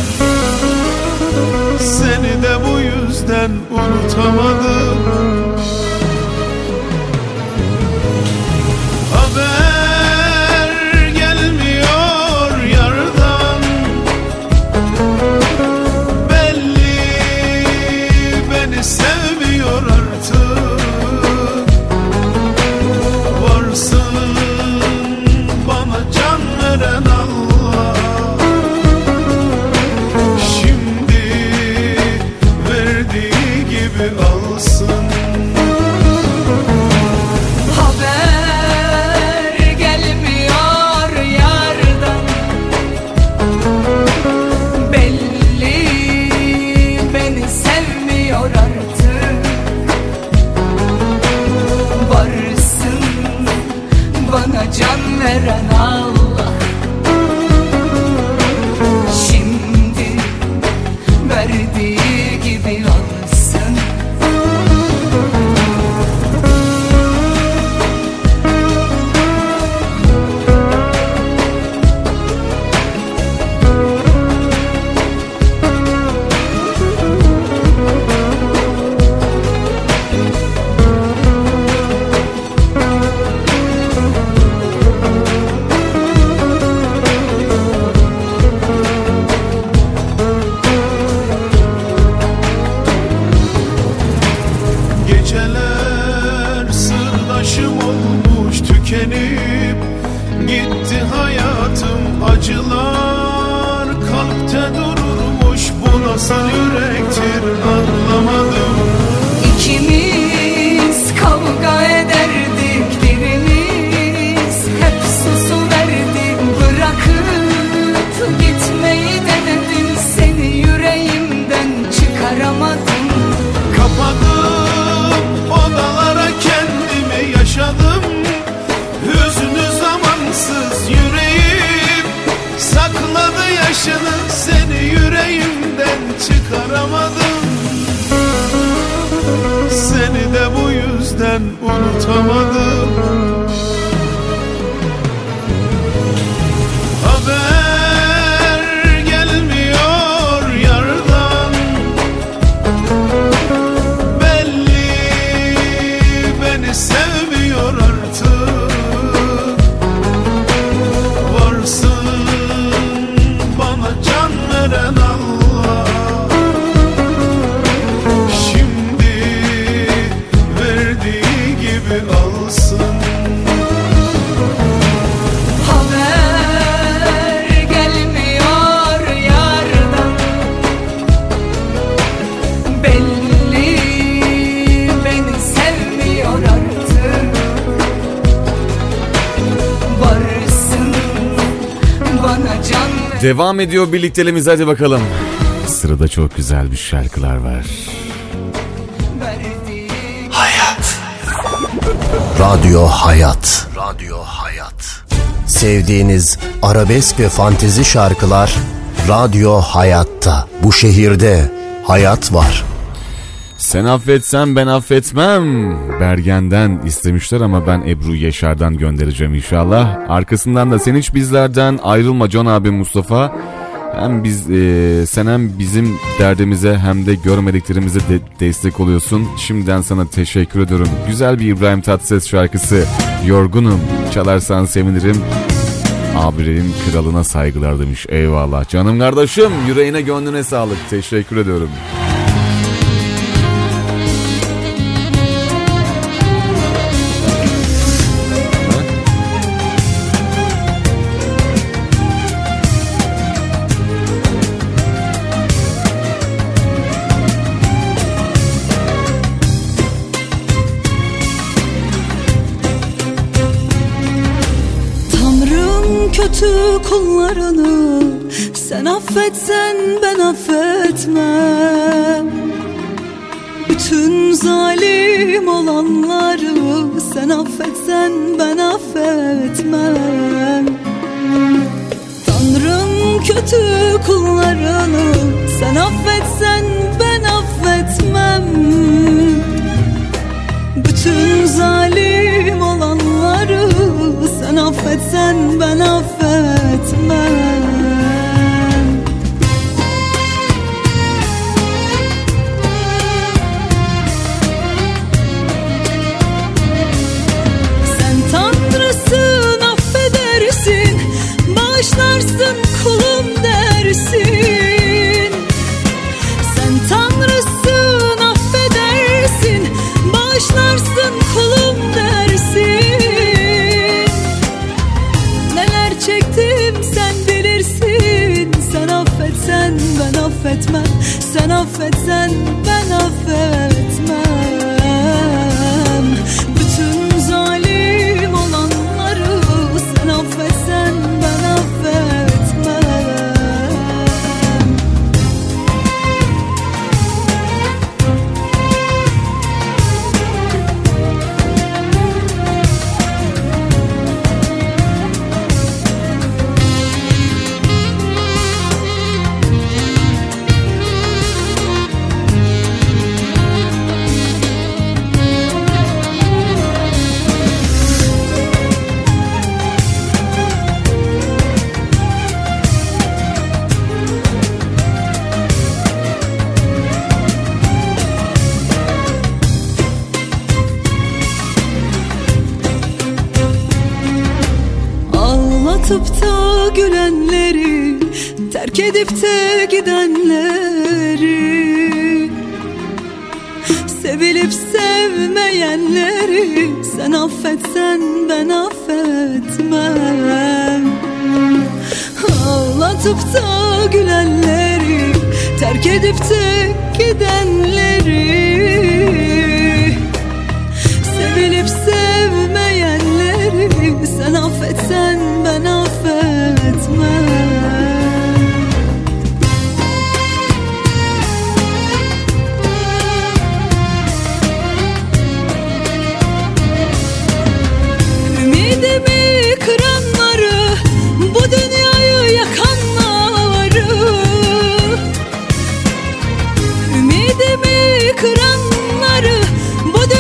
Speaker 9: Seni de bu yüzden unutamadım. Haber gelmiyor yardan, belli beni sevmiyor artık. Varsın bana can veren Allah, şimdi verdiği gibi alsın.
Speaker 13: Haber gelmiyor yardan, belli beni sevmiyor artık. Varsın bana can veren Allah, şimdi verdiği gibi alsın.
Speaker 9: Geceler sırdaşım olmuş, tükenip gitti hayatım. Acılar kalpte dururmuş, bu nasıl yürek
Speaker 6: Seni de bu yüzden unutamadım. Haber gelmiyor yardan, belli beni sevmiyor artık. Varsın bana can veren Allah, şimdi verdiği gibi alsın.
Speaker 13: Haber gelmiyor yardan, belli beni sevmiyor artık. Varsın bana can ver.
Speaker 3: Devam ediyor birlikteliğimiz, hadi bakalım. Sırada çok güzel bir şarkılar var.
Speaker 1: Hayat. Radyo Hayat. Radyo Hayat. Sevdiğiniz arabesk ve fantezi şarkılar Radyo Hayat'ta. Bu şehirde hayat var.
Speaker 3: Sen affetsen ben affetmem. Bergen'den istemişler ama ben Ebru Yaşar'dan göndereceğim inşallah. Arkasından da sen hiç bizlerden ayrılma Can abi Mustafa. Hem biz e, sen hem bizim derdimize hem de görmediklerimize de destek oluyorsun. Şimdiden sana teşekkür ediyorum. Güzel bir İbrahim Tatlıses şarkısı Yorgunum. Çalarsan sevinirim. Abilerin kralına saygılar demiş. Eyvallah canım kardeşim. Yüreğine gönlüne sağlık. Teşekkür ediyorum.
Speaker 11: Kötü kullarını sen affetsen ben affetmem. Bütün zalim olanları sen affetsen ben affetmem. Tanrım kötü kullarını sen affetsen ben affetmem. Bütün zalim olanları sen affetsen ben affetmem. Sen Tanrısın, affedersin, bağışlarsın, kulum dersin. Sen Tanrısın, affedersin, bağışlarsın, kulum dersin. Neler çektim sen bilirsin. Sen affetsen ben affetmem. Sen affetsen ben affetmem. Bütün zalim olanları sen affetsen ben affetmem. Ağlatıp da gülenleri, terk edip de gidenleri, sevilip sevmeyenleri sen affetsen ben affetmem. Ağlatıp da gülenleri, terk edip de gidenleri, sevilip sevmeyenleri sen affetsen ben affetmem. Ümidimi kıranları, bu dünyayı yakanları, ümidimi kıranları, bu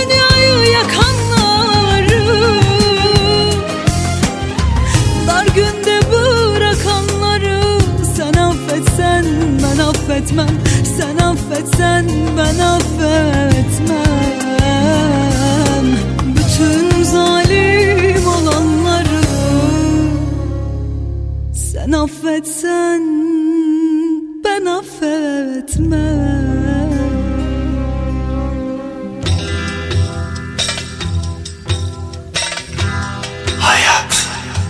Speaker 11: affetsen ben affetmem.
Speaker 10: Hayat.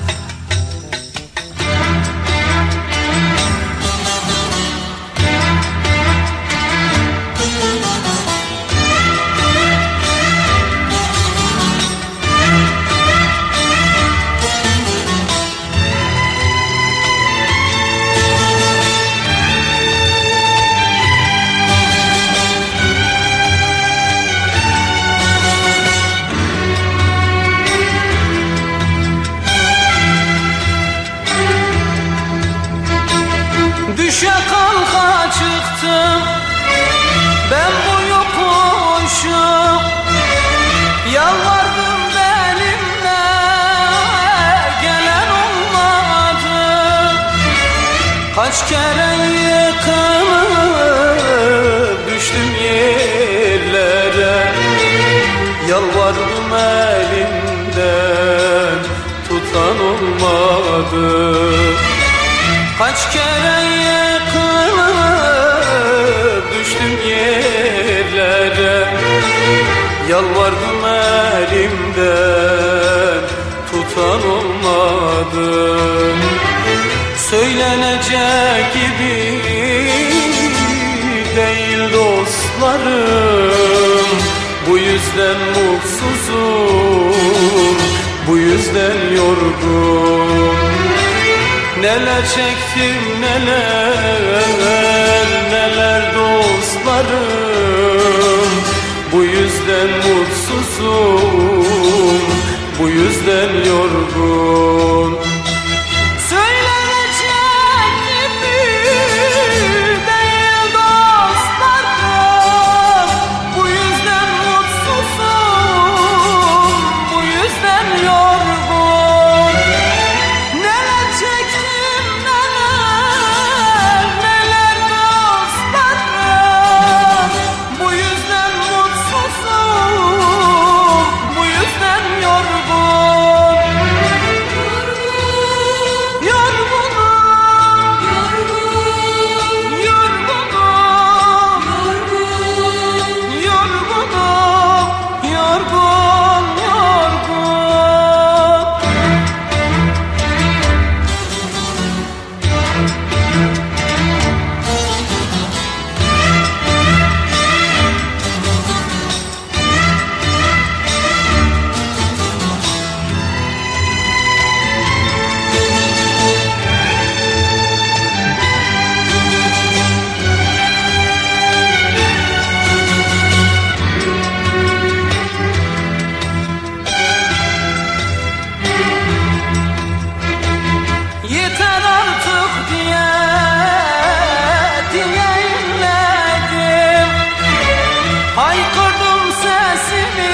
Speaker 8: Düşe kalka çıktım ben bu yokuşu, yalvardım benimle gelen olmadı. Kaç kere yıkılıp düştüm yerlere, yalvardım elimden tutan olmadı. Kaç kere yıkılıp düştüm yerlere, yalvardım elimden tutan olmadı. Söylenecek gibi değil dostlarım, bu yüzden mutsuzum, bu yüzden yorgun. Neler çektim neler, neler dostlarım, bu yüzden mutsuzum, bu yüzden yorgun. Söylenecek gibi değil dostlarım, bu yüzden mutsuzum, bu yüzden yorgun. Neler çektim neler, neler dostlarım, bu yüzden mutsuzum, bu yüzden yorgun. Yorgunum, yorgunum, yorgunum, yorgun, yorgun. Yeter artık diye, diye inledim. Haykırdım sesimi,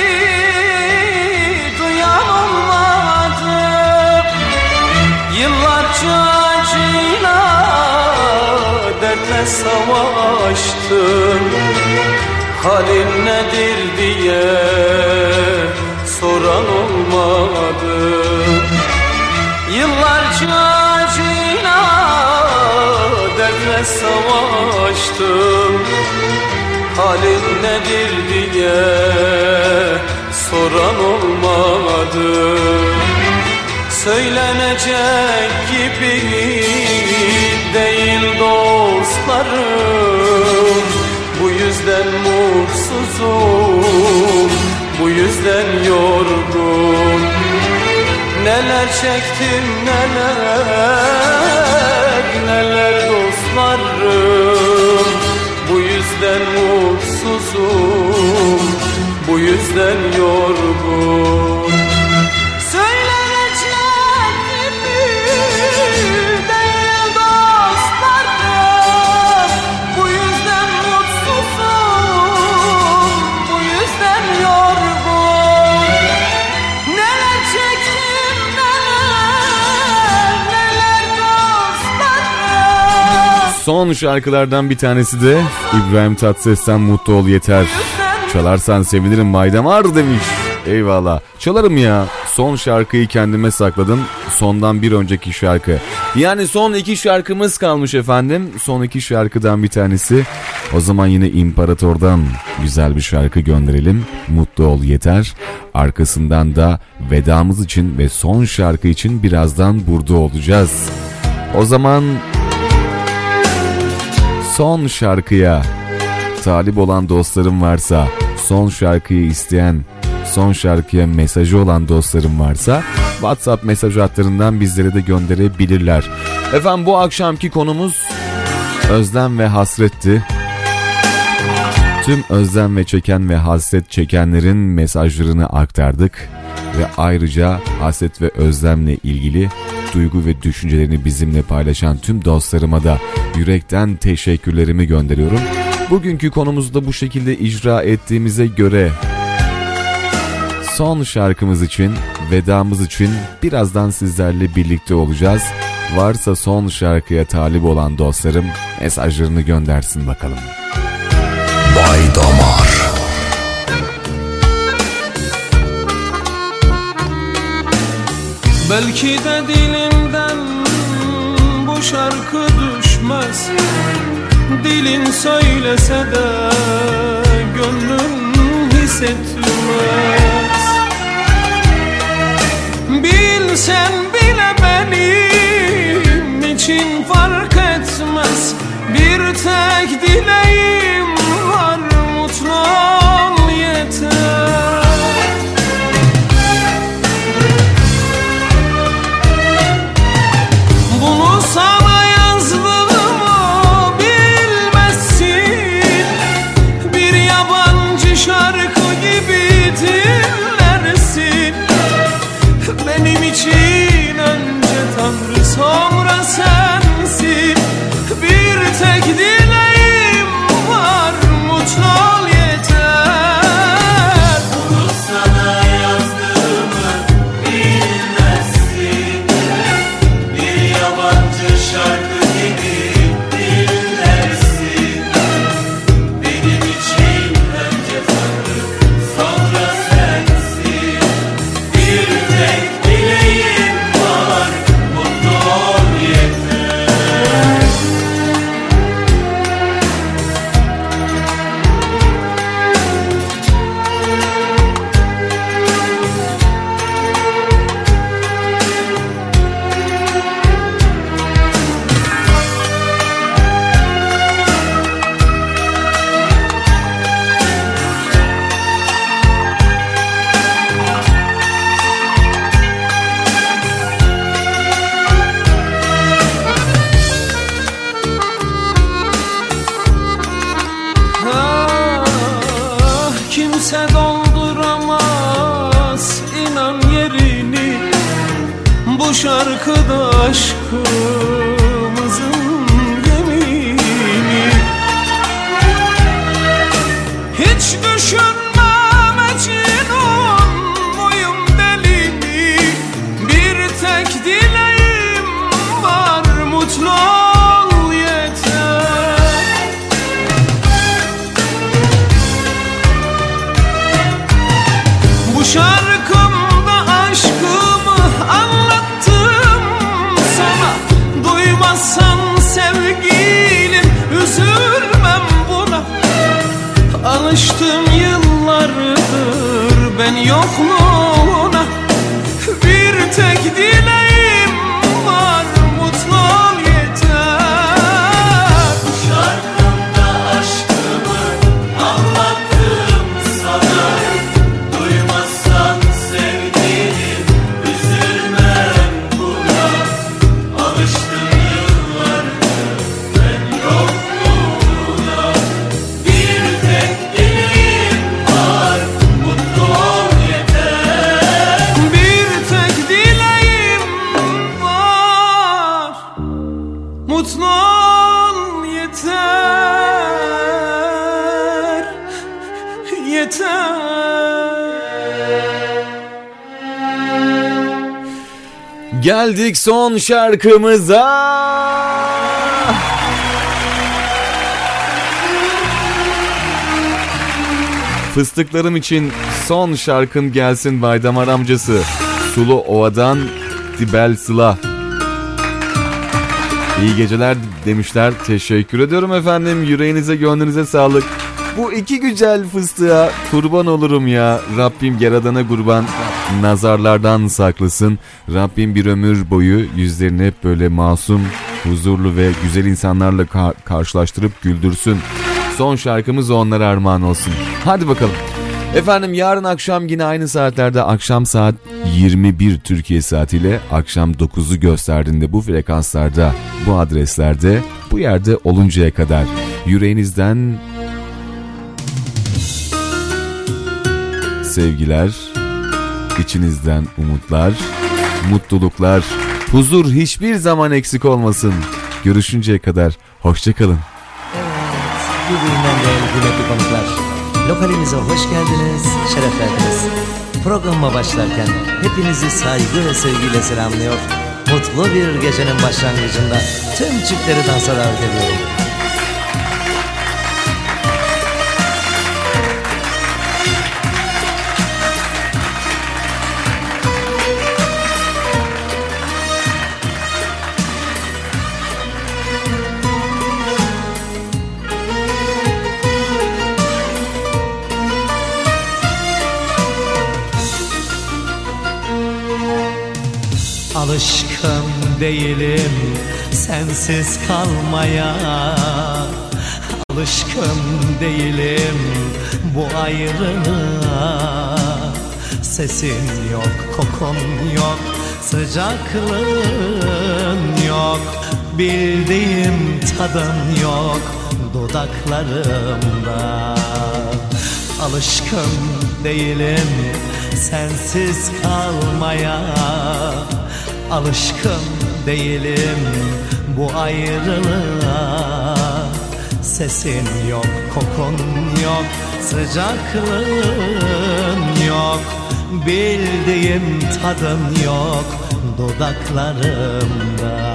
Speaker 8: duyan olmadı. Yıllarca acıyla, dertle savaştım. Halin nedir diye soran olmadı. Yıllarca acıyla, dertle savaştım. Halin nedir diye soran olmadı. Söylenecek gibi değil dostlarım, bu yüzden mutsuzum, bu yüzden yorgun. Neler çektim neler, neler dostlarım, bu yüzden mutsuzum, bu yüzden yorgun. Söylenecek gibi değil dostlarım, bu yüzden mutsuzum, bu yüzden yorgun. Neler çektim neler, neler dostlarım.
Speaker 3: Son şarkılardan bir tanesi de İbrahim Tatlıses'ten Mutlu Ol Yeter. Çalarsan sevinirim Baydamar demiş. Eyvallah. Çalarım ya. son şarkıyı kendime sakladım. Sondan bir önceki şarkı. Yani son iki şarkımız kalmış efendim. Son iki şarkıdan bir tanesi. O zaman yine İmparator'dan güzel bir şarkı gönderelim. Mutlu ol yeter. Arkasından da vedamız için ve son şarkı için birazdan burada olacağız. O zaman son şarkıya talip olan dostlarım varsa, son şarkıyı isteyen, son şarkıya mesajı olan dostlarım varsa WhatsApp mesaj hatlarından bizlere de gönderebilirler. Efendim bu akşamki konumuz özlem ve hasretti. Tüm özlem ve çeken ve hasret çekenlerin mesajlarını aktardık ve ayrıca hasret ve özlemle ilgili duygu ve düşüncelerini bizimle paylaşan tüm dostlarıma da yürekten teşekkürlerimi gönderiyorum. Bugünkü konumuzu da bu şekilde icra ettiğimize göre son şarkımız için, vedamız için birazdan sizlerle birlikte olacağız. Varsa son şarkıya talip olan dostlarım mesajlarını göndersin bakalım.
Speaker 1: Bay Damar.
Speaker 8: Belki de dilimden bu şarkı düşmez. Dilin söylese de gönlün hissetmez. Bilsen bile benim için fark etmez. Bir tek dileğim var, mutlu ol yeter. Bunu sana yazdığımı bilmezsin. Bir yabancı şarkı gibi dinlersin. Benim için önce Tanrı sonra sensin. Bir tek dileğim var, mutlu ol yeter. Bunu sana yazdığımı bilmezsin. Bir yabancı şarkı gibi dinlersin. Benim için önce Tanrı sonra sensin. Bir tek dileğim var, mutlu ol yeter. Ah, kimse dolduramaz inan yerini. Bu şarkıda aşkımızın yemini. Hiç düşünmem Mecnun muyum deli mi? Bir tek dileğim var, mutlu ol yeter. Bu şarkımda aşkımı anlattım sana. Duymazsan sevgilim üzülmem buna. Alıştım yıllardır ben yokluğuna. Bir tek dileğim var, mutlu ol yeter. Bu şarkımda aşkımı anlattım sana. Duymazsan sevgilim üzülmem buna. Alıştım yıllardır ben yokluğuna. Bir tek dileğim var, mutlu ol yeter. Bir tek dileğim var, mutlu ol yeter. Yeter.
Speaker 3: Geldik son şarkımıza. Fıstıklarım için son şarkın gelsin Baydamar amcası. Sulu Ova'dan Dibel Sıla. İyi geceler demişler. Teşekkür ediyorum efendim. Yüreğinize, gönlünüze sağlık. Bu iki güzel fıstığa kurban olurum ya. Rabbim yaradana kurban, nazarlardan saklasın. Rabbim bir ömür boyu yüzlerini hep böyle masum, huzurlu ve güzel insanlarla ka- karşılaştırıp güldürsün. Son şarkımız onlara armağan olsun. Hadi bakalım. Efendim yarın akşam yine aynı saatlerde, akşam saat yirmi bir Türkiye saatiyle akşam dokuzu gösterdiğinde bu frekanslarda, bu adreslerde, bu yerde oluncaya kadar yüreğinizden sevgiler, içinizden umutlar, mutluluklar, huzur hiçbir zaman eksik olmasın. Görüşünceye kadar hoşça kalın.
Speaker 16: Birbirinden değerli kıymetli konuklar, lokalimize hoş geldiniz, şeref verdiniz. Programa başlarken hepinizi saygı ve sevgiyle selamlıyor. Mutlu bir gecenin başlangıcında tüm çiftleri dansa davet ediyorum.
Speaker 8: Alışkın değilim sensiz kalmaya, alışkın değilim bu ayrılığa. Sesin yok, kokun yok, sıcaklığın yok, bildiğim tadın yok dudaklarımda. Alışkın değilim sensiz kalmaya, alışkın değilim bu ayrılığa. Sesin yok, kokun yok, sıcaklığın yok, bildiğim tadın yok dudaklarımda.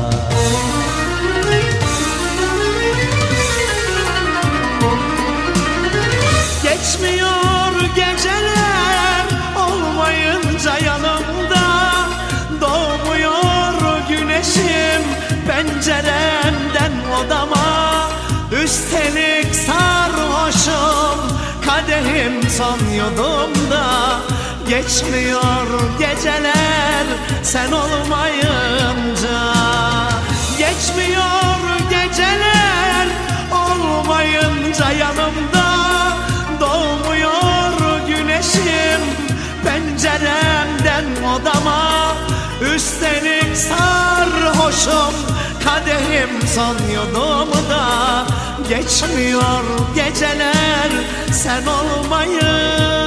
Speaker 8: Geçmiyor geceler olmayınca yanımda, doğmuyor güneşim penceremden odama. Üstelik sarhoşum, kadehim son yudumda. Geçmiyor geceler sen olmayınca, geçmiyor geceler olmayınca yanımda. Doğmuyor güneşim penceremden odama. Üstelik sarhoşum, kadehim son yudumda. Geçmiyor geceler sen olmayınca.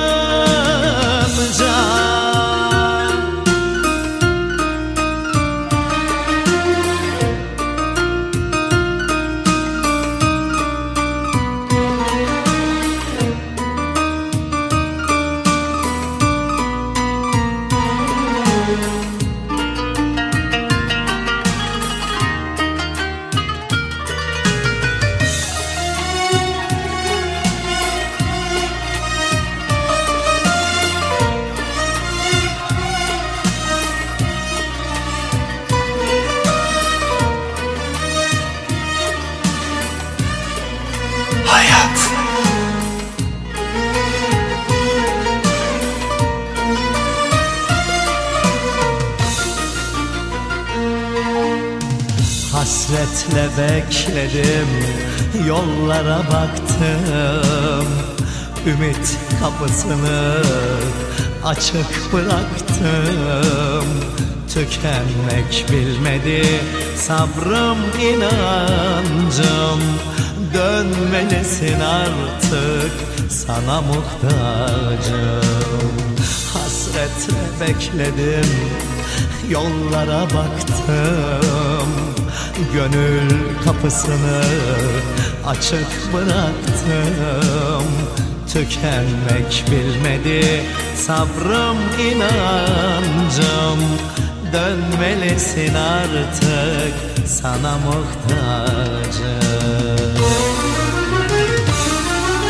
Speaker 8: Hasretle bekledim, yollara baktım. Ümit kapısını açık bıraktım. Tükenmek bilmedi sabrım, inancım. Dönmelisin artık, sana muhtacım. Hasretle bekledim, yollara baktım. Gönül kapısını açık bıraktım. Tükenmek bilmedi sabrım, inancım. Dönmelisin artık, sana muhtacım.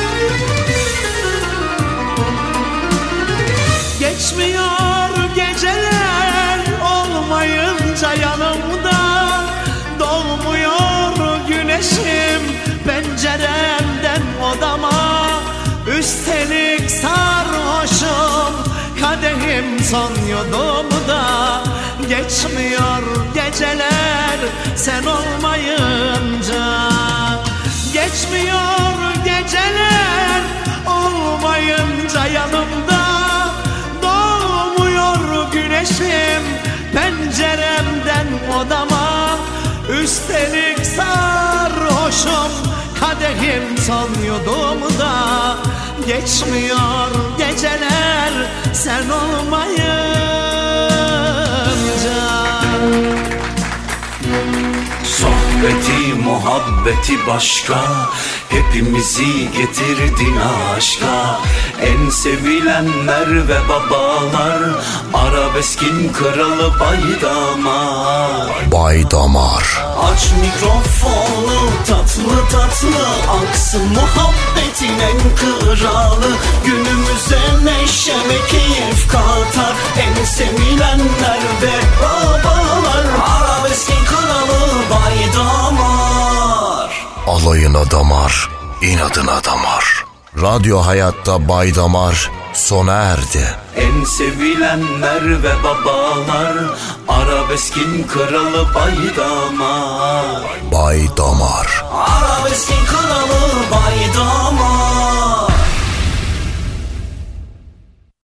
Speaker 8: Geçmiyor geceler kadehim son yudumda. Geçmiyor geceler sen olmayınca. Geçmiyor geceler olmayınca yanımda. Doğmuyor güneşim penceremden odama. Üstelik sarhoşum kadehim son yudumda. Geçmiyor geceler sen olmayınca.
Speaker 17: Sohbeti muhabbeti başka, hepimizi getirdin aşka. En sevilenler ve babalar, arabeskin kralı Baydamar.
Speaker 1: Baydamar.
Speaker 17: Aç mikrofonu tatlı tatlı aksın muhabbetin en kralı. Günümüze neşe ve keyif katar en sevilenler ve babalar. Arabeskin kralı Baydamar.
Speaker 1: Alayına damar, inadına damar. Radyo Hayat'ta Baydamar sona erdi.
Speaker 17: En sevilenler ve babalar, arabeskin kralı Baydamar.
Speaker 1: Baydamar.
Speaker 17: Arabeskin kralı Baydamar.